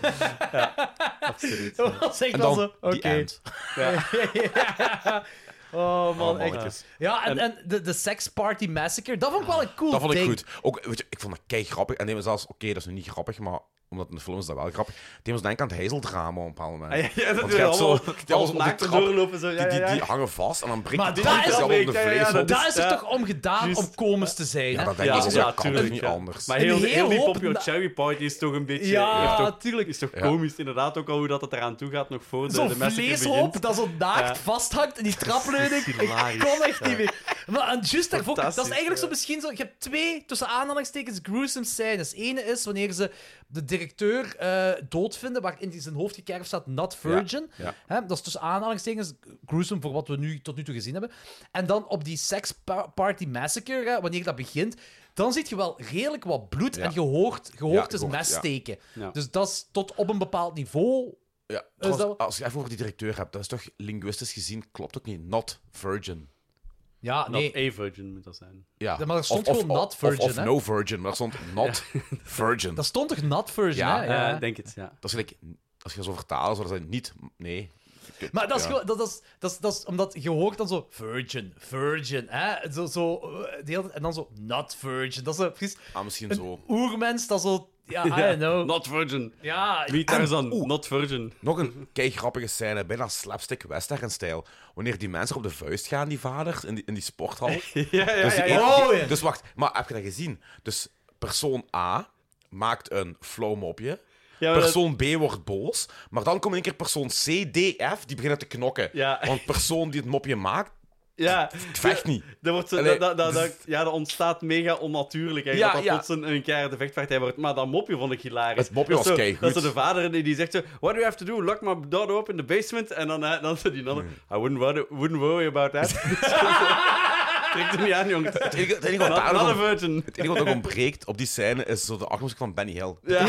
Absoluut. Dat was echt En wel dan zo... die Oké. end. Ja. Ja. Oh, man, Oh, echt. mannetjes. Ja, en, En- en de, de Sex Party Massacre, dat vond ik wel een cool Dat vond ik ding. goed. Ook, weet je, ik vond dat kei grappig. En neem zelfs, oké, dat is nu niet grappig, maar omdat in de film is dat wel grappig. Die moest denken aan het heizeldrama op een bepaald moment. Ah, ja, ja, dat Want doe je je hebt allemaal. zo, die Als alles op die naakt trap, doorlopen, zo, ja, die, die, ja, ja. die hangen vast en dan breekt Maar die dat die is- allemaal op de ja, ja, ja, vlees dat op. Daar is er Ja. toch om gedaan Juist. om komisch te zijn, Ja, hè? dat denk Ja, ik. Dus ja, dat kan tuurlijk, toch niet ja. anders. Maar Een heel, heel heel die hoop Pop Your na- Cherry Party is toch een beetje... Ja, heeft toch, natuurlijk. is toch Ja. komisch, inderdaad, ook al hoe dat het eraan toe gaat, nog voor de, Zo'n de massacre vleeshoop begint. dat zo naakt Ja. vasthangt in die trapleuning. Ik hilarisch. kon echt niet meer. Maar en juist daarvoor, dat is Fantastisch, eigenlijk zo ja. misschien zo... Je hebt twee, tussen aanhalingstekens, gruesome scènes. Ene is wanneer ze de directeur eh doodvinden, waarin die zijn hoofd gekerfd staat, not virgin. Ja, Hè, dat is tussen aanhalingstekens gruesome voor wat we nu tot nu toe gezien hebben. En dan op die Sex pa- Party Massacre, hè, wanneer dat begint, dan zie je wel redelijk wat bloed Ja. en je hoort, je hoort Ja, dus je hoort, mes ja. steken. Ja. Dus dat is tot op een bepaald niveau... Ja, dat- trouwens, als je even over die directeur hebt, dat is toch linguistisch gezien, klopt ook niet. Not virgin. Ja, nee. Not a virgin moet dat zijn. Ja, Ja, maar er stond of, gewoon of, not virgin, Of, of hè? no virgin, maar er stond not virgin. Dat stond toch not virgin, Ja, hè? Ja, Ja. ik denk het, ja. Dat is gelijk, als je zo vertalen zou dat zijn niet... Nee. Maar dat is, Ja. gewoon, dat, dat, is, dat, is, dat is omdat je hoort dan zo virgin, virgin, hè? Zo, zo, eh, de hele tijd- en dan zo not virgin. Dat is zo precies Ah, misschien een zo. oermens dat zo... Ja, I don't know. Not virgin. Ja, Wie Tarzan, not virgin. Nog een kei grappige scène, bijna slapstick western-stijl. Wanneer die mensen op de vuist gaan, die vaders, in die, in die sporthal. Ja, ja, Dus, ja. die- ja. Oh, ja. dus wacht, maar heb je dat gezien? Dus persoon A maakt een flauw mopje. Ja, maar dat- Persoon B wordt boos. Maar dan komt in één keer persoon C, D, F, die beginnen te knokken. Ja. Want persoon die het mopje maakt, Ja. Het vecht niet. Dat, wordt zo, Allee. dat, dat, dat, ja, dat ontstaat mega onnatuurlijk. Hè, Ja, dat dat ja. plots een, een keiharde vechtpartij wordt. Maar dat mopje vond ik hilarisch. Het mopje Dat is was zo- keigoed. Dat is zo de vader die, die zegt zo... What do you have to do? Lock my door open in the basement. En dan, eh, dan zo die ander... I wouldn't worry, wouldn't worry about that. Trek er niet aan, jongens. Het enige, het enige wat Not- daar not nog a om- virgin. het enige wat nog ontbreekt op die scène is zo de achtergrond van Benny Hill. Ja.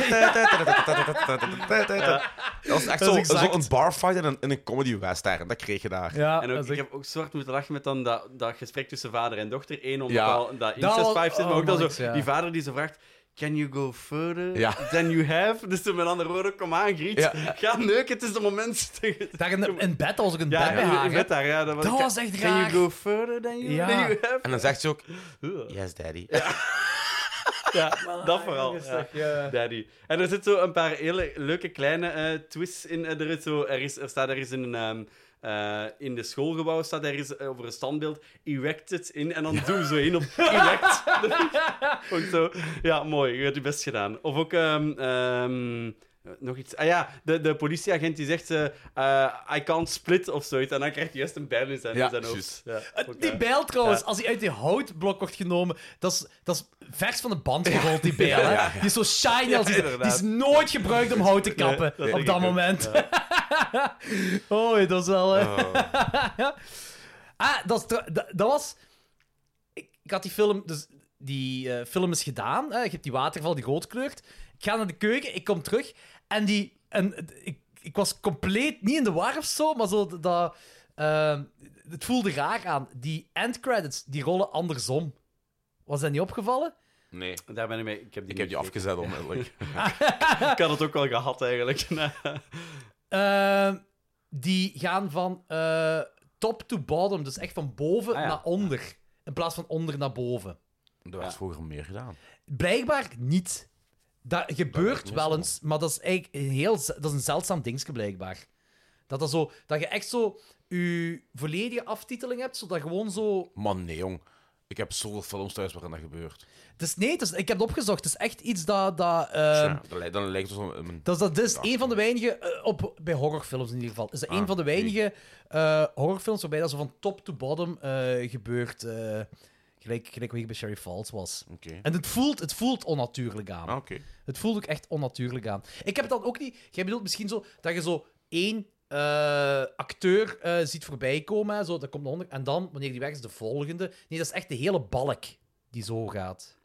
Dat was echt Dat zo, is exact. zo een barfight in een, in een comedy western. Dat kreeg je daar. Ja, En ook, ik heb ook zwart moeten lachen met dan dat, dat gesprek tussen vader en dochter. Eén, omdat Ja. al dat Dat incest was- vibe zit, maar oh, ook dan zo, Max, ja. die vader die zo vraagt... Can you go further Ja. than you have? Dus toen met andere woorden, kom aan, Griet. Ja. Ga neuken, het is de moment. Daar in, in bed, als ik in Ja, bed bij in- haar. in hè. bed daar, ja. Dat, Dat was echt Can raar. you go further than you, Ja. than you have? En dan zegt ze ook... Yes, daddy. Ja, dat vooral. Ja. Ja. Daddy. En er zitten zo een paar hele leuke kleine eh, twists in. Er, is zo, er, is, er staat er eens in een... ehm, eh, in de schoolgebouw staat er eens over een standbeeld erected in. En dan doen we zo in op erect. Ook zo. Ja, mooi. Je hebt je best gedaan. Of ook... ehm, ehm, nog iets. Ah ja, de, de politieagent die zegt... eh eh, I can't split of zoiets. En dan krijgt hij juist een bijl in zijn, Ja, in zijn juist. hoofd. Ja, ook, Die eh, bijl trouwens, ja. als hij uit die houtblok wordt genomen, dat is, dat is vers van de band gerold, die bijl. Hè? Ja, ja. Die is zo shiny Ja, als die, die inderdaad. is nooit gebruikt om hout te kappen Nee, dat denk op ik dat ook. moment. oh, dat is wel... eh. Oh. ah, dat, is tr- dat, dat was... Ik, ik had die film... Dus die eh, film is gedaan. Hè? Je hebt die waterval die rood kleurt. Ik ga naar de keuken, ik kom terug. En die... En, eh, ik, ik was compleet niet in de war of zo, maar zo dat... eh, het voelde raar aan. Die endcredits, die rollen andersom. Was dat niet opgevallen? Nee. Daar ben ik mee. Ik heb die, Ik heb die niet afgezet onmiddellijk. gekeken. Ik had het ook al gehad, eigenlijk. Eh, die gaan van eh, top to bottom, dus echt van boven Ah, ja. naar onder. In plaats van onder naar boven. Dat werd vroeger meer gedaan. Blijkbaar niet. Dat gebeurt niet wel zo. eens, maar dat is eigenlijk een heel... ze- Dat is een zeldzaam dingetje, blijkbaar. Dat, dat, zo, dat je echt zo je volledige aftiteling hebt, zodat gewoon zo... Man, nee, jong. Ik heb zoveel films thuis waarin dat gebeurt. Dus nee, het is, ik heb het opgezocht. Het is echt iets dat... dat eh, Ja, dan, lijkt- dan lijkt het zo... een- Dat is, dat is Ja, een van de weinige, eh, op, bij horrorfilms in ieder geval, is dat Ah, een van de oké. weinige eh, horrorfilms waarbij dat zo van top to bottom eh, gebeurt. eh, gelijk, gelijk wat hier bij Sherry Falls was. Oké. En het voelt, het voelt onnatuurlijk aan. Ah, oké. Het voelt ook echt onnatuurlijk aan. Ik heb het dan ook niet... Jij bedoelt misschien zo dat je zo één eh, acteur eh, ziet voorbij komen, hè, zo, dat komt naar onder, en dan, wanneer die weg is, de volgende. Nee, dat is echt de hele balk die zo gaat.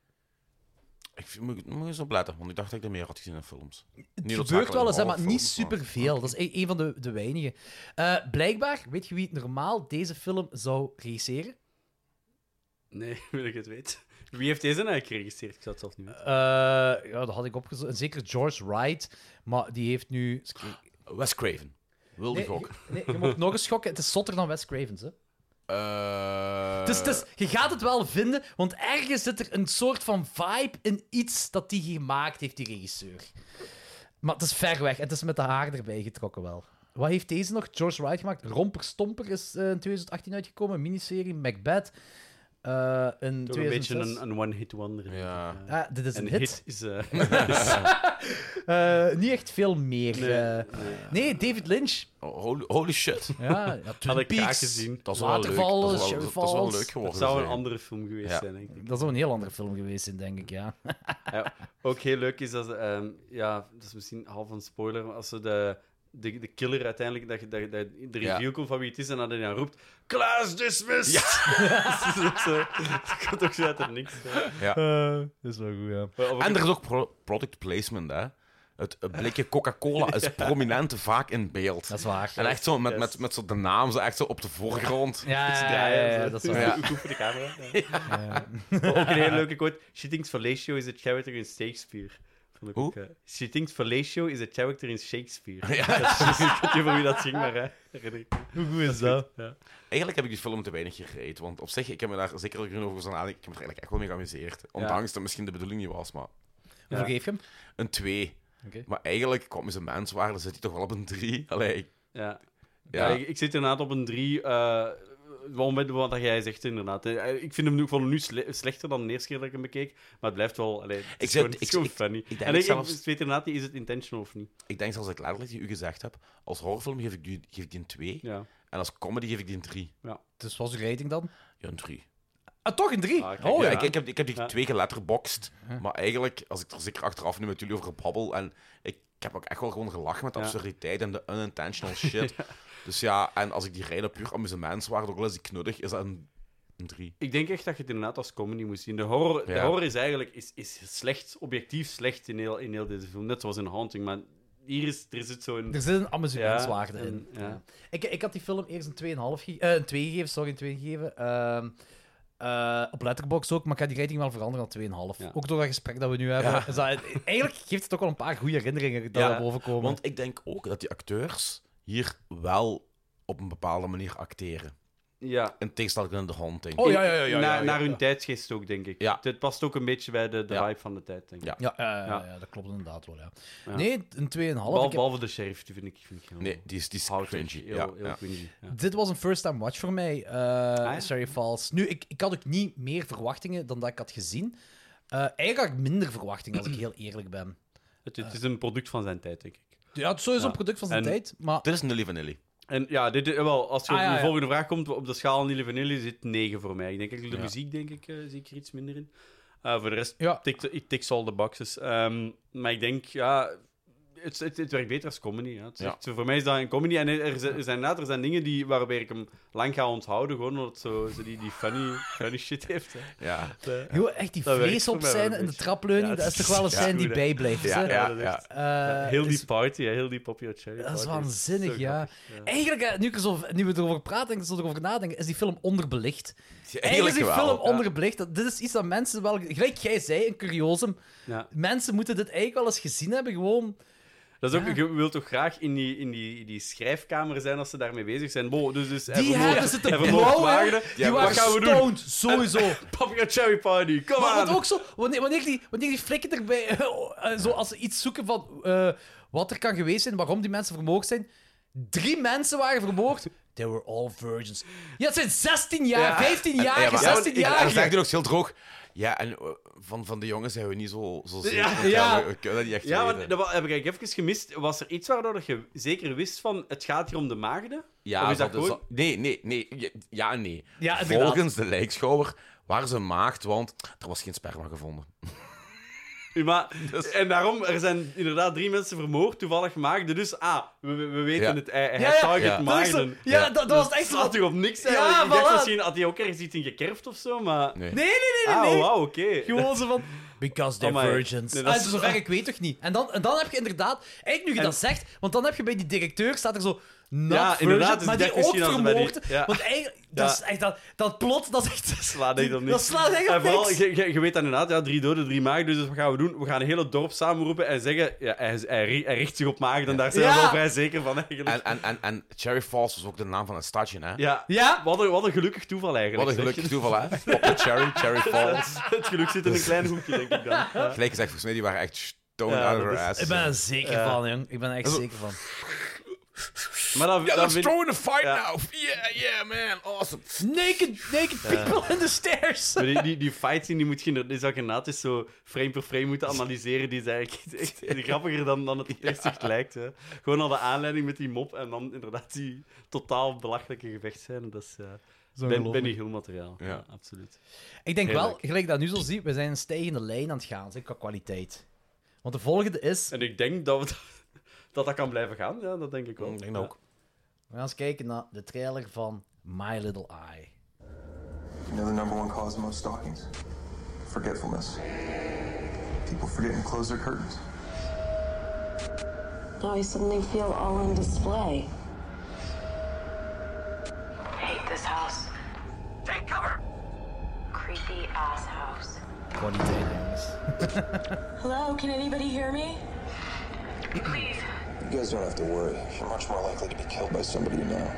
Ik vind- moet, moet eens opletten, want ik dacht dat ik er meer had gezien in films. Het gebeurt wel eens, hè, maar niet superveel. Dat is e- een van de, de weinige. Eh, blijkbaar, weet je wie het normaal deze film zou regisseren? Nee, wil ik het weten. Wie heeft deze nou geregisseerd? Ik zou het zelf niet weten. Eh, ja, dat had ik opgezocht. Zeker George Wright, maar die heeft nu... Wes Craven. Wilde Nee, gok. je- nee, je moet nog eens schokken. Het is zotter dan Wes Cravens, hè. Eh, Dus, dus je gaat het wel vinden, want ergens zit er een soort van vibe in iets dat die gemaakt heeft, die regisseur. Maar het is ver weg. Het is met de haar erbij getrokken wel. Wat heeft deze nog? George Wright gemaakt. Romper Stomper is eh, in twintig achttien uitgekomen. Een miniserie. Macbeth. Eh in Toch een beetje tweeduizendzes. een, een one-hit wonder. Ja. Ah, dit is een hit. is... eh, Eh, niet echt veel meer. Nee, eh. nee, David Lynch. Oh, holy, holy shit. Ja, ja Twin Had ik graag Peaks, gezien. Dat is wel leuk. Waterval, Dat is wel, Sherry dat is wel Falls. leuk geworden. Dat zou een zijn. andere film geweest Ja. zijn, denk ik. Dat zou een heel andere film geweest zijn, denk ik, ja. Ja, ook heel leuk is dat... ze, ehm, ja, dat is misschien half een spoiler, maar als ze de... De, de killer uiteindelijk, dat, je- dat, je- dat de review Ja. komt van wie het is en dat hij dan roept: Class dismissed! Ja. dat is ook zo. Dat komt ook zo uit er niks. hè. Ja. dat is wel goed, ja. Maar of En ik- er is ook pro- product placement, hè. Het het blikje Coca-Cola is prominent vaak in beeld. Dat is waar. En echt zo met, Yes. met, met zo de naam zo echt zo op de voorgrond. Ja, Iets ja, draaien, ja, ja, zo. dat is waar. Ja. Goed voor de camera. Ja. Ook een hele leuke quote. She thinks Fellatio is a character in Shakespeare. Vond ik Hoe? ook, eh, She thinks Fellatio is a character in Shakespeare. Ja. Dat is- ik weet niet voor wie dat ging, maar hè, herinner ik me. Hoe goed is dat? Ja. Eigenlijk heb ik die film te weinig gereden, want op zich, ik heb me daar zeker over gezien. Ik heb me er eigenlijk echt wel mee geamuseerd. Ondanks dat het misschien de bedoeling niet was, maar... Hoeveel geef je hem? Een twee. Oké. Maar eigenlijk, kwam zijn menswaarde, zit hij toch wel op een drie. Allee, ik- Ja. Ja. Ja, ik, ik zit inderdaad op een drie. eh wel met wat jij zegt, inderdaad. Eh, Ik vind hem nu, ik vond hem nu sle- slechter dan de eerste keer dat ik hem bekeek. Maar het blijft wel... Allee, het is Ik zit- gewoon, het is ik- gewoon ik- funny. ik denk en ik, zelfs- ik weet inderdaad niet, is het intentional of niet? ik denk zelfs dat ik letterlijk die u gezegd heb, als horrorfilm geef ik die, geef ik die een twee. Ja. En als comedy geef ik die een drie. Ja. Dus wat was uw rating dan? Ja, een drie. Ah, toch een drie? Ah, kijk, oh ja, ja. ik, ik, heb, ik heb die Ja. twee geletterboxd, Ja. maar eigenlijk, als ik er zeker achteraf nu met jullie over babbel, en ik, ik heb ook echt wel gewoon gelachen met de Ja. absurditeit en de unintentional shit. Ja. Dus ja, en als ik die rijden puur amusement waren, ook al is die knuddig, is dat een, een drie. Ik denk echt dat je het inderdaad als comedy moet zien. De horror, de Ja. horror is eigenlijk is, is slecht, objectief slecht in heel, in heel deze film. Net zoals in Haunting, maar hier is, er zit zo'n... Er zit een amusementswaarde Ja, in. en- ja. Ik, ik had die film eerst een twee komma vijf ge- eh, een twee gegeven, sorry, een twee gegeven. Ehm, eh, op Letterboxd ook, maar ik ga die rating wel veranderen naar twee komma vijf. Ja. Ook door dat gesprek dat we nu hebben. Ja. Is dat, eigenlijk geeft het ook wel een paar goede herinneringen dat Ja, naar boven komen. Want ik denk ook dat die acteurs hier wel op een bepaalde manier acteren. Ja. In tegenstelling in The Haunting. Oh, ja, ja, ja, ja, Naar, ja, ja. naar hun tijdsgeest ook, denk ik. Ja. Het past ook een beetje bij de, de Ja. vibe van de tijd, denk ik. Ja. Ja, ja, ja, Ja. ja, dat klopt inderdaad wel, ja. Ja. Nee, een twee komma vijf. Behal- Ik heb- Behalve de sheriff, die vind ik, vind ik heel... Nee, die is, die is houterig, cringy. Heel, Ja, heel ja. cringy. Ja. Dit was een first-time watch voor mij, eh ja? Cherry Falls. Nu, ik, ik had ook niet meer verwachtingen dan dat ik had gezien. Eh, eigenlijk had ik minder verwachtingen, als ik heel eerlijk ben. Het, het is een product van zijn tijd, denk ik. Ja, het is sowieso Ja. een product van zijn En- tijd, maar... Dit is Nilly Vanilli. En ja, dit, wel, als je Ah, op ja, de ja. volgende vraag komt, op de schaal Nilly Vanilli zit negen voor mij. Ik denk eigenlijk de Ja. muziek, denk ik, eh, zie ik er iets minder in. Uh, voor de rest, Ja. tikt- it ticks all the boxes. Ehm, maar ik denk, ja, het, het, het werkt beter als comedy. Ja. Het is Ja. echt zo, voor mij is dat een comedy. En er, er zijn inderdaad er zijn dingen die, waarbij ik hem lang ga onthouden, gewoon omdat het zo, zo die, die funny, funny shit heeft. Hè. Ja. De- Joh, echt die Dat werkt vlees voor op mij wel zijn een in de beetje. trapleuning, Ja, dat is het toch wel een is- scène ja, die goed, hè. bijblijft. Ja, hè? ja, dat is ja. echt- Eh, heel die is- party, hè, heel die Poppy Cherry Dat is party waanzinnig, zo ja. grappig, ja. Eigenlijk, eh, nu, ik er zo, nu we erover praten en ik erover nadenken, is die film onderbelicht. Ja, Eigenlijk is die wel. film ja. onderbelicht. Dat- Dit is iets dat mensen wel... Gelijk jij zei, een curiosum. Ja. Mensen moeten dit eigenlijk wel eens gezien hebben, gewoon... Dat is ook, Ja. Je wilt toch graag in die, in, die, in die schrijfkamer zijn als ze daarmee bezig zijn. Bo, dus, dus Die hebben ze te blauwen. Die Wat waren gaan we doen? stoned, sowieso. Paprika Cherry Party, kom Maar aan! wat ook zo, wanneer, wanneer, die, wanneer die flikken erbij, eh, zo als ze iets zoeken van eh, wat er kan geweest zijn, waarom die mensen vermoord zijn. Drie mensen waren vermoord. They were all virgins. Ja, het zijn zestien jaar, Ja. vijftien jaar, Ja, maar- zestien En dan jaar. zeg je ook heel droog. Ja, en eh, van, van de jongens zijn we niet zo, zo zeker. Ja. Ja, Ja. We, we kunnen dat niet echt Ja, weten. maar dat wa- heb ik eigenlijk even gemist. Was er iets waardoor je zeker wist van het gaat hier om de maagden? Ja, Of is dat dat is gewoon... al- nee, nee, nee. Ja, Ja en nee. Ja, inderdaad. Volgens de lijkschouwer waren ze een maagd, want er was geen sperma gevonden. Ja, maar, En daarom, er zijn inderdaad drie mensen vermoord, toevallig maagden. Dus, ah, we, we we weten Ja. het. Hij, hij Ja, ja. target Ja. maagden. Dat is zo- ja, dat, dat was echt Dat slaat zo... toch op niks Ja, eigenlijk? Ik dacht voilà. misschien had hij ook ergens iets in gekerfd of zo, maar... Nee. Nee, nee, nee, Ah, nee. nee. wauw, oké. Gewoon zo van... Because they're Amai. virgins. Nee, dat Ah, is- zover ik weet toch niet. En dan, en dan heb je inderdaad... Eigenlijk nu je En- dat zegt, want dan heb je bij die directeur, staat er zo... Not Ja, virgin, inderdaad, dus maar ik die dacht ook misschien als ze bij die- vermoord. ja. Want eigenlijk... Dat, Ja. is echt, dat, dat plot, dat is echt... Slaat echt op niks. Dat slaat echt op En vooral, niks. je, je, je weet dan inderdaad, ja, drie doden, drie maagden. Dus wat gaan we doen? We gaan een hele dorp samenroepen en zeggen... Ja, hij, hij, ri- hij richt zich op maagden. Daar zijn we Ja. wel vrij zeker van, eigenlijk. En, en, en, en Cherry Falls was ook de naam van het stadje, hè? Ja, Ja. Wat, een, wat een gelukkig toeval eigenlijk. Wat een zeg. gelukkig toeval, hè? Poplar Cherry, Cherry Falls. Het geluk zit in een klein hoekje, denk ik dan. Ja. Gelijk gezegd, volgens mij, die waren echt stoned Ja, out of dat their is- ass. Ik ben er zeker Ja. van, jong. Ik ben er echt Dat is- zeker van. Maar dan, Ja, dan let's vind- throw in the fight Ja. now. Yeah, yeah, man. Awesome. Naked, naked people in the stairs. Maar die, die, die fight scene die moet je, die zou je inderdaad eens zo frame per frame moeten analyseren. Die is eigenlijk echt grappiger dan, dan het op het eerste zicht lijkt. Hè. Gewoon al de aanleiding met die mop en dan inderdaad die totaal belachelijke gevechtscène. Dat is uh, ben, ongelooflijk. Benny Hill materiaal. Ja. Ja. absoluut. Ik denk wel, Heerlijk. gelijk dat ik nu zo zie, we zijn een stijgende lijn aan het gaan, zeg, qua kwaliteit. Want de volgende is... En ik denk dat, we, dat dat kan blijven gaan. Ja, dat denk ik wel. Ik denk dat ook. We gaan eens kijken naar de trailer van My Little Eye. You know the number one cause of most stalkings? Forgetfulness. People forget to close their curtains. Now I suddenly feel all on display. Hate this house. Take cover! Creepy ass house. Kwaliteit, jongens. Hello, can anybody hear me? Please. You guys don't have to worry. You're much more likely to be killed by somebody you know.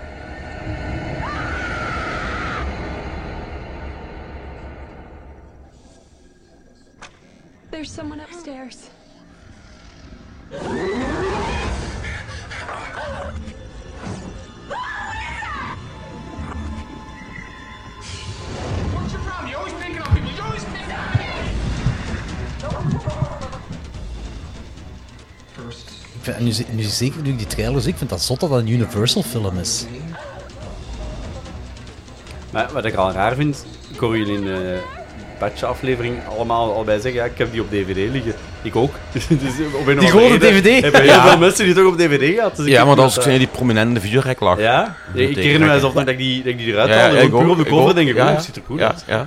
There's someone upstairs. What's your problem? You're always picking on people. You're always picking on me. Ik vind, en nu, nu zeker nu ik die trailer zie, ik vind dat zot dat dat een Universal film is. Maar wat ik al raar vind, ik hoor jullie in de patch-aflevering allemaal al bij zeggen, ja, ik heb die op D V D liggen. Ik ook. Dus op een die gewone D V D? Hebben heel Ja. veel mensen die het ook op D V D gehad. Dus ik Ja, denk maar dat dat, zijn die prominente videorek lag. Ja? Ik herinner me alsof dat ik die, dat ik die eruit Ja, haalde. ja, Gewoon ik puur ook, op de ik cover ook. denk ik, Ja, oh, ja. het ziet er cool Ja, uit. ja.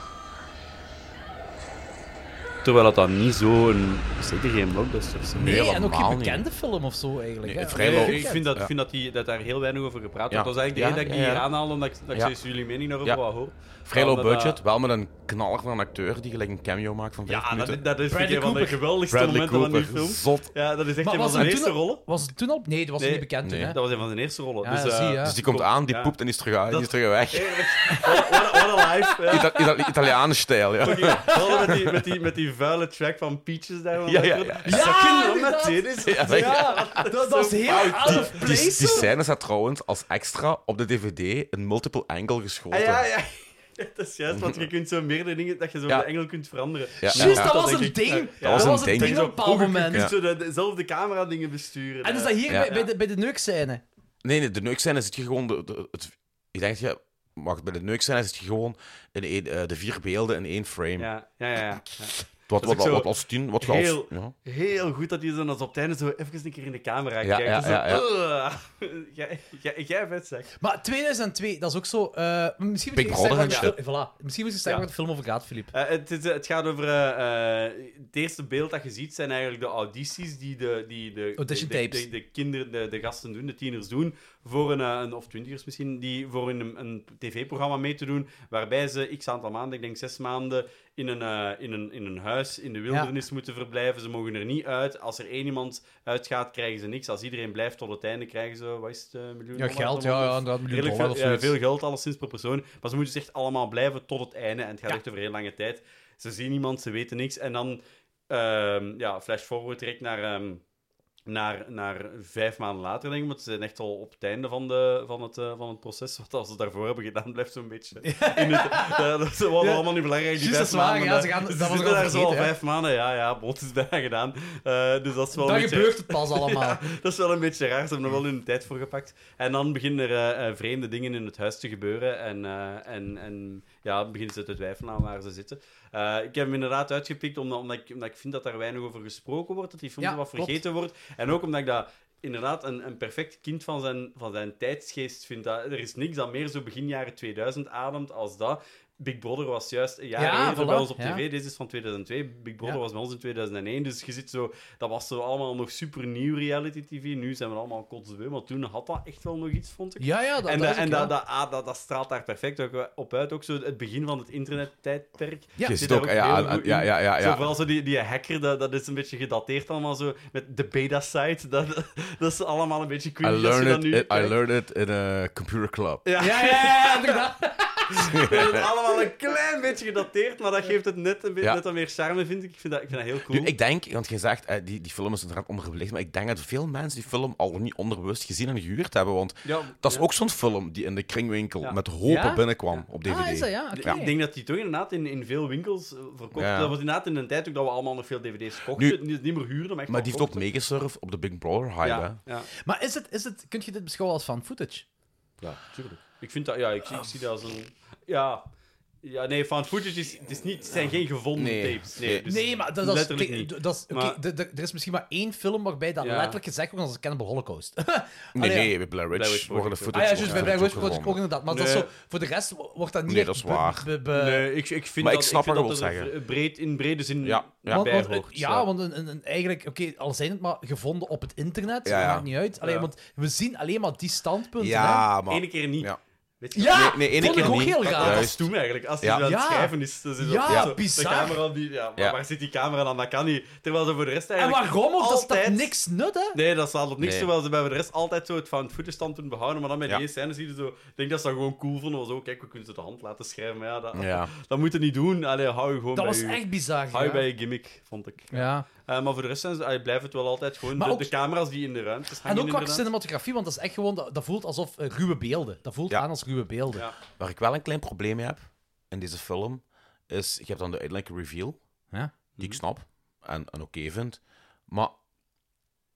Terwijl dat dan niet zo een... Zeker geen blockbuster is. Nee, en ook helemaal geen niet. bekende film of zo eigenlijk. Nee, hè. vrij Nee, low. ik vind dat, Ja. vind dat, die, dat daar heel weinig over gepraat wordt. Ja. Dat is eigenlijk de Ja, reden dat ik die ja, hier ja. aanhaalde, omdat ik, dat ik Ja. steeds jullie mening daarover Ja. wou horen. Vrij Maar low dat, budget, uh, wel met een knaller van een acteur die gelijk een cameo maakt van vijf Ja, dat, minuten. is- dat is Bradley een van de Cooper. geweldigste Bradley momenten van die Cooper, film. zot. Ja, dat is echt Maar een was van zijn het eerste toen- rollen. Was het toen al? Nee, dat was Nee, niet bekend toen, nee. hè. Dat was een van zijn eerste rollen. Ja, dus, dat uh, zie je, ja. Dus die komt aan, die ja. poept en die is terug uit, die is Dat- terug weg. Eerlijk, what, what, what a life. Ja. Ita Ita Italiaanse stijl, ja. Fucking- Vooral met die, met, die, met die vuile track van Peaches daar. Ja, ja, ja. Ja, Sucking on inderdaad. Mercedes. Ja, ja. Dat, dat is heel out of Die, place. die scène staat trouwens als extra op de D V D een multiple angle geschoten. Ah, ja, ja. Ja, dat is juist, want je kunt zo meerdere dingen dat je zo Ja. de engel kunt veranderen. Ja. Juist, Ja. dat was denk een ik- ding. ja, Dat ja. was was een een ding. ding op een bepaald Hoe je moment. kunt zo de, dezelfde camera dingen besturen. En is dat hier Ja. bij, bij de, bij de neukscène? Nee, nee, de neukscène zit je gewoon... De, de- het, ik denk dat je... Wacht, bij de neukscène zit je gewoon in één, eh, de vier beelden in één frame. Ja, ja, ja. ja. Wat, Dat is wat, ook wat, zo als tien... Wat je als, Heel, ja. heel goed dat je dan als op het einde zo even een keer in de camera Ja, kijkt. ja, Dat is zo, ja, "Ugh." Jij- jij- Jij vet zeg. Maar tweeduizend twee, dat is ook zo... eh, misschien moet Big je zeggen waar Brother de en fil- voilà. Misschien moet je zeggen Ja. waar de film over gaat, Filip. Eh, het, is- het gaat over... eh, eh, het eerste beeld dat je ziet zijn eigenlijk de audities die de, die de, Audition de, de, tapes. de, de kinderen, de, de gasten doen, de tieners doen, voor een, eh, een of twintigers misschien, die voor een, een tv-programma mee te doen, waarbij ze x aantal maanden, ik denk zes maanden, in een, eh, in een, in een huis in de wildernis moeten verblijven. Ze mogen er niet uit. Als er één iemand uitgaat, krijgen ze niks. Als iedereen blijft tot het einde, krijgen ze, wat is het, eh, miljoen Ja, dollar geld, per ja, maand? ja, inderdaad, miljoen Redelijk dollar veel, of ja, zoiets. veel geld, alleszins per persoon. Maar ze moeten dus echt allemaal blijven tot het einde. En het gaat Ja. echt over heel lange tijd. Ze zien niemand, ze weten niks. En dan, ehm, ja, flash forward direct naar, ehm, naar, naar vijf maanden later, denk ik. Want ze zijn echt al op het einde van, de, van, het, eh, van het proces. Wat als ze daarvoor hebben gedaan, blijft zo'n beetje in het... Ja, dat was Ja. allemaal niet belangrijk, die Juist, vijf dat is waar, maanden. ja, ze gaan- Ze dat was zitten ik al daar zo al vergeten, hè. vijf maanden. Ja, ja, bot is bijna gedaan. Eh, dus dat is wel Dan een beetje... gebeurt het pas allemaal. Ja, dat is wel een beetje raar. Ze hebben er wel hun tijd voor gepakt. En dan beginnen er eh, eh, vreemde dingen in het huis te gebeuren. En, eh, en, en ja, beginnen ze te twijfelen aan waar ze zitten. Eh, ik heb hem inderdaad uitgepikt omdat, omdat, ik, omdat ik vind dat daar weinig over gesproken wordt. Dat die film Ja, zo wat klopt. vergeten wordt. En ook omdat ik dat inderdaad een, een perfect kind van zijn, van zijn tijdsgeest vind. Dat, er is niks dat meer zo begin jaren tweeduizend ademt als dat. Big Brother was juist een jaar Ja, eerder voilà, bij ons op ja. tv. Deze is van tweeduizend twee. Big Brother Ja. was bij ons in tweeduizend één. Dus je ziet zo... Dat was zo allemaal nog super nieuw reality tv. Nu zijn we allemaal kotsbeu. Maar toen had dat echt wel nog iets, vond ik. Ja, ja, dat, en dat dat, is ook en wel. dat, dat, ah, dat, dat straalt daar perfect ook op uit. Ook zo het begin van het internettijdperk. Ja. Je Zit ziet daar ook... Ja, heel ja, goed ja, in. ja, ja, Zo, ja. vooral zo die, die hacker, dat, dat is een beetje gedateerd allemaal zo. Met de beta-site. Dat, dat is allemaal een beetje I cringe als je learned, dat nu it, I kijkt. learned it in a computer club. Ja, Ja, ja, ja, inderdaad. Dat is allemaal een klein beetje gedateerd, maar dat geeft het net een beetje Ja. net wat meer charme, vind ik. Ik vind dat, ik vind dat heel cool. Nu, ik denk, want je zegt, eh, die, die film is inderdaad onderbelicht, maar ik denk dat veel mensen die film al niet onderbewust gezien en gehuurd hebben, want Ja, dat is ja. ook zo'n film die in de kringwinkel Ja. met hopen Ja? binnenkwam op D V D. Ah, is dat, ja? Oké. Ik denk dat die toch inderdaad in, in veel winkels eh, verkocht. Ja. Dat was inderdaad in een tijd ook dat we allemaal nog veel dvd's kochten. Nu- niet, niet meer huurden, maar echt Maar die wel heeft ook kochten. meegesurfd op de Big Brother hype, hè. Ja, ja. Maar is het, is het, kun je dit beschouwen als fan footage? ja, tuurlijk. Ik vind dat, ja, ik, ik zie dat als een... Ja, ja nee, found footage is, het is niet, het zijn geen gevonden Nee. tapes. Nee, Nee. dus Nee, maar dat, dat is... letterlijk kijk, niet. dat is oké, Maar- de- de- er is misschien maar één film waarbij dat Ja. letterlijk gezegd wordt als een Cannibal Holocaust. Nee, Allee, ja. nee, bij Blair Witch Blair Witch worden de Project. footage Ah ja, juist, bij ook- Blair Witch ook Project ook gevonden. inderdaad. Maar dat is Nee. zo, voor de rest wordt dat niet Nee, echt dat is be- waar. be- be- Nee, ik, ik vind Maar ik dat, snap vind wat dat je er wilt zeggen. breed, in brede zin Ja, ja. Want, bij want, hoort. ja, want een, een, een- eigenlijk, oké, al zijn het maar gevonden op het internet, Ja, dat ja. maakt niet uit. Allee, Ja. Want we zien alleen maar die standpunten. Ja, maar... Ene keer niet. Ja. Weet je? hè? Ja, Nee, nee, ene vond ik keer ook niet. heel Ja, raar. Dat juist. is toen eigenlijk. Als hij Ja. zo aan het Ja. schrijven is. Dan is dat Ja, zo, bizar. De camera die... Ja, maar Ja. waar zit die camera dan? Dat kan niet. Terwijl ze voor de rest En eigenlijk... waarom ook? Dat is altijd... toch niks nut, hè? Nee, dat staat op niks. Nee. Terwijl ze bij de rest altijd zo het found footage standpunt behouden. Maar dan bij Ja. die scène zie je zo... Ik denk dat ze dat gewoon cool vonden. Was ook, kijk, we kunnen ze de hand laten schrijven. Maar ja, dat, Ja. dat moet je niet doen. Allee, hou je gewoon Dat bij was je... echt bizar. Hou je ja. bij je gimmick, vond ik. Ja. Uh, maar voor de rest zijn ze, allee, blijft het wel altijd gewoon Maar de, ook- de camera's die in de ruimtes hangen. En ook qua inderdaad. cinematografie, want dat is echt gewoon, dat, dat voelt alsof eh, ruwe beelden. Dat voelt Ja. aan als ruwe beelden. Ja. Waar ik wel een klein probleem mee heb in deze film, is, je hebt dan de uiteindelijke reveal, Ja. die ik snap en, en oké vind, maar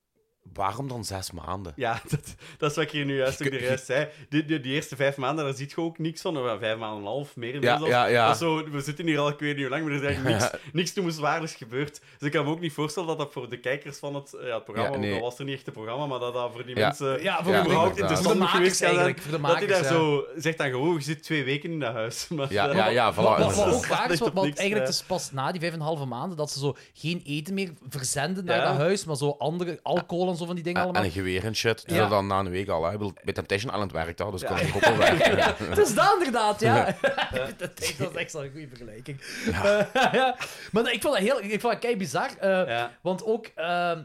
waarom dan zes maanden? Ja, dat, dat is wat ik hier nu juist ook de juist zei. Die, die, die eerste vijf maanden, daar ziet je ook niks van. Of vijf maanden en een half, meer Ja, inmiddels. ja, ja. Dat is zo, we zitten hier al ik weet niet hoe lang, maar er is eigenlijk niks, niks noemenswaardigs gebeurd. Dus ik kan me ook niet voorstellen dat dat voor de kijkers van het, ja, het programma, Ja, nee. ook al was er niet echt een programma, maar dat dat voor die Ja. mensen Ja, voor Ja, de überhaupt inderdaad. interessant Voor de geweest makers zijn. eigenlijk, voor de Dat hij daar makers, zo zegt dan gewoon, je zit twee weken in dat huis. Maar, Ja, eh, ja, ja, voilà. Wat, wat, wat inderdaad. ook raar is, Ligt want, op want niks, eigenlijk ja. het is pas na die vijf en een halve maanden dat ze zo geen eten meer verzenden naar Ja. dat huis, maar zo andere alcohol en zo van die dingen En, allemaal. en een geweer en shit. Dus Ja. dat dan na een week al. Hè. Ik bedoel, bij Temptation Island werkt dat, dus Ja. kan ik ook wel werken. Het is dat inderdaad, ja. dat, is, dat is echt zo'n goede vergelijking. Ja. Uh, ja. Maar ik vond dat heel, ik vond dat kei bizar. Uh, Ja. Want ook uh,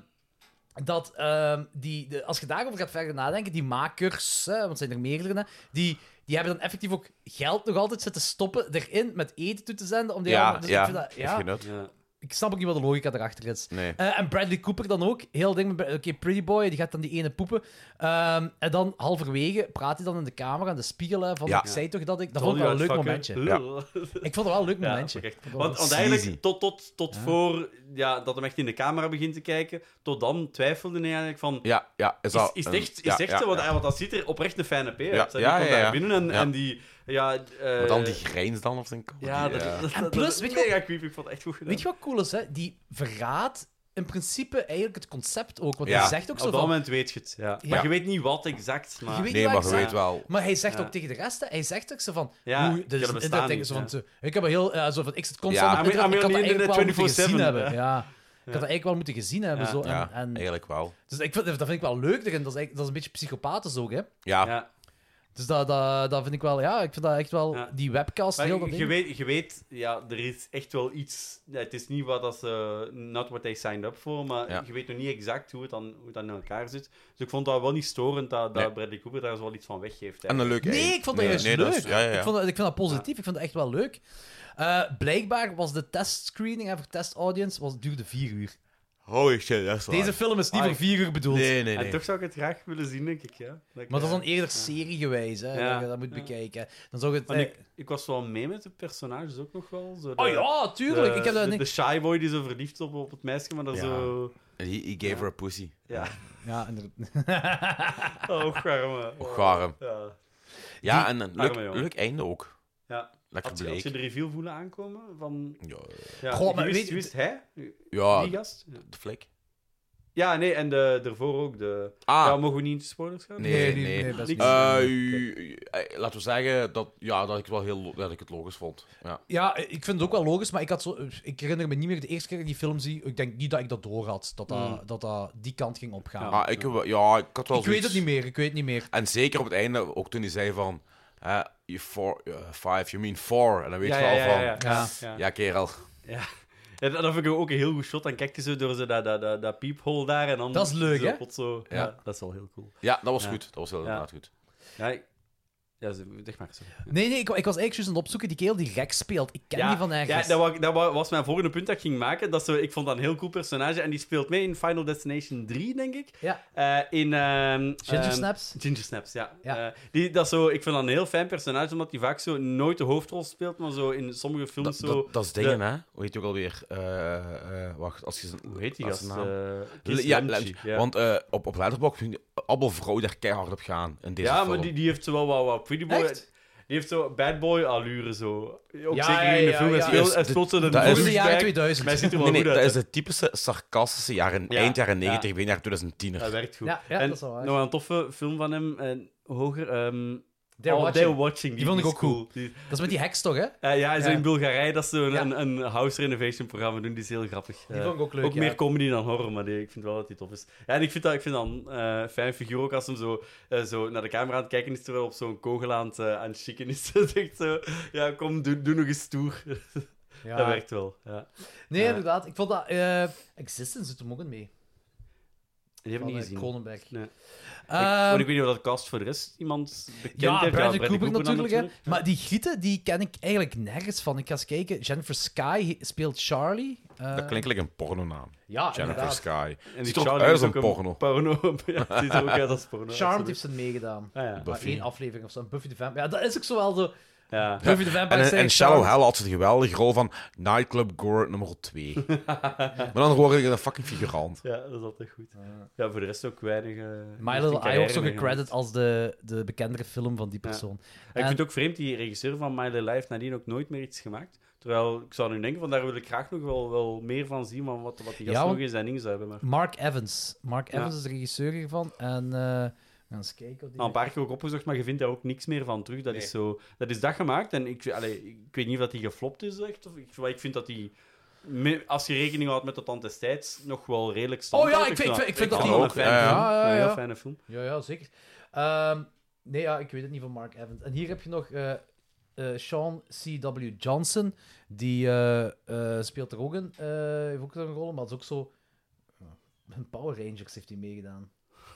dat uh, die, de, als je daarover gaat verder nadenken, die makers, hè, want het zijn er meerdere, hè, die, die hebben dan effectief ook geld nog altijd zitten stoppen erin met eten toe te zenden. Om die Ja, allemaal- dus ja. ik vind dat, Heeft ja. genut. Ja. Ik snap ook niet wat de logica erachter is. Nee. Uh, en Bradley Cooper dan ook. Heel ding met... Oké, Pretty Boy, die gaat dan die ene poepen. Um, en dan halverwege praat hij dan in de camera, in de spiegel, hè, van Ja. ik zei toch dat ik... Dat Told vond ik wel een you leuk I'd fuck momentje. her. Ja. Ik vond het wel een leuk Ja, momentje. dat is echt- Ik vond het Want, wel- want eigenlijk, Sleazy. tot, tot, tot voor ja, dat hem echt in de camera begint te kijken, tot dan twijfelde hij eigenlijk van... Ja, ja. Is, Is, dat is het een- echt, is ja, het echt ja, zo? Want, ja. ah, want dat ziet er oprecht een fijne P uit. Ja, hè. Die ja, komt ja, daar ja. binnen en, Ja. en die... Ja, eh, Maar dan die grijns dan of zijn kant. Ja, die, dat, eh, dat, En dat- plus, dat is weet je mega creepy. Ik vond het echt goed gedaan. Weet je wat cool is, hè? Die verraadt in principe eigenlijk het concept ook. Want Ja. hij zegt ook Op zo dat van... moment weet je het, ja. Ja. Maar je weet niet wat exact, maar... Je weet Nee, niet maar wat je ik weet zeg. wel. Maar hij zegt Ja. ook tegen de rest, hè, hij zegt ook zo van... Ja, hoe, dus, jullie in bestaan dat ding, niet, zo van, ja. zo, ik heb een heel... Uh, zo van, ik zit constant Ja. op internet, I'm ik had dat on the eigenlijk wel moeten internet gezien twenty-four hebben. seven, Ja. Ik had dat eigenlijk wel moeten gezien hebben. Ja. Zo, en, Ja, en, eigenlijk wel. dus ik vind, dat vind ik wel leuk erin. Dat is, eigenlijk- dat is een beetje psychopathisch ook, hè. Ja, Ja. Dus dat, dat, dat vind ik wel... Ja, ik vind dat echt wel... Ja. Die webcast, Maar heel dat je, ding. weet, je weet, ja, er is echt wel iets... Ja, het is niet wat dat ze... Not what they signed up for, maar Ja. je weet nog niet exact hoe het dan, hoe het dan in elkaar zit. Dus ik vond dat wel niet storend dat, dat Nee. Bradley Cooper daar zo wel iets van weggeeft. en een leuk Nee, eind. ik vond dat Nee, juist nee, dat leuk. is- ja, ja, ja. Ik, vond dat, ik vind dat positief. Ik vind dat echt wel leuk. Uh, blijkbaar was de testscreening en voor test-audience was, duurde vier uur. Holy shit, dat is waar. Deze film is niet Ah, voor vier uur bedoeld. Nee, nee, En nee. toch zou ik het graag willen zien, denk ik. Ja. Dat ik, Maar dat is eh, dan eerder seriegewijs, hè, Ja. dat je dat moet Ja. bekijken. Dan zou het... want eh, ik, ik was wel mee met de personages ook nog wel. Zo de, Oh ja, tuurlijk. De, ik heb dat de, niet... de shy boy die zo verliefd op, op het meisje, maar dat Ja. zo... He, he gave her a pussy. Ja. Ja, inderdaad. Oh, garme. Och, garm. Ja. Ja, Die- en een leuk, arme jongen. leuk einde ook. Ja. Lekker Had, je- had je bleek. de reveal voelen aankomen? Van... Ja, Ja, Goh, je maar wist, weet- je wist hij? ja Die gast? de flik. Ja, nee, en de, daarvoor ook. De... Ah. Ja, mogen we niet in de spoilers gaan? Nee, Nee, nee. nee, nee, best Niks. niet. Eh, Oké. u- eh, laten we zeggen dat, ja, dat ik het wel heel lo- dat ik het logisch vond. Ja. Ja, ik vind het ook wel logisch, maar ik, had zo, ik herinner me niet meer de eerste keer dat ik die film zie. Ik denk niet dat ik dat door had, dat dat, Mm. dat, dat die kant ging opgaan. Ah, ik, heb- ja, ik had wel ik weet zoiets- het niet meer, ik weet het niet meer. En zeker op het einde, ook toen hij zei van... eh, you four, uh, five, you mean four. En dan weet Ja, je wel ja, ja, van... ja, Ja. ja. Ja, kerel. Ja. Ja, dat vind ik ook een heel goed shot. Dan kijkt hij zo door zo dat, dat, dat, dat peephole daar en dan... Dat is leuk, zo hè? plots Zo, ja. Ja. dat is wel heel cool. Ja, dat was Ja. goed. Dat was heel Ja. inderdaad goed. Ja, ik- ja zeg maar zo. Nee, nee, ik, ik was eigenlijk juist aan het opzoeken die kerel die Rex speelt. Ik ken Ja, die van ergens. ja, dat, wa- dat wa- was mijn volgende punt dat ik ging maken. Dat zo, ik vond dat een heel cool personage. En die speelt mee in Final Destination drie, denk ik. Ja. Eh, in... ehm, Ginger ehm, Snaps? Ginger Snaps, ja. Ja. Eh, die, dat is zo, ik vind dat een heel fijn personage, omdat hij vaak zo nooit de hoofdrol speelt, maar zo in sommige films Dat, zo... dat, dat is dingen, de- hè? Hoe heet je ook alweer? Eh, eh, wacht, als je zijn... Hoe heet die als gast? zijn naam- Eh, Keith ja, Lemche, Lemche. ja. Want eh, op, op Letterboxd doen allemaal vrouwen daar keihard op gaan in deze Ja, film. maar die, die heeft zo wel wat, wat Pretty Boy... Echt? Die heeft zo bad boy allure, zo. Ook Ja, zeker ja, in de ja, film. ja. Hij speelt, Dus hij de- speelt zo de dat is- Voor de douchebag, jaren tweeduizend. Maar hij ziet er wel Nee, nee, goed dat uit. is de typische sarcastische jaren, Ja, eind jaren ja. negentig, begin jaren tweeduizend tien. Dat werkt goed. Ja, ja, en dat is wel waar. nog een toffe film van hem, en hoger... ehm They're oh, Watching. They're Watching. Die vond ik is ook goed. cool. Die- Dat is met die heks toch, hè? Eh, ja, zo Ja. in Bulgarije, dat is zo een, Ja. een, een house renovation programma doen, die is heel grappig. Die Eh, vond ik ook leuk, Ook ja. meer comedy dan horror, maar die, ik vind wel dat die tof is. Ja, en ik vind dat, ik vind dat een eh, fijn figuur ook als hem zo, eh, zo naar de camera aan het kijken is, terwijl op zo'n kogel aan het, eh, aan het chicken is. Dat is echt zo, ja, kom, doe, doe nog eens stoer. Ja. Dat werkt wel, ja. Nee, Ja. inderdaad. Ik vond dat... eh, Existence zit er ook in mee. Die heb ik Van, niet eh, gezien. Cronenberg. Nee. Ehm, ik, want ik weet niet of dat cast voor de rest iemand bekend Ja, heeft. Bradley Bradley Cooper, dan natuurlijk, hè. Maar die gieten, die ken ik eigenlijk nergens van. Ik ga eens kijken. Jennifer Sky speelt Charlie. Eh, Dat klinkt like een pornonaam. Ja, Jennifer inderdaad. Sky. En die Ziet er ook Charlie uit is als ook een porno. porno. Ja, het ziet er ook uit als porno. Charmed absoluut. heeft ze meegedaan. Ah, ja. Maar Buffy. één aflevering of zo. Buffy the Vampire. Ja, dat is ook zo wel zo... Ja. Buffy the Vampire En, Slayer en Shallow trouwens. Hell had ze de geweldige rol van Nightclub Gore nummer twee. Maar dan word ik een fucking figurant. Ja, dat is altijd goed. Ja, voor de rest ook weinig... Uh, My Little Eye ook zo gecredit als de, de bekendere film van die persoon. Ja. En... Ik vind het ook vreemd, die regisseur van My Little Eye heeft nadien ook nooit meer iets gemaakt. Terwijl, ik zou nu denken, van daar wil ik graag nog wel, wel meer van zien, van wat, wat die gast Ja, nog in zijn ding zou hebben. Maar... Mark Evans. Mark Ja. Evans is de regisseur hiervan. En uh, we gaan eens kijken. Of die... Al een paar keer ook opgezocht, maar je vindt daar ook niks meer van terug. Dat, Nee. is, zo, dat is dat gemaakt. En ik, allee, ik weet niet of dat die geflopt is, echt. Of, ik, ik vind dat die, me- als je rekening houdt met de tand destijds, nog wel redelijk stand Oh ja, houdt. ik vind, ik vind, ik vind dat vond die een ook. fijne ja, film. ja, ja, Een ja. heel fijne film. Ja, ja, zeker. Um, nee, ja, ik weet het niet van Mark Evans. En hier heb je nog uh, uh, Sean C W. Johnson. Die uh, uh, speelt er ook in. Uh, heeft ook zo'n rol, maar het is ook zo... Uh, in Power Rangers heeft hij meegedaan.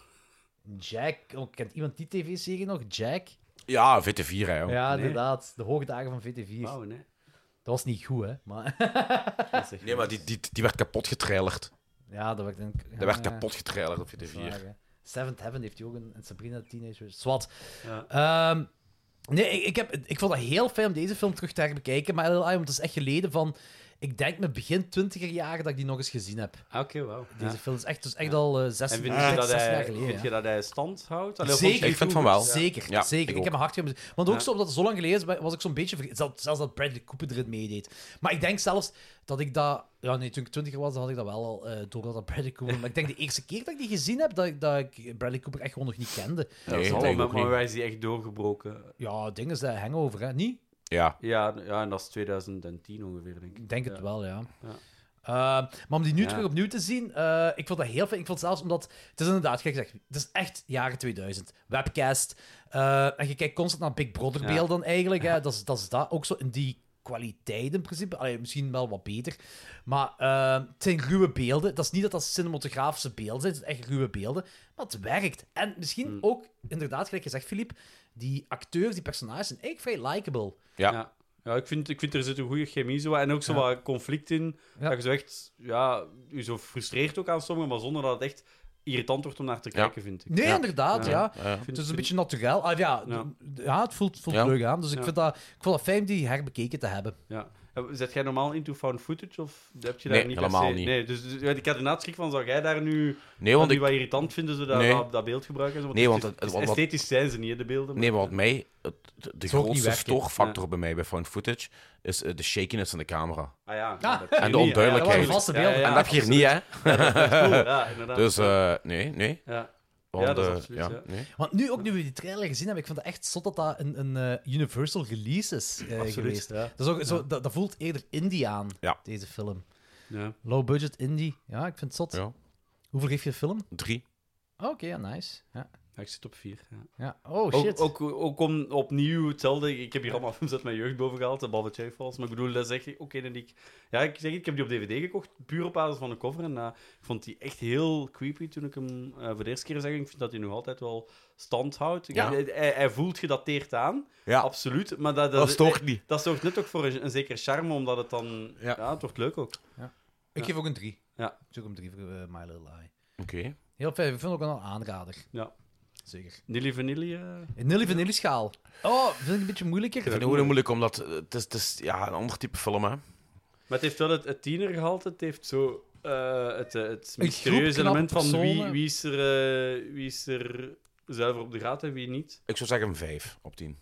Jack. Oh, kent iemand die tv-serie nog? Jack? Ja, V T vier, hè. joh. Ja, Nee. inderdaad. De hoge dagen van V T vier. Wauw, nee. Dat was niet goed, hè. Maar... Dat is echt Nee, maar die, die, die werd kapot getrailerd. ja, dat werd... Een... Dat werd ja, kapot getrailerd op V T dat is waar, vier. hè. Seventh Heaven heeft hij ook een, een Sabrina Teenager. Swat. Ja. Um, nee, ik, ik, heb, ik vond het heel fijn om deze film terug te herbekijken. Maar want het is echt geleden van... Ik denk met begin twintiger jaren dat ik die nog eens gezien heb. Ah, Oké, okay, wauw. Deze Ja. film is echt, dus echt al uh, zes, En vind zes, je, dat zes jaar hij, geleden. vind ja. je dat hij stand houdt? Allee, of Zeker. vond je Ik vind die van wel. goed? Zeker, Ja, zeker. ik Ik, heb ook. mijn hart gegeven. Want ook Ja. zo omdat het zo lang geleden is, was ik zo'n beetje vergeten. Zelfs, zelfs dat Bradley Cooper erin meedeed. Maar ik denk zelfs dat ik dat... Ja, nee, toen ik twintiger was, dan had ik dat wel al uh, door dat Bradley Cooper... Maar ik denk de eerste keer dat ik die gezien heb, dat ik, dat ik Bradley Cooper echt gewoon nog niet kende. Ja, dat Nee, is ik al, denk maar, ook maar niet. wij is die echt doorgebroken. Ja, ding is dat hangover, hè? Niet? Ja. Ja, ja, en dat is twintig tien ongeveer, denk ik. Ik denk het Ja. wel, ja. Ja. Uh, maar om die nu Ja. terug opnieuw te zien, uh, ik vond dat heel fijn. Ik vond zelfs omdat... Het is inderdaad, gelijk gezegd, het is echt jaren tweeduizend. Webcast. Uh, en je kijkt constant naar Big Brother Ja. beelden eigenlijk. Hè. Dat, is, dat is dat. Ook zo in die kwaliteit in principe. Allee, misschien wel wat beter. Maar uh, het zijn ruwe beelden. Dat is niet dat dat cinematografische beelden zijn. Het zijn echt ruwe beelden. Maar het werkt. En misschien Hmm. ook, inderdaad, gelijk gezegd, Philippe, die acteurs, die personages zijn eigenlijk vrij likable. Ja. Ja. Ja, ik vind, ik vind er zit een goede chemie zo. En ook zo Ja. wat conflict in. Ja. Dat je zo echt... Ja, je zo frustreert ook aan sommigen, maar zonder dat het echt irritant wordt om naar te Ja. kijken, vind ik. Nee, Ja. inderdaad, ja. Ja. Vind- Het is een vind- beetje naturel. Ah, ja, Ja. d- ja, het voelt, voelt Ja. leuk aan. Dus ik, Ja. vind dat, ik vond dat fijn die herbekeken te hebben. Ja. Zet jij normaal into found footage? Of heb je daar Nee, niet helemaal per se- niet. Nee, dus, dus ja, ik had ernaast schrik van, zou jij daar nu, Nee, want nu ik... wat irritant vinden, zo dat, Nee. dat, dat beeldgebruik en zo? Want Nee, het want is- het- het is wat- wat- esthetisch zijn ze niet, hè, de beelden. Nee, maar wat mij... het- de de Zou ook niet grootste werken. stoorfactor bij mij bij found footage is eh, de shakiness van de camera. Ah ja, Ah. dat heb je En de niet, onduidelijkheid. Ja, dat waren vaste beelden. en dat heb je hier niet, hè? Ja, dat is cool. Ja, inderdaad. Dus, eh, nee, nee. Ja. Want, Ja, dat is eh, absoluut, ja, ja. nee. Want nu, ook nu we die trailer gezien hebben, ik vond het echt zot dat dat een, een eh, Universal release is eh, Absoluut, geweest. ja. Dat, is ook, zo, Ja. dat, dat voelt eerder indie aan, Ja. deze film. Ja. Low budget indie. Ja, ik vind het zot. Ja. Hoeveel geef je de film? Drie. Oh, oké, ja, nice. Ja. Ja, ik zit op vier. Ja. Ja. Oh, shit. Ook, ook, ook om opnieuw hetzelfde. Ik heb hier allemaal films uit mijn jeugd boven gehaald, behalve Cherry Falls. Maar ik bedoel, dat is echt ook een die ik... Ja, ik zeg het, ik heb die op D V D gekocht, puur op basis van de cover. En uh, ik vond die echt heel creepy toen ik hem uh, voor de eerste keer zag. Ik vind dat hij nog altijd wel stand houdt. Ja. Hij, hij, hij voelt gedateerd aan, Ja. absoluut. Maar dat, Dat stoort hij- niet. Dat zorgt net ook voor een, een zekere charme, omdat het dan... Ja. Ja. het wordt leuk ook. Ja. Ik Ja. geef ook een drie. Ja. Ik geef ook een drie voor uh, My Little Eye. Oké. Heel fijn. Ik vind het ook wel een aanrader. Ja. Zeker. Nilly Vanilli... Uh... Een Nilly Vanilli schaal. Oh, vind ik een beetje moeilijker. Ik vind het ook moeilijk, omdat eh, het is, het is ja, een ander type film, hè. Maar het heeft wel het, het tienergehalte. Het heeft zo uh, het, uh, het Een mysterieuze groep element van knappe wie, personen. wie, is er, uh, wie is er zuiver op de gaten en wie niet. Ik zou zeggen een vijf op tien.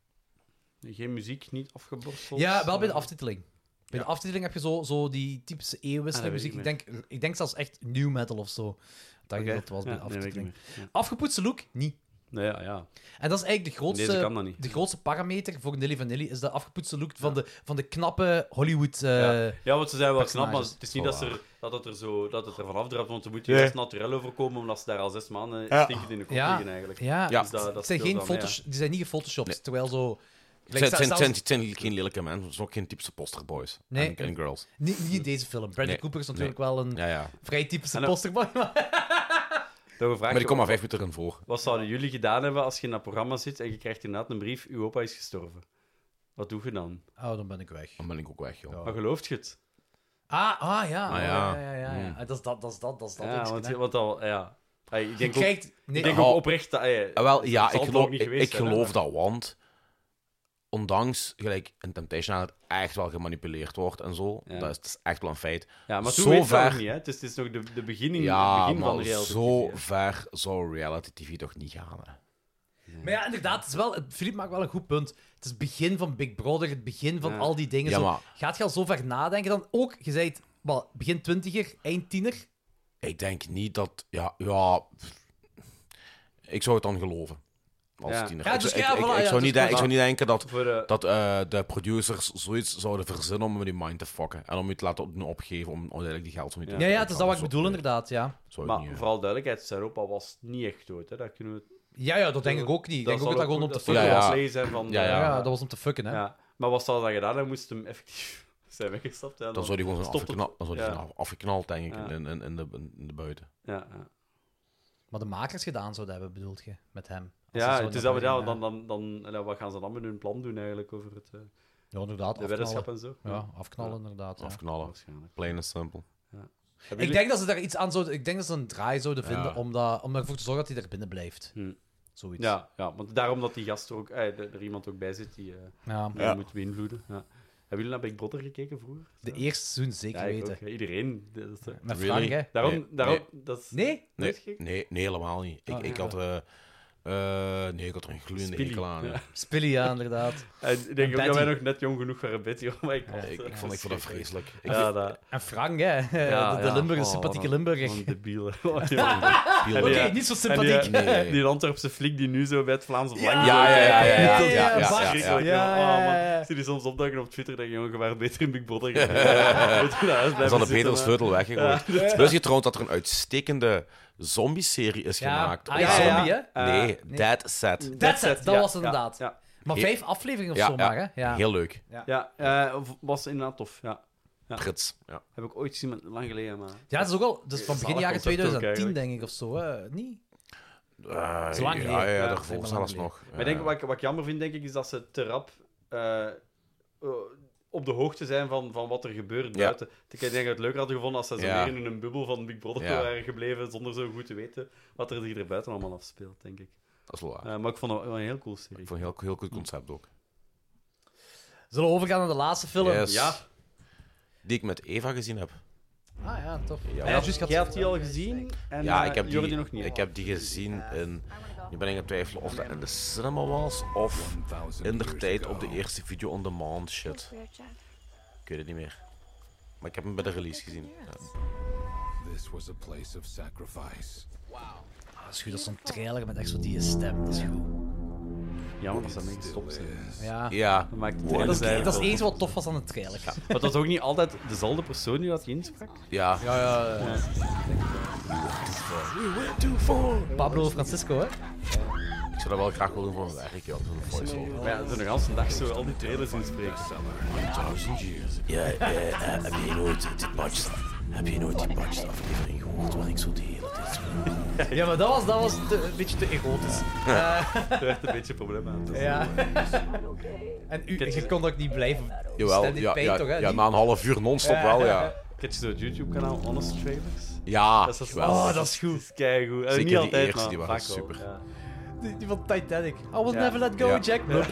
Geen muziek, niet afgeborsteld. Ja, wel bij de aftiteling. Bij Ja. de aftiteling heb je zo, zo die typische eeuwwisseling Ah, dat muziek. weet Ik ik denk, ik denk zelfs echt new metal of zo. Dat Oké. dat was bij Ja, de nee, weet ik aftiteling. niet meer. Ja. Afgepoetste look? Niet. Nee, ja, ja. En dat is eigenlijk de Deze grootste, kan dat niet. de grootste parameter voor Nilly Vanilli, is de afgepoetste look van, de, van de knappe Hollywood... eh, ja. ja, want ze zijn wel knap, maar personages. het is niet dat, ze er, dat, het er zo, dat het er vanaf draait, want ze moeten Nee. juist naturel overkomen, omdat ze daar al zes maanden Ja. stinkend in de kop Ja. liggen eigenlijk. Ja, Ja. Dus dat, dat het zijn speelt geen dan, foto's, die zijn niet gefotoshopt, Nee. terwijl zo... Het zijn, het zijn, zelfs- het zijn, het zijn geen lelijke mensen, het zijn ook geen typische posterboys Nee. en, en girls. Niet, niet in deze film. Bradley Nee. Cooper is natuurlijk wel een Ja, ja. vrij typische En dan- posterboy. Maar... Toch een vraag, Maar ik kom maar vijf minuten erin voor. Wat zouden jullie gedaan hebben als je in dat programma zit en je krijgt inderdaad een brief, uw opa is gestorven? Wat doe je dan? Oh, dan ben ik weg. Dan ben ik ook weg, joh. Ja. Maar gelooft je het? Ah, ah ja. Ah, Oh, ja. ja, ja, ja, ja. Hmm. Ah, Dat is dat, dat is dat, dat is dat. Ja, iets, want, hè. want al, ja. Hey, ik denk Je ook, krijgt... Nee, ik denk Oh. ook oprecht dat... Hey, Ah, wel, dat ja, zal ik het geloof, ook niet ik, geweest ik zijn, hè, geloof maar- dat, want ondanks, gelijk in Temptation Island, echt wel gemanipuleerd wordt en zo. Ja. Dat, is, dat is echt wel een feit. Ja, maar toen zo weet je ver... nog niet, hè. Het is, het is nog de, de beginning, ja, het begin maar van de reality zo T V, hè. ver zou reality T V toch niet gaan, hè. Maar ja, inderdaad, het is wel, Filip maakt wel een goed punt. Het is het begin van Big Brother, het begin van Ja. al die dingen. Ja, Zo, maar- Gaat je al zo ver nadenken dan? Ook, je zei het, wel, begin twintiger, eind tiener. Ik denk niet dat... Ja, ja... Ik zou het dan geloven. Als Ja. tiener. Ja, Ik- dus ik, ja, ik, ik, voilà, ik ja, zou dus niet, de- voilà. ik zou niet denken dat, Voor de- dat eh, de producers zoiets zouden verzinnen om me die mind te fucken. En om je te laten op- opgeven om uiteindelijk die geld van je te Ja, ja, het is dat wat ik bedoel, inderdaad, ja. Zou ik Maar niet, hè. vooral duidelijkheid, Europa was niet echt dood, hè. Dat kunnen we... Ja, ja, dat denk ik ook niet. Ik denk ook dat dat gewoon om te fucken fucken Ja, was. ja. Zijn van, Ja, eh, ja. Ja, dat was om te fucken, hè. Ja. Maar wat zou dat gedaan hebben, moest hem effectief zijn weggestapt. Ja, Dan zou die gewoon zijn stopt het. afgeknald, dan zou die Ja. zijn af- afgeknald, denk ik, Ja. in, in, in, de, in de buiten. Ja, ja. Maar de makers gedaan zouden hebben, bedoelt je, met hem. Als Ja, ze zo het is naar dat we, ja, buiten dan, dan, dan, ja, wat gaan ze dan met hun plan doen eigenlijk over het, uh, Ja, inderdaad, de weddenschap en zo? Ja, afknallen inderdaad. Ja. Afknallen. Waarschijnlijk. Plain and simple. Ja. Ik denk dat ze daar iets aan zouden... Ik denk dat ze een draai zouden Ja. vinden om, dat, om ervoor te zorgen dat hij er binnen blijft. Hm. Zoiets. Ja, ja, want daarom dat die gast er ook, eh, er iemand ook bij zit die, uh, Ja. die Ja. moet beïnvloeden. Ja. Hebben jullie naar Big Brother gekeken vroeger? De eerste seizoen zeker Ja, ik weten. ook, hè. Iedereen. Dat is, uh, Met Really? Frank, hè. daarom, Nee, daarom, nee. dat is... Nee? Nee, Nooit gekeken? nee, nee, helemaal niet. Ik, Oh, ik ja. had... eh eh, nee, ik had er een gloeiende Spilly. hekel aan. Ja. Ja. Spilly, ja, inderdaad. En ik denk En ook dat wij Betty. nog net jong genoeg waren, Betty. Oh my god. Ik, ik, vond, ik vond dat vreselijk. Ik, Ja, dat... En Frank, hè. Ja, de de ja. Limburg, de Oh, sympathieke wat een- Limburger. wat een debiele. Oké, niet zo sympathiek. Die, Nee. die Antwerpse flik die nu zo bij het Vlaamse belang Ja, zo ja, ja, kijkt. ja, ja, Dat is ja, ja, verschrikkelijk, ja, ja. joh. Ja, Oh, man. ja, ja. Ik zie die soms opduiken op Twitter dat je jongen, je waren beter in Big Brother gegaan. Weet je, naar huis Ze blijven hadden beter zitten, als hè. sleutel weggegooid. Wist je trouwens dat er een uitstekende zombie-serie is Ja, gemaakt? ah, op- ja, ja. zombie, hè. Nee, Uh, Dead Set. That's it, dat ja, was het inderdaad. Ja, Maar Heel- vijf afleveringen of Ja, zo maar, hè. ja. Ja. Heel leuk. ja. ja eh, was inderdaad tof. Ja. Ja. Brits. Ja. Heb ik ooit gezien, maar lang geleden. Maar... Ja, het is ook al... Dus van Zalig begin jaren concept ook, twintig tien, eigenlijk. denk ik, of zo, hè. Niet? Uh, is lang ja, geleden. ja, Ja, daarvoor zeg maar zelfs lang nog. Maar ik denk, wat, ik- wat ik jammer vind, denk ik, is dat ze te rap eh, eh, op de hoogte zijn van, van wat er gebeurt Ja. buiten. Ik denk dat het leuker hadden gevonden als ze zo Ja. meer in een bubbel van Big Brother Ja. waren gebleven, zonder zo goed te weten wat er zich er buiten allemaal afspeelt, denk ik. Dat is wel waar. Eh, maar ik vond het wel een heel cool serie. Ik vond het een heel, heel goed concept ook. Zullen we overgaan naar de laatste film? Yes. Ja. Die ik met Eva gezien heb. Ah ja, tof. Ja. Ah, ja, Jij juist had, gaat- jij had die al gezien en Ja, eh, ik heb Jordi die, nog niet. ik heb die gezien in... Nu ben ik aan het twijfelen of dat in de cinema was of in de tijd op de eerste video on demand shit. Ik weet het niet meer. Maar ik heb hem bij de release gezien. Ja. This was a place of sacrifice. Ah, dat is goed, dat is zo'n trailer met echt zo die stem. Dat is goed. Jammer dat ze daarmee gestopt zijn. Ja. Ja. Dat maakt het Dat is, eigenlijk dat is wel eens wat tof was aan de trailer. Maar dat was ook niet altijd dezelfde persoon die dat insprak? Ja. Ja, ja, ja. Pablo Francisco, hè? Ik zou dat wel graag willen doen voor mijn werk, ja, zo'n voice-over. Maar ja, ze de hele dag zo al die trailers inspreken. Ja, eh, eh, heb je nooit die Budge, heb je nooit die Budge aflevering gehoord waar ik zo de hele tijd zo... Ja, maar dat was, dat was te- een beetje te erotisch. Eh, Er werd een beetje een probleem aan. Dus. ja. En u, je kon ook niet blijven Jawel, stand in ja, pijn, ja, toch, hè? ja, Die- na een half uur non-stop wel, ja. Kent je zo het YouTube-kanaal Honest Trailers? Ja, Dat is wel. Oh, dat is goed. Dat is keigoed. Eh, Zeker niet die altijd, eerste, maar die waren vaak wel, super. ja. Die, die van Titanic. I was Ja. never let go, Ja. Jack. Ja.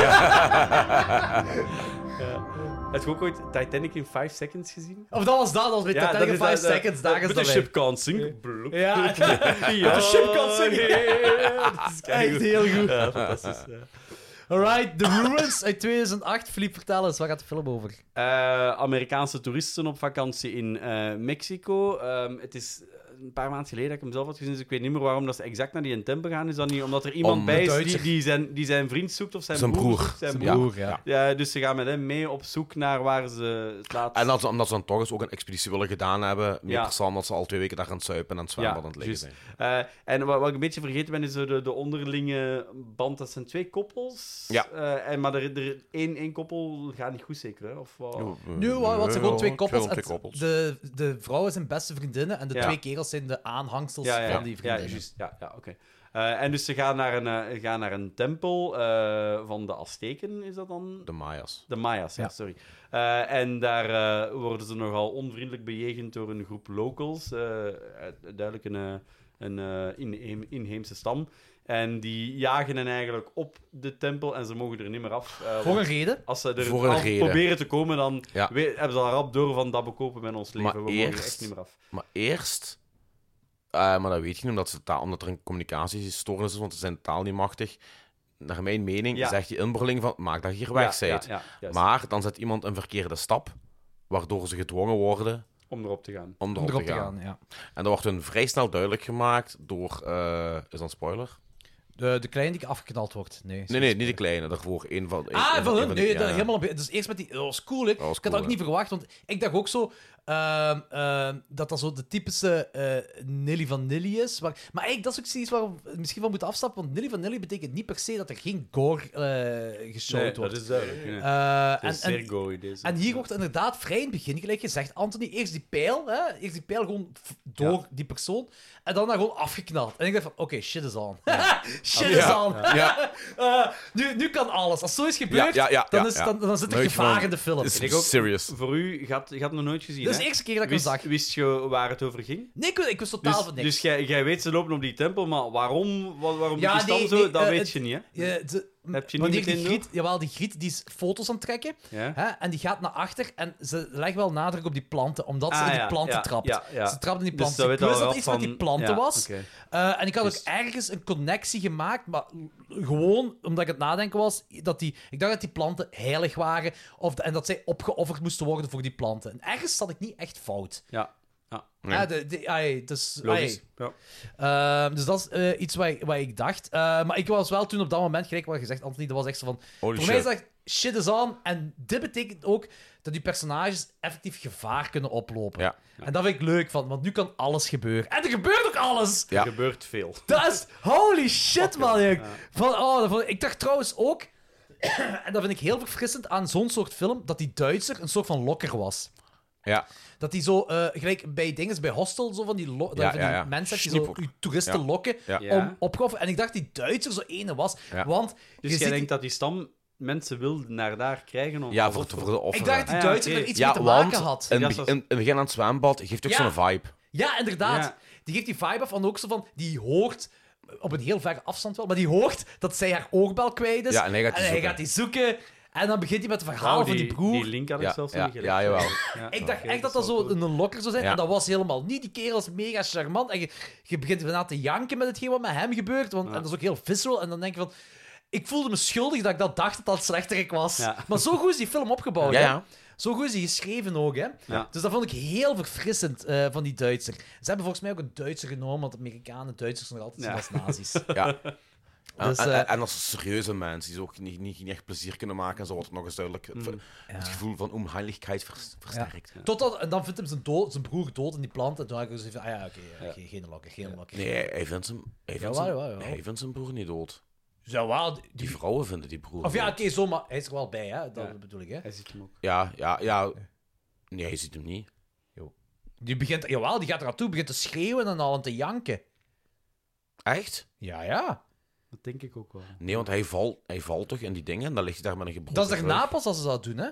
Heb je ook ooit Titanic in five seconds gezien? Of dat was dat, dat was met Ja, Titanic in dat is five dat- seconds. dat- Daar is met dat de bij. ship can't sink. Bloep. Ja, Ja, de ship can't sink. yeah. Dat is Echt keigoed. heel goed. Ja, fantastisch. Ja. Alright, The Ruins uit tweeduizend acht. Philippe, vertel eens, waar gaat de film over? Eh, Amerikaanse toeristen op vakantie in eh, Mexico. Ehm, het is een paar maanden geleden dat ik hem zelf had gezien, dus ik weet niet meer waarom dat ze exact naar die tempel gaan. Is dat niet omdat er iemand Om- bij is die, Duitser. die, zijn, die zijn vriend zoekt of zijn, Zijn broer, broer. zoekt? Zijn Zijn broer. broer, ja. Ja, dus ze gaan met hem mee op zoek naar waar ze het laatst... En dat ze, omdat ze dan toch eens ook een expeditie willen gedaan hebben, meer Ja. persoon dat ze al twee weken daar aan het zuipen en aan het zwemmen aan het liggen juist. zijn. Eh, en wat, wat ik een beetje vergeten ben, is zo de, de onderlinge band. Dat zijn twee koppels. Ja. Eh, en, maar er, er, één, één koppel gaat niet goed, zeker, hè? Of wat? Nu, wat, wat zijn gewoon twee koppels. twee Het- koppels. De, de vrouwen zijn beste vriendinnen en de Ja. twee kerels zijn de aanhangsels Ja, ja, van die ja, vriendinnen. juist. Ja, ja, oké. Eh, en dus ze gaan naar een, eh, gaan naar een tempel eh, van de Azteken, is dat dan? De Mayas. De Mayas, ja, Ja. sorry. Eh, en daar eh, worden ze nogal onvriendelijk bejegend door een groep locals. eh, duidelijk een, eh, een eh, inheem- inheemse stam. En die jagen hen eigenlijk op de tempel en ze mogen er niet meer af. Uh, Voor een reden? Als ze er Voor een af reden. proberen te komen, dan Ja. we- hebben ze al rap door van dat bekopen met ons leven. Maar We mogen er echt eerst, niet meer af. maar eerst uh, maar dat weet je niet, omdat, ze taal, omdat er een communicatiestoornis is, want ze zijn taal niet machtig. Naar mijn mening Ja. zegt die inboorling van, maak dat je hier Ja, weg ja, bent. ja, juist. Maar dan zet iemand een verkeerde stap, waardoor ze gedwongen worden Om erop te gaan. om erop, Om erop te te gaan. gaan, ja. En dat wordt hun vrij snel duidelijk gemaakt door... uh, is dat een spoiler? De, de kleine die afgeknald wordt. Nee, Nee, nee, niet de kleine. Daarvoor een van... Ah, een, van een hun? van Nee, die- dat ja, ja. helemaal op... Dus eerst met die... Dat was cool, hè. Ik was had cool, dat ook ja. niet verwacht, want ik dacht ook zo... ehm, ehm, dat dat zo de typische eh Nilly Vanilli is. Waar, maar eigenlijk, dat is ook zoiets waar we misschien van moeten afstappen, want Nilly Vanilli betekent niet per se dat er geen gore uh, geshowd Nee, wordt. dat is duidelijk. Nee. Uh, Het is en, zeer en, gory, deze. en hier wordt inderdaad vrij in het begin, gelijk gezegd, Anthony, eerst die pijl, hè, eerst die pijl gewoon f- door Ja. die persoon, en dan daar gewoon afgeknald. En ik dacht van, oké, okay, shit is on. shit Ja. is on. Ja. Uh, nu, nu kan alles. Als zo is gebeurd, Ja, ja, ja, dan, ja, is, ja. dan, dan zit er Nooit gevaar van- in de film. is En ik ook, serious. Voor u, je had, je had het nog nooit gezien, Dat is hè? de eerste keer dat ik wist, hem zag. Wist je waar het over ging? Nee, ik, ik wist totaal Dus, van niks. dus jij, jij weet, ze lopen op die tempel, maar waarom, wa- waarom Ja, doet die nee, stam zo, nee, dat eh, weet het- je niet, hè? Ja, de- Heb je niet wanneer die meteen griet, jawel, die griet die is foto's aan het trekken. Ja. Hè, en die gaat naar achter en ze leggen wel nadruk op die planten, omdat ze Ah, in die ja, planten ja, trapt. ja, ja. Ze trapt in die Dus planten. dat Ik weet wist al dat het iets van- met die planten ja, was. oké. Uh, en ik had Dus- ook ergens een connectie gemaakt, maar gewoon omdat ik het nadenken was, dat die, ik dacht dat die planten heilig waren of, en dat zij opgeofferd moesten worden voor die planten. En ergens zat ik niet echt fout. Ja. ja. Nee. Ja, de, de, ai, dus, Logisch. ai. Ja. Uh, dus dat is uh, iets wat, ik- wat ik dacht. Uh, maar ik was wel toen op dat moment, gelijk wat je gezegd, Anthony, dat was echt zo van... Holy voor mij is shit. dat shit is on. En dit betekent ook dat die personages effectief gevaar kunnen oplopen. Ja. En dat vind ik leuk van, want nu kan alles gebeuren. En er gebeurt ook alles! Ja. Er gebeurt veel. Dat is... Holy shit, man. Ik, van, oh, dat vond ik, ik dacht trouwens ook... en dat vind ik heel verfrissend aan zo'n soort film, dat die Duitser een soort van lokker was. Ja. Dat die zo, uh, gelijk bij dingen, bij Hostel, zo van die, lo- Ja, van ja, die ja. mensen die zo Sniper. uw toeristen Ja. lokken Ja. Ja. om opgeofferd. En ik dacht die Duitser zo ene was. Ja. Want Dus je jij ziet- denkt dat die stam mensen wil naar daar krijgen? Om Ja, als voor, offer? voor de offer. ik dacht dat die Ah, ja, Duitser oké. er iets Ja, mee te want maken had. in, Ja, het dat be- was- in, in het begin aan het zwembad geeft ook Ja. zo'n vibe. Ja, inderdaad. Ja. Die geeft die vibe af van ook zo van... Die hoort, op een heel verre afstand wel, maar die hoort dat zij haar oogbel kwijt is. Ja, en hij gaat die zoeken. gaat die zoeken. En dan begint hij met het verhaal Wauw, van die broer. Die link had ik Ja, zelfs ja, niet gelezen. ja, jawel. Ja, Ik dacht oké, echt dat dat is zo wel cool. een lokker zou zijn. Ja. En dat was helemaal niet. Die kerel is mega charmant. En je, je begint daarna te janken met hetgeen wat met hem gebeurt. Want, Ja. En dat is ook heel visceral. En dan denk je van... Ik voelde me schuldig dat ik dat dacht dat dat slechterik was. Ja. Maar zo goed is die film opgebouwd. Ja, hè. ja. Zo goed is die geschreven ook. Hè. Ja. Dus dat vond ik heel verfrissend eh, van die Duitser. Ze hebben volgens mij ook een Duitser genomen. Want Amerikanen Duitsers nog altijd zien Ja. als nazi's. Ja. En, Dus, en, eh, en als serieuze mensen die ze ook niet, niet, niet echt plezier kunnen maken, en zo wordt het nog eens duidelijk het, het Ja. gevoel van onheiligheid vers- versterkt. Ja. Totdat, en dan vindt hem zijn, dood, zijn broer dood in die plant. En toen had ik dus van, ah ja, oké, ja, Ja. geen, geen lokker, geen lokker. Nee, hij vindt zijn, hij vindt Jawel, zijn, jawel, jawel. hij vindt zijn broer niet dood. Zo, wel, die, Die vrouwen vinden die broer Of ja, oké, dood. zo, maar hij is er wel bij, hè? Dat Ja. bedoel ik, hè? Hij ziet hem ook. Ja, ja, ja. Nee, hij ziet hem niet. Die begint, jawel, die gaat er naartoe, begint te schreeuwen en al en te janken. Echt? Ja, ja. Dat denk ik ook wel. Nee, want hij valt, hij valt toch in die dingen en dan ligt hij daar met een gebroken Dat is daarna rug. pas als ze dat doen, hè?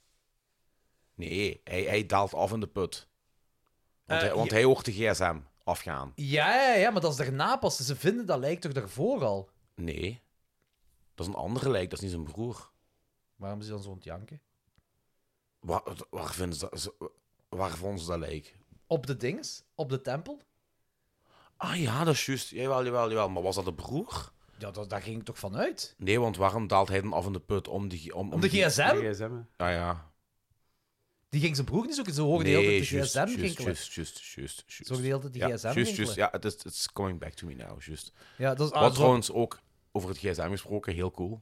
Nee, hij, hij daalt af in de put. Want, Eh, hij, want ja. hij hoort de gsm afgaan. Ja, ja, ja, maar dat is daarna pas. Ze vinden dat lijkt toch daarvoor al? Nee. Dat is een andere lijk, dat is niet zijn broer. Waarom is hij dan zo aan het janken? Waar, waar vinden ze dat? ze- Waar vonden ze dat lijk? Op de dings? Op de tempel? Ah ja, dat is juist. Jawel, jawel, jawel. Maar was dat de broer? Ja, dat, daar ging ik toch van uit? Nee, want waarom daalt hij dan af in de put om die... Om, Om de die- gsm? De gsm, hè. Ah ja. Die ging zijn broer niet zoeken, ze horen de Nee, hele tijd de juist, gsm juist, ginkelen. juist, juist, juist, Ze juist. horen de hele tijd de Ja, gsm juist, ginkelen. juist. Ja, het is it's coming back to me now, juist. Ja, dat is, ah, Wat zo- trouwens ook, over het gsm gesproken, heel cool.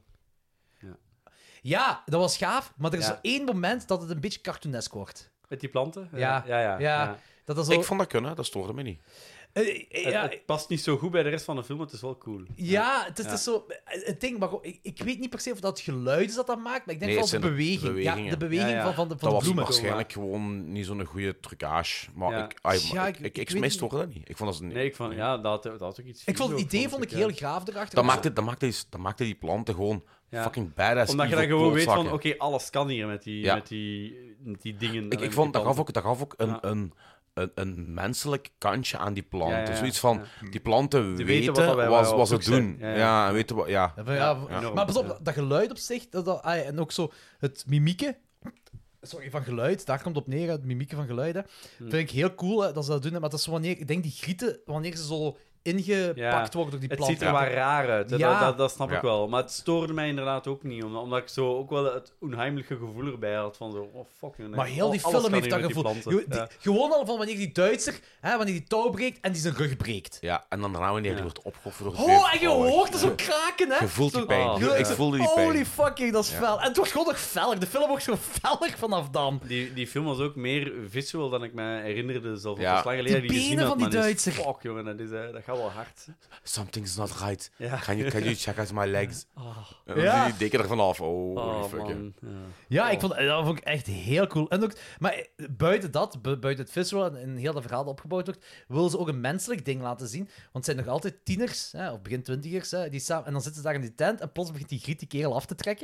Ja, dat was gaaf, maar er is Ja. zo één moment dat het een beetje cartoonesk wordt. Met die planten? Ja, ja, ja. ja. Dat is zo... Ik vond dat kunnen, dat stoorde me niet. Eh, eh, Het, ja, het past niet zo goed bij de rest van de film, maar het is wel cool. ja, het is, Ja. het is zo... Het ding, maar ik, ik weet niet per se of dat het geluid is dat dat maakt, maar ik denk Nee, wel het de zijn de beweging. bewegingen. Ja, de beweging Ja, ja. van, van de, van Dat de was bloemen. waarschijnlijk gewoon niet zo'n goede trucage. Maar Ja. ik, ai, Ja, maar ik- ik, ik, ik ik, weet mij niet. stoorde dat niet. Ik vond dat een, Nee, ik vond, ja, dat, had- dat had ook iets Ik vond het vies idee ook, vond ik ja. heel gaaf erachter. dat, maakte, dat, maakte die, dat maakte die planten gewoon Ja. fucking badass. Omdat je dan evil gewoon weet van, klootzakken. oké, alles kan hier met die, Ja. met die, met die dingen. Ik, en ik met vond, die dat gaf planten. ook, dat gaf ook een, Ja. een, een, een menselijk kantje aan die planten. Ja, ja, ja. Zoiets van, Ja. die planten Die weten, weten wat wij- wat, wat wat ze op zoek zijn. doen. Ja, Ja, ja. en weten wat... Ja. Ja, ja, Ja. Maar pas op, dat, dat geluid op zich, dat, dat, ah, ja, en ook zo het mimieken, sorry, van geluid, daar komt het op neer, het mimieken van geluiden, Hm. vind ik heel cool hè, dat ze dat doen, hè, maar dat is zo wanneer, ik denk die grieten, wanneer ze zo ingepakt Ja, worden door die het planten. ziet er wel raar uit, hè. Ja. Dat, dat, dat snap Ja. ik wel. Maar het stoorde mij inderdaad ook niet, omdat, omdat ik zo ook wel het onheimelijke gevoel erbij had van zo, oh fuck. joh, nee, Maar heel die alles film kan heeft hier dat met die gevoel. planten. Je- die- Ja. Gewoon al van wanneer die Duitser, hè, wanneer die touw breekt en die zijn rug breekt. Ja, en dan daarna wanneer die Ja. wordt opgeofferd door Oh, twee en je vrouwen. hoort er zo kraken, hè? Je voelt die Zo- pijn. Oh, Je- ja. Ik voelde die pijn. Holy fucking, dat is Ja. fel. En het wordt gewoon nog feller. De film wordt zo feller vanaf dan. Die, die film was ook meer visual dan ik me herinnerde zelf Ja. ja. lang geleden Die die gezien benen had, van die man. Is- Duitser. Fuck, jongen, dat, is, eh, dat gaat wel hard. Something's not right. Ja. Can, you, can you check out my legs? Oh. En dan Ja. zie je die deken ervan af. Oh, Oh, holy fuck. ja. man. Ja. Ja, Oh. ik vond, dat vond ik echt heel cool. En ook, maar eh, buiten dat, bu- buiten het visual en, en heel dat verhaal dat opgebouwd wordt, willen ze ook een menselijk ding laten zien. Want het zijn nog altijd tieners, hè, of begin twintigers, hè, die samen, en dan zitten ze daar in die tent en plots begint die griet die kerel af te trekken.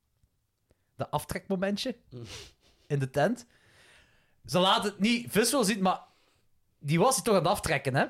Dat aftrekmomentje in de tent. Ze laten het niet visual zien, maar die was hij toch aan het aftrekken, hè?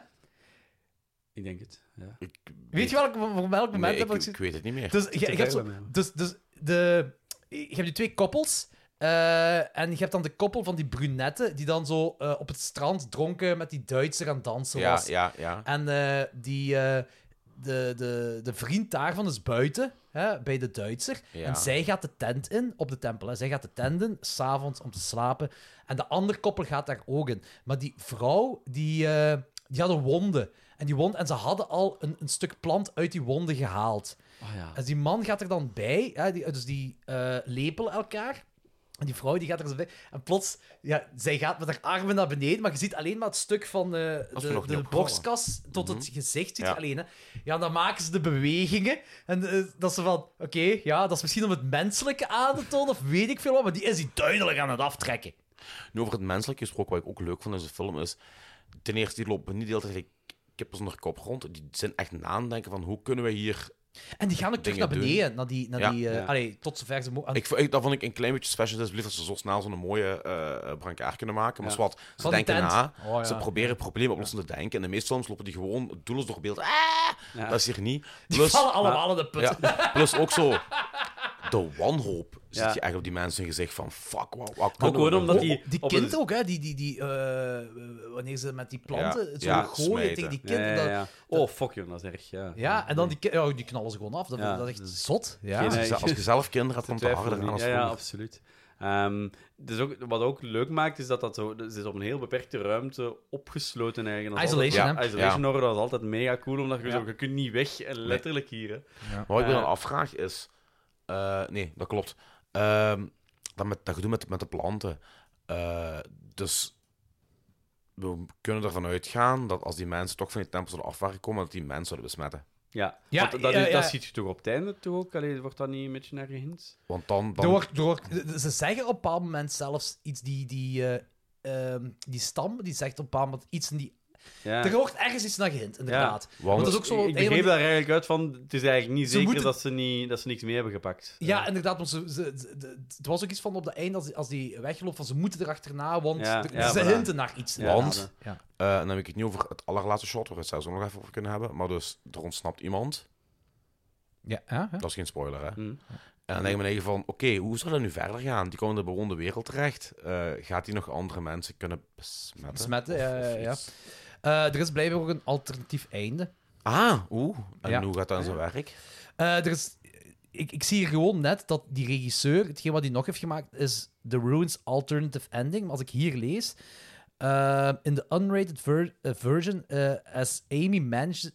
Ik denk het, ja. Ik Weet je welk, voor welk moment Nee, heb ik, ik... ik weet het niet meer. Dus, je, je hebt zo, dus, dus de, je hebt die twee koppels. eh, en je hebt dan de koppel van die brunette. Die dan zo eh, op het strand dronken met die Duitser aan het dansen Ja, was. ja, ja. En eh, die, eh, de, de, de vriend daarvan is buiten. Hè, bij de Duitser. Ja. En zij gaat de tent in op de tempel. Hè. Zij gaat de tent in, s'avonds om te slapen. En de andere koppel gaat daar ook in. Maar die vrouw, die, eh, die had een wonde. En, die wond, en ze hadden al een, een stuk plant uit die wonde gehaald. Oh, ja. En die man gaat er dan bij, hè, die, dus die eh, lepelen elkaar. En die vrouw die gaat er zo bij. En plots, ja, zij gaat met haar armen naar beneden, maar je ziet alleen maar het stuk van eh, me nog de, niet de opgevallen. borstkas tot Mhm. het gezicht, ziet Ja. je alleen. Hè. Ja, dan maken ze de bewegingen. En eh, dat ze van, oké, ja, dat is misschien om het menselijke aan te tonen, of weet ik veel wat, maar die is die duidelijk aan het aftrekken. Nu, over het menselijke gesproken, wat ik ook leuk vond in deze film is... Ten eerste, die lopen niet de hele tijd like, kippen zonder kop rond. Die zijn echt na aan het denken van, hoe kunnen we hier... En die gaan ook terug dingen naar doen? beneden, naar die, naar Ja. die eh, Ja. allee, tot zover ze mogen. Ik, v- ik, dat vond ik een klein beetje special disbelief dat ze zo snel zo'n mooie eh brancard kunnen maken. Maar Ja. zwart, ze Van die denken tent. na, Oh, ja. ze proberen probleemoplossend te denken. En de meeste films lopen die gewoon doelloos door beeld. Ah! Ja. Dat is hier niet. Die Plus, vallen allemaal in de put. ja, plus ook zo... De wanhoop Ja. zit je echt op die mensen hun gezicht van... Fuck, wat, wat Ook kunnen gewoon we omdat nog? die... Die op kind een- ook, hè? Die, die, die, eh, wanneer ze met die planten Ja, zo ja, gooien smijten. tegen die Ja, kind. ja, dat- ja. Oh, fuck, joh, dat is erg, ja. ja, en dan die, ki- ja, die knallen ze gewoon af. Dat, Ja. dat is echt zot. Ja. Geen- Als je, als je zelf kinderen hebt, Te komt het twijfelen harder aan niet. als Ja, ja, vroeger. absoluut. Ehm, dus ook, wat ook leuk maakt, is dat dat zo... Ze is op een heel beperkte ruimte opgesloten eigenlijk. Dat is Isolation, altijd- hè? ja, Isolation Ja. horror, dat is altijd mega cool, omdat je Ja. zo... Je kunt niet weg, en letterlijk hier, hè. Ja. Maar wat ik me dan Eh, afvraag is... eh, nee, dat klopt. Ehm, dat, met, dat gedoe met, met de planten. Eh, dus we kunnen ervan uitgaan dat als die mensen toch van die tempel zouden afwerken komen, dat die mensen zouden besmetten. Ja, Ja, Want dat, ja, dat ja. ziet je toch op het einde toch ook? Allee, wordt dat niet een beetje naar gehint? Want dan... dan Er wordt- er wordt- ze zeggen op een bepaald moment zelfs iets die... die eh, ehm, die stam, die zegt op een bepaald moment iets in die... Ja. Er wordt ergens iets naar gehind, inderdaad. Want- Want dat is ook zo... ik een begreep van die- daar eigenlijk uit van... Het is eigenlijk niet Ze zeker moeten- dat, ze niet, dat ze niks mee hebben gepakt. Ja, inderdaad. Want ze, ze, ze- de- het was ook iets van op het einde, als die, als die wegloopt, van ze moeten er achterna, want Ja, er- ja, ze voilà. hinten naar iets. Ja, Want, Ja. eh, dan heb ik het niet over het allerlaatste shot, waar we het zelfs ook nog even over kunnen hebben. Maar dus, er ontsnapt iemand. Ja, ja, ja. Dat is geen spoiler, hè? Hm. En dan denk je me van, oké, hoe zal dat nu verder gaan? Die komen in de bewoonde wereld terecht. Eh, gaat hij nog andere mensen kunnen besmetten? Besmetten, Of- ja, of ja, ja. iets? Eh, er is blijkbaar ook een alternatief einde. Ah, oeh. En Ja. hoe gaat dat in zijn werk? Eh, er is, ik, ik zie hier gewoon net dat die regisseur, hetgeen wat hij nog heeft gemaakt, is The Ruins Alternative Ending. Maar als ik hier lees, eh, in de unrated ver- eh, version, eh, as Amy manages...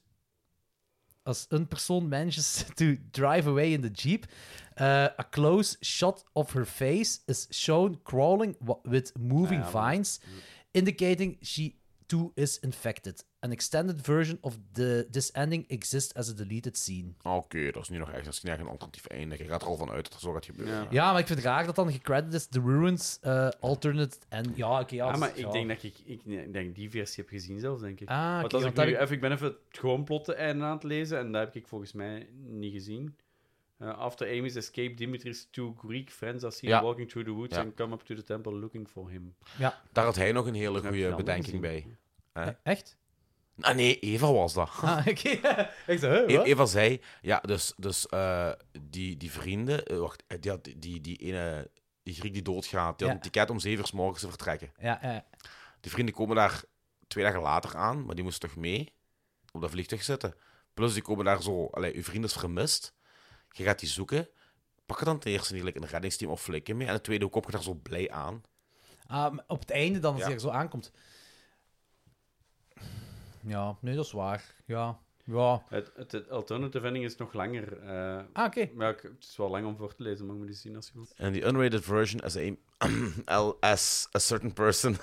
Als een persoon manages to drive away in the jeep, uh, a close shot of her face is shown crawling wa- with moving Ah, ja, maar- vines, indicating she too is infected. An extended version of the, this ending exists as a deleted scene. Oké, dat is nu nog echt, dat is niet echt een alternatief einde. Je gaat er al van uit dat er zo gaat gebeuren. Ja. Ja, maar ik vind het raar dat dan gecrediteerd is The Ruins uh, Alternate en ja, oké. ja, Ah, dat- maar ja. ik denk dat ik, ik, ik denk die versie heb gezien zelfs, denk ik. Ah, Want oké, als want ik, dat nu, heb ik- even, ik ben even het gewoon plotte einde aan het lezen en dat heb ik volgens mij niet gezien. Uh, after Amy's escape, Dimitri's two Greek friends are seen Ja. walking through the woods Ja. and come up to the temple looking for him. Ja. Daar had hij nog een hele Dat heb je goede dan bedenking gezien. bij. Hè? Echt? Ah, nee, Eva was dat. Ah, oké. Ik zei, huh, E- wat? Eva zei, ja, dus, dus uh, die, die vrienden, uh, wacht, die, had, die, die ene, die Griek die doodgaat, die had Ja. een ticket om zeven uur 's morgens te vertrekken. Ja, ja. Die vrienden komen daar twee dagen later aan, maar die moesten toch mee op dat vliegtuig zitten. Plus, die komen daar zo, allee, uw vriend is vermist, je gaat die zoeken, pak je dan ten eerste niet like, een reddingsteam of flikken mee, en het tweede, hoe kom je daar zo blij aan? Ah, maar op het einde dan, als Ja. hij er zo aankomt. Ja, nee, dat is waar. Ja, ja. Het, het, het alternative ending is nog langer. Uh, ah, oké. Okay. Maar ja, het is wel lang om voor te lezen, maar ik moet eens zien als je wilt. And the unrated version, as a, as a certain person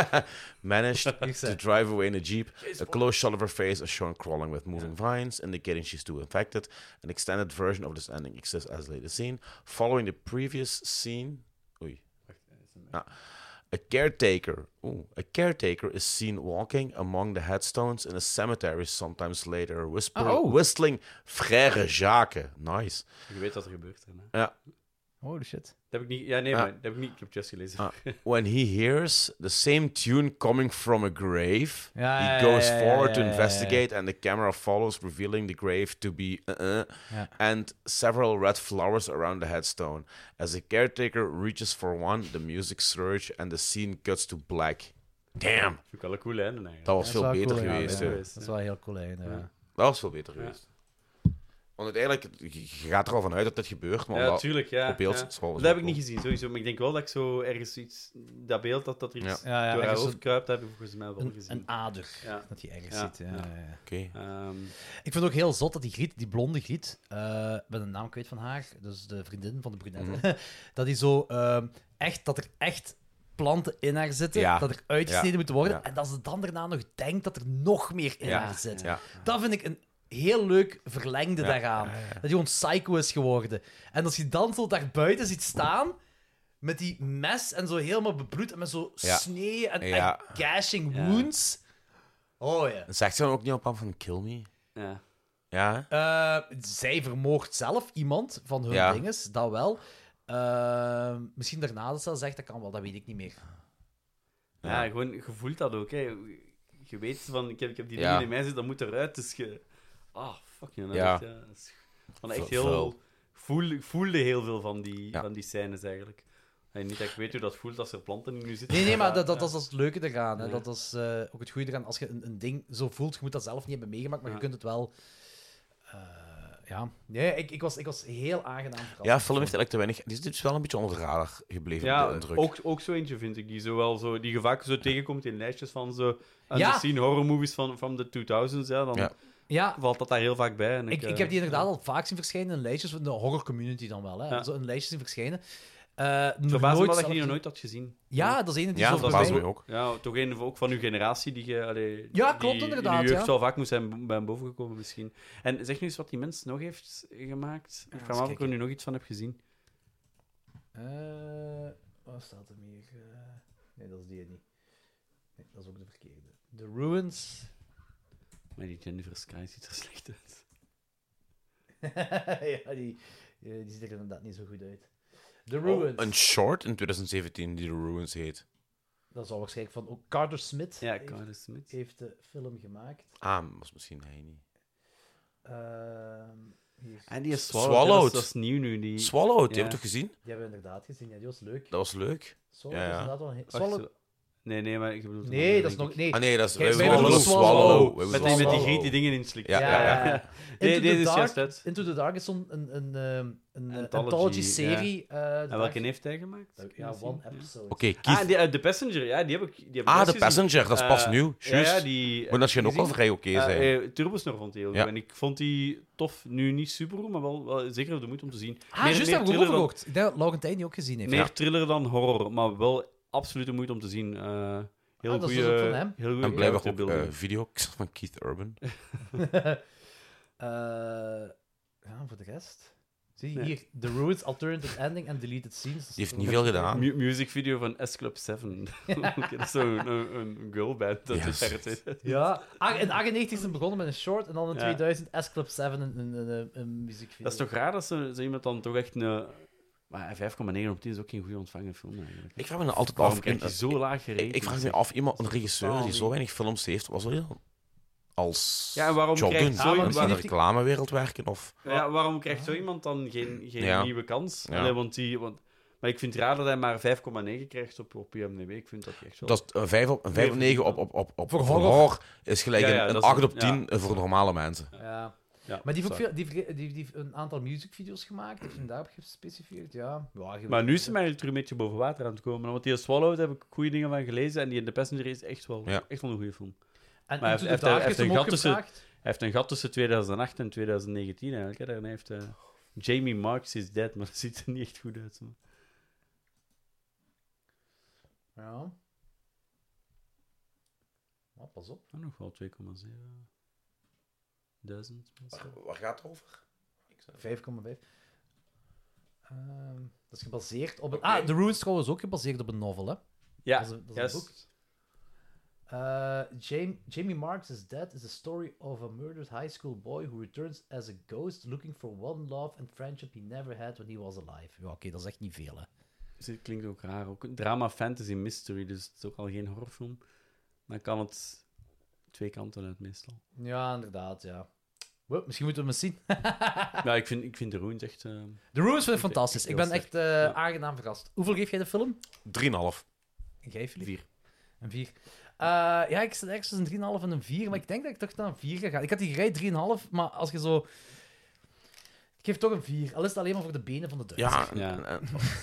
managed to drive away in a jeep, a close shot of her face is shown crawling with moving vines, indicating she's too infected. An extended version of this ending exists as later seen. Following the previous scene... Oei. Ah. A caretaker, ooh, a caretaker is seen walking among the headstones in a cemetery sometimes later, whisper, oh. whistling Frère Jacques. Nice. Je weet wat er gebeurt. Hè? Ja. Holy shit. Dat heb ik niet... Ja, nee, Ah. maar dat heb ik niet... Ik heb het just gelezen. Ah. When he hears the same tune coming from a grave, ja, he ja, goes ja, ja, forward ja, to ja, ja, investigate, ja. and the camera follows, revealing the grave to be uh-uh, Ja. and several red flowers around the headstone. As the caretaker reaches for one, the music surge and the scene cuts to black. Damn! Vind ik wel een cool einde eigenlijk. Dat was veel wel beter cool, ja, geweest. ja. hè. Dat is wel een heel cool einde, ja. Ja. Dat was veel beter Ja. geweest. Want uiteindelijk, je je gaat er al vanuit dat dit gebeurt, maar Ja, dat tuurlijk, ja. op beeld ja. is wel- Dat is heb wel ik niet cool. gezien, sowieso. Maar ik denk wel dat ik zo ergens iets... Dat beeld dat, dat er iets Ja. Ja, ja, door haar ergens hoofd een- kruipt, heb ik volgens mij wel Een, gezien. een ader, Ja. dat je ergens Ja, ziet. Ja, ja. ja, ja. Oké. Ehm, Ik vind het ook heel zot dat die Griet, die blonde Griet, uh, ik ben de naam kwijt van haar, dus de vriendin van de brunette, Mhm. dat die zo ehm, echt, dat er echt planten in haar zitten, Ja. dat er uitgesneden Ja. moeten worden, Ja. en dat ze dan daarna nog denkt dat er nog meer in Ja. haar zit. Ja. Dat vind ik een heel leuk verlengde Ja. daaraan. Ja, ja, ja. Dat hij gewoon psycho is geworden. En als je dan zo daar buiten ziet staan, met die mes en zo helemaal bebloed, en met zo Ja. snee en, Ja. en gashing Ja. wounds. Oh ja. Zegt ze dan ook niet op aan van kill me? ja. Ja? Uh, zij vermoordt zelf iemand van hun Ja. dinges, dat wel. Uh, misschien daarna dat ze dat zegt, dat kan wel, dat weet ik niet meer. Ja, gewoon, je voelt dat ook. Hè. Je weet van, ik heb, ik heb die Ja. dingen in mij zitten, dat moet eruit. Dus je... Ah, fuck je. Ja. Echt, ja. Dat is van echt Vuil. heel... Ik voelde, ik voelde heel veel van die, Ja. van die scènes eigenlijk. En niet dat ik weet hoe dat voelt als er planten in nu zitten. Nee, nee, maar dat, dat, Ja. dat is het leuke eraan. Hè. Ja. Dat is uh, ook het goede eraan. Als je een, een ding zo voelt, je moet dat zelf niet hebben meegemaakt, maar Ja. je kunt het wel... Uh, ja, nee, ik, ik, was, ik was heel aangenaam verrast. Ja, film heeft eigenlijk te weinig... Die is dus wel een beetje onder de radar gebleven, Ja, de indruk. ook, ook zo eentje vind ik, die, zo wel zo, die je vaak zo tegenkomt in lijstjes van zo Ja. unseen horror movies van, van de tweeduizends. Ja, dan Ja. Ja. valt dat daar heel vaak bij. En ik, Ik, ik eh, heb die inderdaad al vaak zien verschijnen in lijstjes, van de horror community dan wel. Hè. Ja. Zo in lijstjes zien verschijnen. Uh, Het verbaast me wel dat je die nog nooit had gezien. Ja, dat is een die Ja, zo dat voorbij... verbaast me ook. Ja, toch een ook van uw generatie die je... Allee, Ja, die klopt, inderdaad, In je jeugd ja. wel vaak moest zijn bij boven gekomen misschien. En zeg nu eens wat die mens nog heeft gemaakt. Ik vraag me af of ik er nu nog iets van heb gezien. Uh, wat staat er meer? Uh, nee, dat is die niet. Nee, dat is ook de verkeerde. The Ruins. Maar die Jennifer Sky ziet er slecht uit. Ja, die, die ziet er inderdaad niet zo goed uit. The Ruins. Oh, een short in twintig zeventien die The Ruins heet. Dat zal waarschijnlijk van... Ook Carter Smith Ja, heeft, Carter Smith. heeft de film gemaakt. Ah, was misschien hij niet. Uh, hier. En die is Swallowed. Swallowed. Dat is, dat is nieuw nu. Die... Swallowed, die Ja. heb je toch gezien? Die hebben we inderdaad gezien. Ja, die was leuk. Dat was leuk. Swallowed Ja, is ja. inderdaad wel... een he- Wacht, Swallowed... zo- Nee, nee, maar ik bedoel... een Nee, andere, dat is denk nog... ik. Nee. Ah nee, dat is... Kijk, wij wij bedoelen bedoelen Swallow. Swallow. Wij Met bedoelen die, met die Swallow. griet die dingen inslikt. Ja, Ja, ja, ja, ja. ja. Nee, Into, dit the is Dark, juist uit. Into the Dark is zo'n een, een, een, een Anthology, anthology-serie. ja. uh, En welke heeft hij gemaakt? Ja, Kun je one zien? episode. Oké, Ah, Keith. die, uh, The Passenger, ja, die heb ik, die heb ik Ah, juist The gezien. Passenger, dat is pas Eh, nieuw. Ja, Juist. ja, die... Maar dat schijnt ook wel gezien? vrij oké Eh, zijn. eh, Turbosnor vond hij heel Ja. goed. En ik vond die tof, nu niet super goed, maar wel, wel zeker de moeite om te zien. Ah, juist, daar heb ik ook thriller over dan- gehoord. Ik denk dat Laurentijn die ook gezien heeft. Meer Ja. thriller dan horror, maar wel absoluut de moeite om te zien. Uh, heel Ah, dat is goede, dus ook van hem. heel goede En blijkbaar ook characterbeelding. uh, video's van Keith Urban. uh, ja, voor de rest... Zie je Nee. hier, The Roots, Alternative Ending en Deleted Scenes. Die heeft niet veel gedaan. Mu music video van S Club zeven. Dat is zo'n een, een girlband. Dat Yes. is er. Ja, ach- in achtennegentig is het begonnen met een short en dan in Ja. tweeduizend S Club zeven een, een, een, een muziekvideo. Dat is toch raar dat zo, zo iemand dan toch echt een... Maar vijf komma negen op tien is ook geen goed ontvangen film eigenlijk. Ik vraag me dan altijd Waarom af... krijg je zo laag gereden? Ik, ik vraag me af, iemand, een regisseur die zo weinig films heeft, was hij dan als Ja, en waarom John krijgt Gunn zo in iemand- de reclamewereld werken? Of... Ja, waarom krijgt zo iemand dan geen, geen Ja. nieuwe kans? Ja. Allee, want die, want, maar ik vind het raar dat hij maar vijf komma negen krijgt op, op I M D B. Ik vind dat echt wel... Dat is een vijf op, een vijf op negen op, op, op, op Voor voor horror. horror is gelijk Ja, ja, een, een dat is acht een- op tien ja. voor normale mensen. Ja. Ja, Maar die heeft ook sorry. veel, die, die, die heeft een aantal musicvideo's gemaakt, heeft hem daarop gespecificeerd. Ja. Ja, je Maar weet- nu is hij eigenlijk terug een beetje boven water aan het komen. Want die Swallowed heb ik goede dingen van gelezen. En die in The Passenger is echt wel, Ja. echt wel een goede film. En Maar hij Into heeft, the hij Dark heeft, heeft een hem ook gat tussen, hij gevraagd. heeft een gat tussen tweeduizend acht en tweeduizend negentien eigenlijk. Hè. Daarna heeft uh, Jamie Marks is dead, maar dat ziet er niet echt goed uit. Zo. Ja. Oh, pas op. Ah, nog wel twee komma zeven duizend mensen. Waar gaat het over? vijf komma vijf. Ehm, dat is gebaseerd op een... Ah, The Ruins trouwens ook gebaseerd op een novel, hè? Ja, dat is, een- dat is yes. een boek. Uh, Jamie, Jamie Marks is Dead is the story of a murdered high school boy who returns as a ghost looking for one love and friendship he never had when he was alive. Ja, oké, okay, dat is echt niet veel, hè. Dus dit klinkt ook raar. Ook een drama, fantasy, mystery. Dus het is ook al geen horrorfilm. Dan kan het twee kanten uit meestal. Ja, inderdaad, ja. Well, misschien moeten we hem eens zien. Ja, ik vind, ik vind The Ruins echt... Uh, The Ruins vind ik fantastisch. Ik ben heel echt sterk. uh, Ja. aangenaam verrast. Hoeveel geef jij de film? drie komma vijf. En jij, Filip? Vier. Een vier. Uh, ja, ik zit ergens tussen een drie komma vijf en een vier, maar ik denk dat ik toch naar een vier ga gaan. Ik had die gereden drie komma vijf, maar als je zo... Ik geef toch een vier. Al is het alleen maar voor de benen van de Duitsers. Ja, en- en-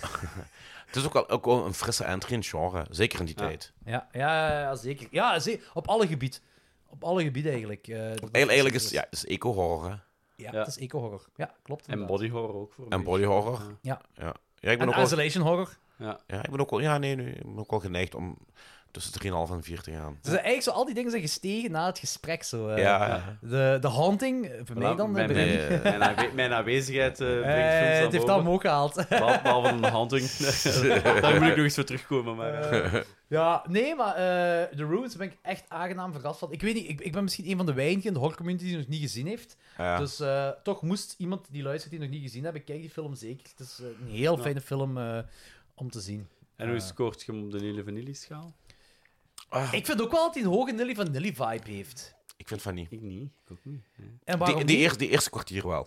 het is ook wel, ook wel een frisse entry in het genre, zeker in die Ja. tijd. Ja, ja, ja, zeker. Ja, ze- op alle gebieden. Op alle gebieden eigenlijk. Uh, dat- Eigenlijk, eigenlijk is ja, het is eco-horror, hè. Ja, het is eco-horror. Ja, klopt. En inderdaad. body horror ook. Voor een En beetje. body horror. Ja. Ja, ja ik ben En ook wel, isolation horror. Ja. ja, ik ben ook wel, ja, nee, nee, ik ben ook wel geneigd om tussen drie komma vijf en vier te gaan. Dus eigenlijk zo, al die dingen zijn gestegen na het gesprek. Zo, uh, Ja, ja. De, de haunting, uh, voor mij Voilà, dan... Mijn, uh, mijn, begin- mijn, aanwe- mijn aanwezigheid uh, brengt Eh, films het naar heeft boven. dat omhoog gehaald. Behalve behalve een haunting. Daar moet ik nog eens voor terugkomen. Maar, uh, Eh, ja, nee, maar uh, The Ruins ben ik echt aangenaam verrast van. Ik weet niet, ik, ik ben misschien een van de weinigen in de horror-community die nog niet gezien heeft. Ja. Dus uh, toch moest iemand die luistert die nog niet gezien hebben, kijk die film zeker. Het is uh, een heel Ja. fijne film uh, om te zien. en hoe Uh, scoort je hem op de Nille Vanilli-schaal? Ah, Ik vind ook wel dat hij een hoge Nilly van Nilly vibe heeft. ik vind van niet. Ik niet. Ik ook niet. Nee. En waarom Die, die, niet? eerste, die eerste kwartier wel.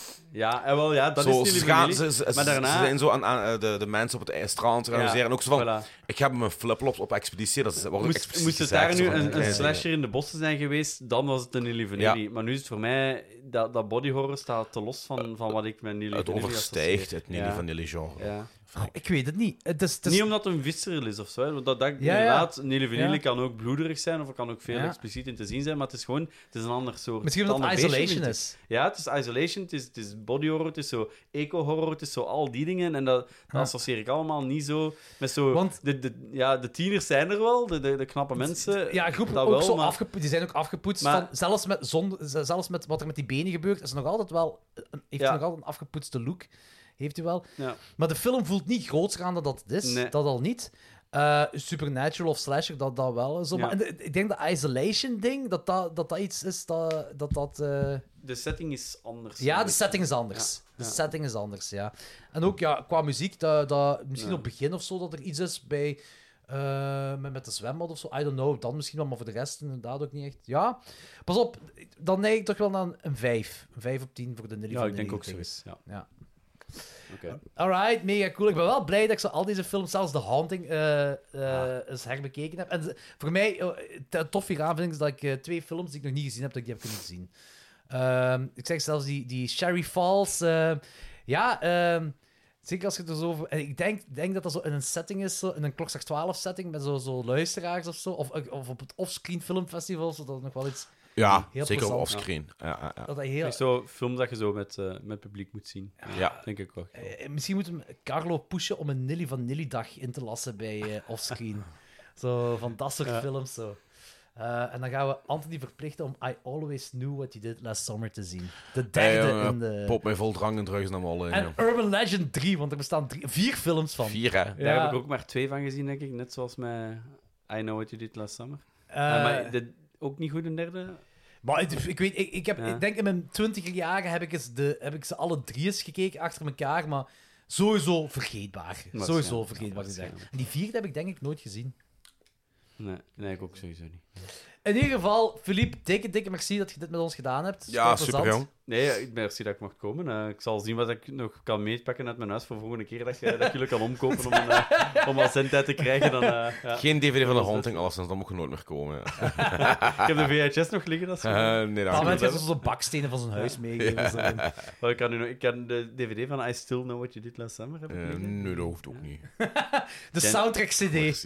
Ja, en wel, ja, dat Zo, is ze, Nille gaan, Vanilli. ze, ze, maar daarna... ze zijn zo aan, aan eh, de, de mensen op het ijs- strand te organiseren. En ook zo van, voilà. ik heb mijn flipflops op expeditie. Dat is, wordt ook Moest, expliciet moest het gezegd, daar zo nu van die een, een kleine dingen. slasher in de bossen zijn geweest, dan was het een Nille Vanilli. Maar nu is het voor mij, dat, dat body horror staat te los van, van wat ik met Nille Het Vanilli overstijgt associeer. het Nille Ja. Vanilli genre. Ja. Oh, ik weet het niet. Het is, het is... Niet omdat het een visceral is of zo. Hè. Want dat, dat, Ja, ja. inderdaad, Nille Vanilli Ja. kan ook bloederig zijn, of er kan ook veel Ja. expliciet in te zien zijn, maar het is gewoon het is een ander soort. Misschien omdat ander het beestje, isolation vind ik. is. Ja, het is isolation, het is, het is body horror, het is zo eco-horror, het is zo al die dingen. En dat, dat Ja. associeer ik allemaal niet zo met zo... Want- de, de, ja, de tieners zijn er wel, de, de, de knappe mensen. Ja, groepen dat ook wel, zo maar- afgepoetst. Die zijn ook afgepoetst. Maar- Van, zelfs, met zon, zelfs met wat er met die benen gebeurt, is nog altijd wel, een, heeft Ja. hij nog altijd een afgepoetste look. Heeft hij wel. Ja. Maar de film voelt niet grootscher aan dan dat het is. Nee. Dat al niet. Uh, Supernatural of Slasher, dat, dat wel. Zo. Ja. Maar de- ik denk dat Isolation-ding, dat dat, dat dat iets is dat... dat, dat uh... De setting is anders. Ja, de setting is anders. Ja. De Ja. setting is anders, ja. En ook ja, qua muziek, dat, dat, misschien Ja. op het begin of zo, dat er iets is bij... uh, met, met de zwembad of zo. I don't know. Dan misschien wel, maar voor de rest inderdaad ook niet echt. Ja, pas op. Dan neig ik toch wel naar een vijf. Een vijf op tien voor de Nelly Ja, van ik denk Nelly ook zo gekregen. is. Ja. Ja. Oké. Alright, mega cool. Ik ben wel blij dat ik zo al deze films, zelfs The Haunting, uh, uh, eens herbekeken heb. En ze- voor mij, uh, t- tof hieraan vind ik is dat ik uh, twee films die ik nog niet gezien heb, dat ik die heb kunnen zien. Ehm, ik zeg zelfs die, die Sherry Falls. uh, ja, ehm, zeker als je het er zo over... en Ik denk, denk dat dat zo in een setting is, zo, in een Klokslag twaalf setting, met zo, zo luisteraars of zo. Of, of op het Offscreen Filmfestival, zodat het nog wel iets... Ja, heel zeker plezant- offscreen. Ja, ja, ja. Dat dat heel... Echt zo'n film dat je zo met, uh, met publiek moet zien. Ja. Denk ik ook. Eh, Misschien moeten we Carlo pushen om een Nilly van Nilly dag in te lassen bij eh, Offscreen. Zo van dat soort Ja. films. Zo. Uh, en dan gaan we Anthony verplichten om I Always Knew What You Did Last Summer te zien. De derde hey, uh, in de... Pop mij vol drank en drugs naar alle. En ja. Urban Legend drie, want er bestaan drie, vier films van. Vier, hè? Daar ja. heb ik ook maar twee van gezien, denk ik. Net zoals met I Know What You Did Last Summer. Uh, uh, maar de, ook niet goed een derde... Maar ik, ik weet, ik, ik, heb, ja. ik denk in mijn twintiger jaren heb ik, eens de, heb ik ze alle drie eens gekeken achter elkaar, maar sowieso vergeetbaar. Maar sowieso ja, vergeetbaar ja, gezegd. En die vierde heb ik denk ik nooit gezien. Nee, nee, ik ook sowieso niet. In ieder geval, Philippe, dikke, dikke merci dat je dit met ons gedaan hebt. Ja, super jong. Nee, merci dat ik mocht komen. Uh, ik zal zien wat ik nog kan meepakken uit mijn huis voor de volgende keer dat, je, dat jullie kan omkopen om, een, uh, om al zendtijd te krijgen. Dan, uh, ja. Geen D V D van de Haunting, alleszins, dan moet je nood meer komen. Ja. Ik heb de V H S nog liggen. Dat is uh, nee, dat Dan heb je zo'n bakstenen van zijn huis ja. meegegeven. Ja. Well, ik, kan nu nog, ik kan de D V D van I Still Know What You Did Last Summer hebben. Uh, nee, dat hoeft ook niet. De soundtrack C D.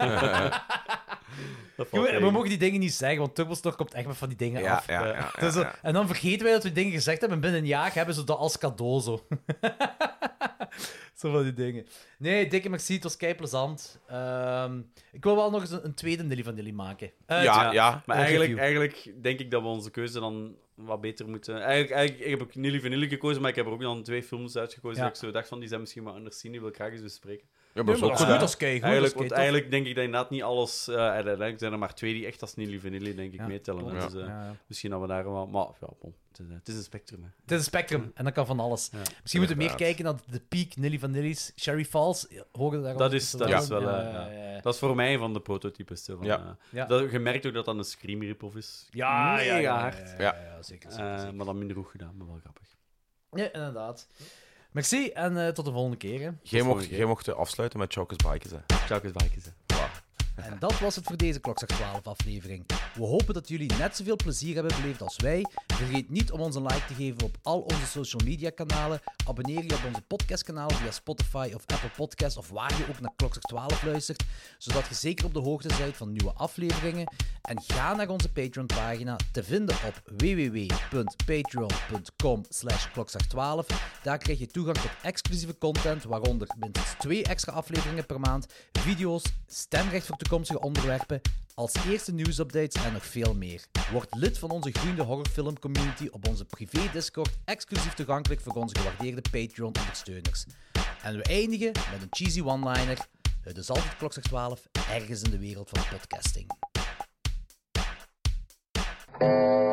We, we mogen die dingen niet zeggen, want Turbostore komt echt met van die dingen ja, af. Ja, ja, ja, dus, ja. En dan vergeten wij dat we dingen gezegd hebben en binnen een jaar hebben ze dat als cadeau. Zo, zo van die dingen. Nee, dikke merci, het was kei plezant. Um, ik wil wel nog eens een, een tweede Nilly van Nilly maken. Uh, ja, ja, ja. Maar eigenlijk, eigenlijk denk ik dat we onze keuze dan wat beter moeten... Eigenlijk, eigenlijk ik heb ook Nilly van Nilly gekozen, maar ik heb er ook dan twee films uitgekozen. Ja. Dat ik zo dacht van, die zijn misschien wat anders zien, die wil ik graag eens bespreken. Ja, maar dat is ook goed. Dat is kei goed. Eigenlijk, dat is want eigenlijk denk ik dat inderdaad niet alles... Uh, uiteindelijk zijn er maar twee die echt als Nilly van Nilly, denk ik, ja. meetellen. Ja. Dus, uh, ja, ja. Misschien dat we daar wel... Maar ja, bon, het, is, het is een spectrum. Hè. Het is een spectrum, en dat kan van alles. Ja. Misschien moeten we meer kijken naar de peak Nilly van Nilly's. Sherry Falls, horen daar dat is, dat ja. is wel... Uh, ja, ja, ja. Dat is voor mij een van de prototypes. Van, ja. Uh, ja. dat, je merkt ook dat dat een Scream rip-off is. Ja, mega ja, ja, hard. Ja, ja, ja, ja, zeker. zeker, uh, zeker. maar dan minder goed gedaan, maar wel grappig. Ja, inderdaad. Merci en uh, tot de volgende keer. Jij mocht, jij mocht afsluiten met Chokers Bikes. Chokers Bikes. En dat was het voor deze Klokslag twaalf aflevering. We hopen dat jullie net zoveel plezier hebben beleefd als wij. Vergeet niet om ons een like te geven op al onze social media kanalen. Abonneer je op onze podcastkanaal via Spotify of Apple Podcasts of waar je ook naar Klokslag twaalf luistert, zodat je zeker op de hoogte bent van nieuwe afleveringen. En ga naar onze Patreon-pagina te vinden op w w w punt patreon punt com slash klokslag twaalf. Daar krijg je toegang tot exclusieve content, waaronder minstens twee extra afleveringen per maand, video's, stemrecht voor toekomstige onderwerpen, als eerste nieuwsupdates en nog veel meer. Word lid van onze groeiende horrorfilm-community op onze privé-discord, exclusief toegankelijk voor onze gewaardeerde Patreon-ondersteuners. En we eindigen met een cheesy one-liner. Het is altijd Klokslag twaalf, ergens in de wereld van podcasting.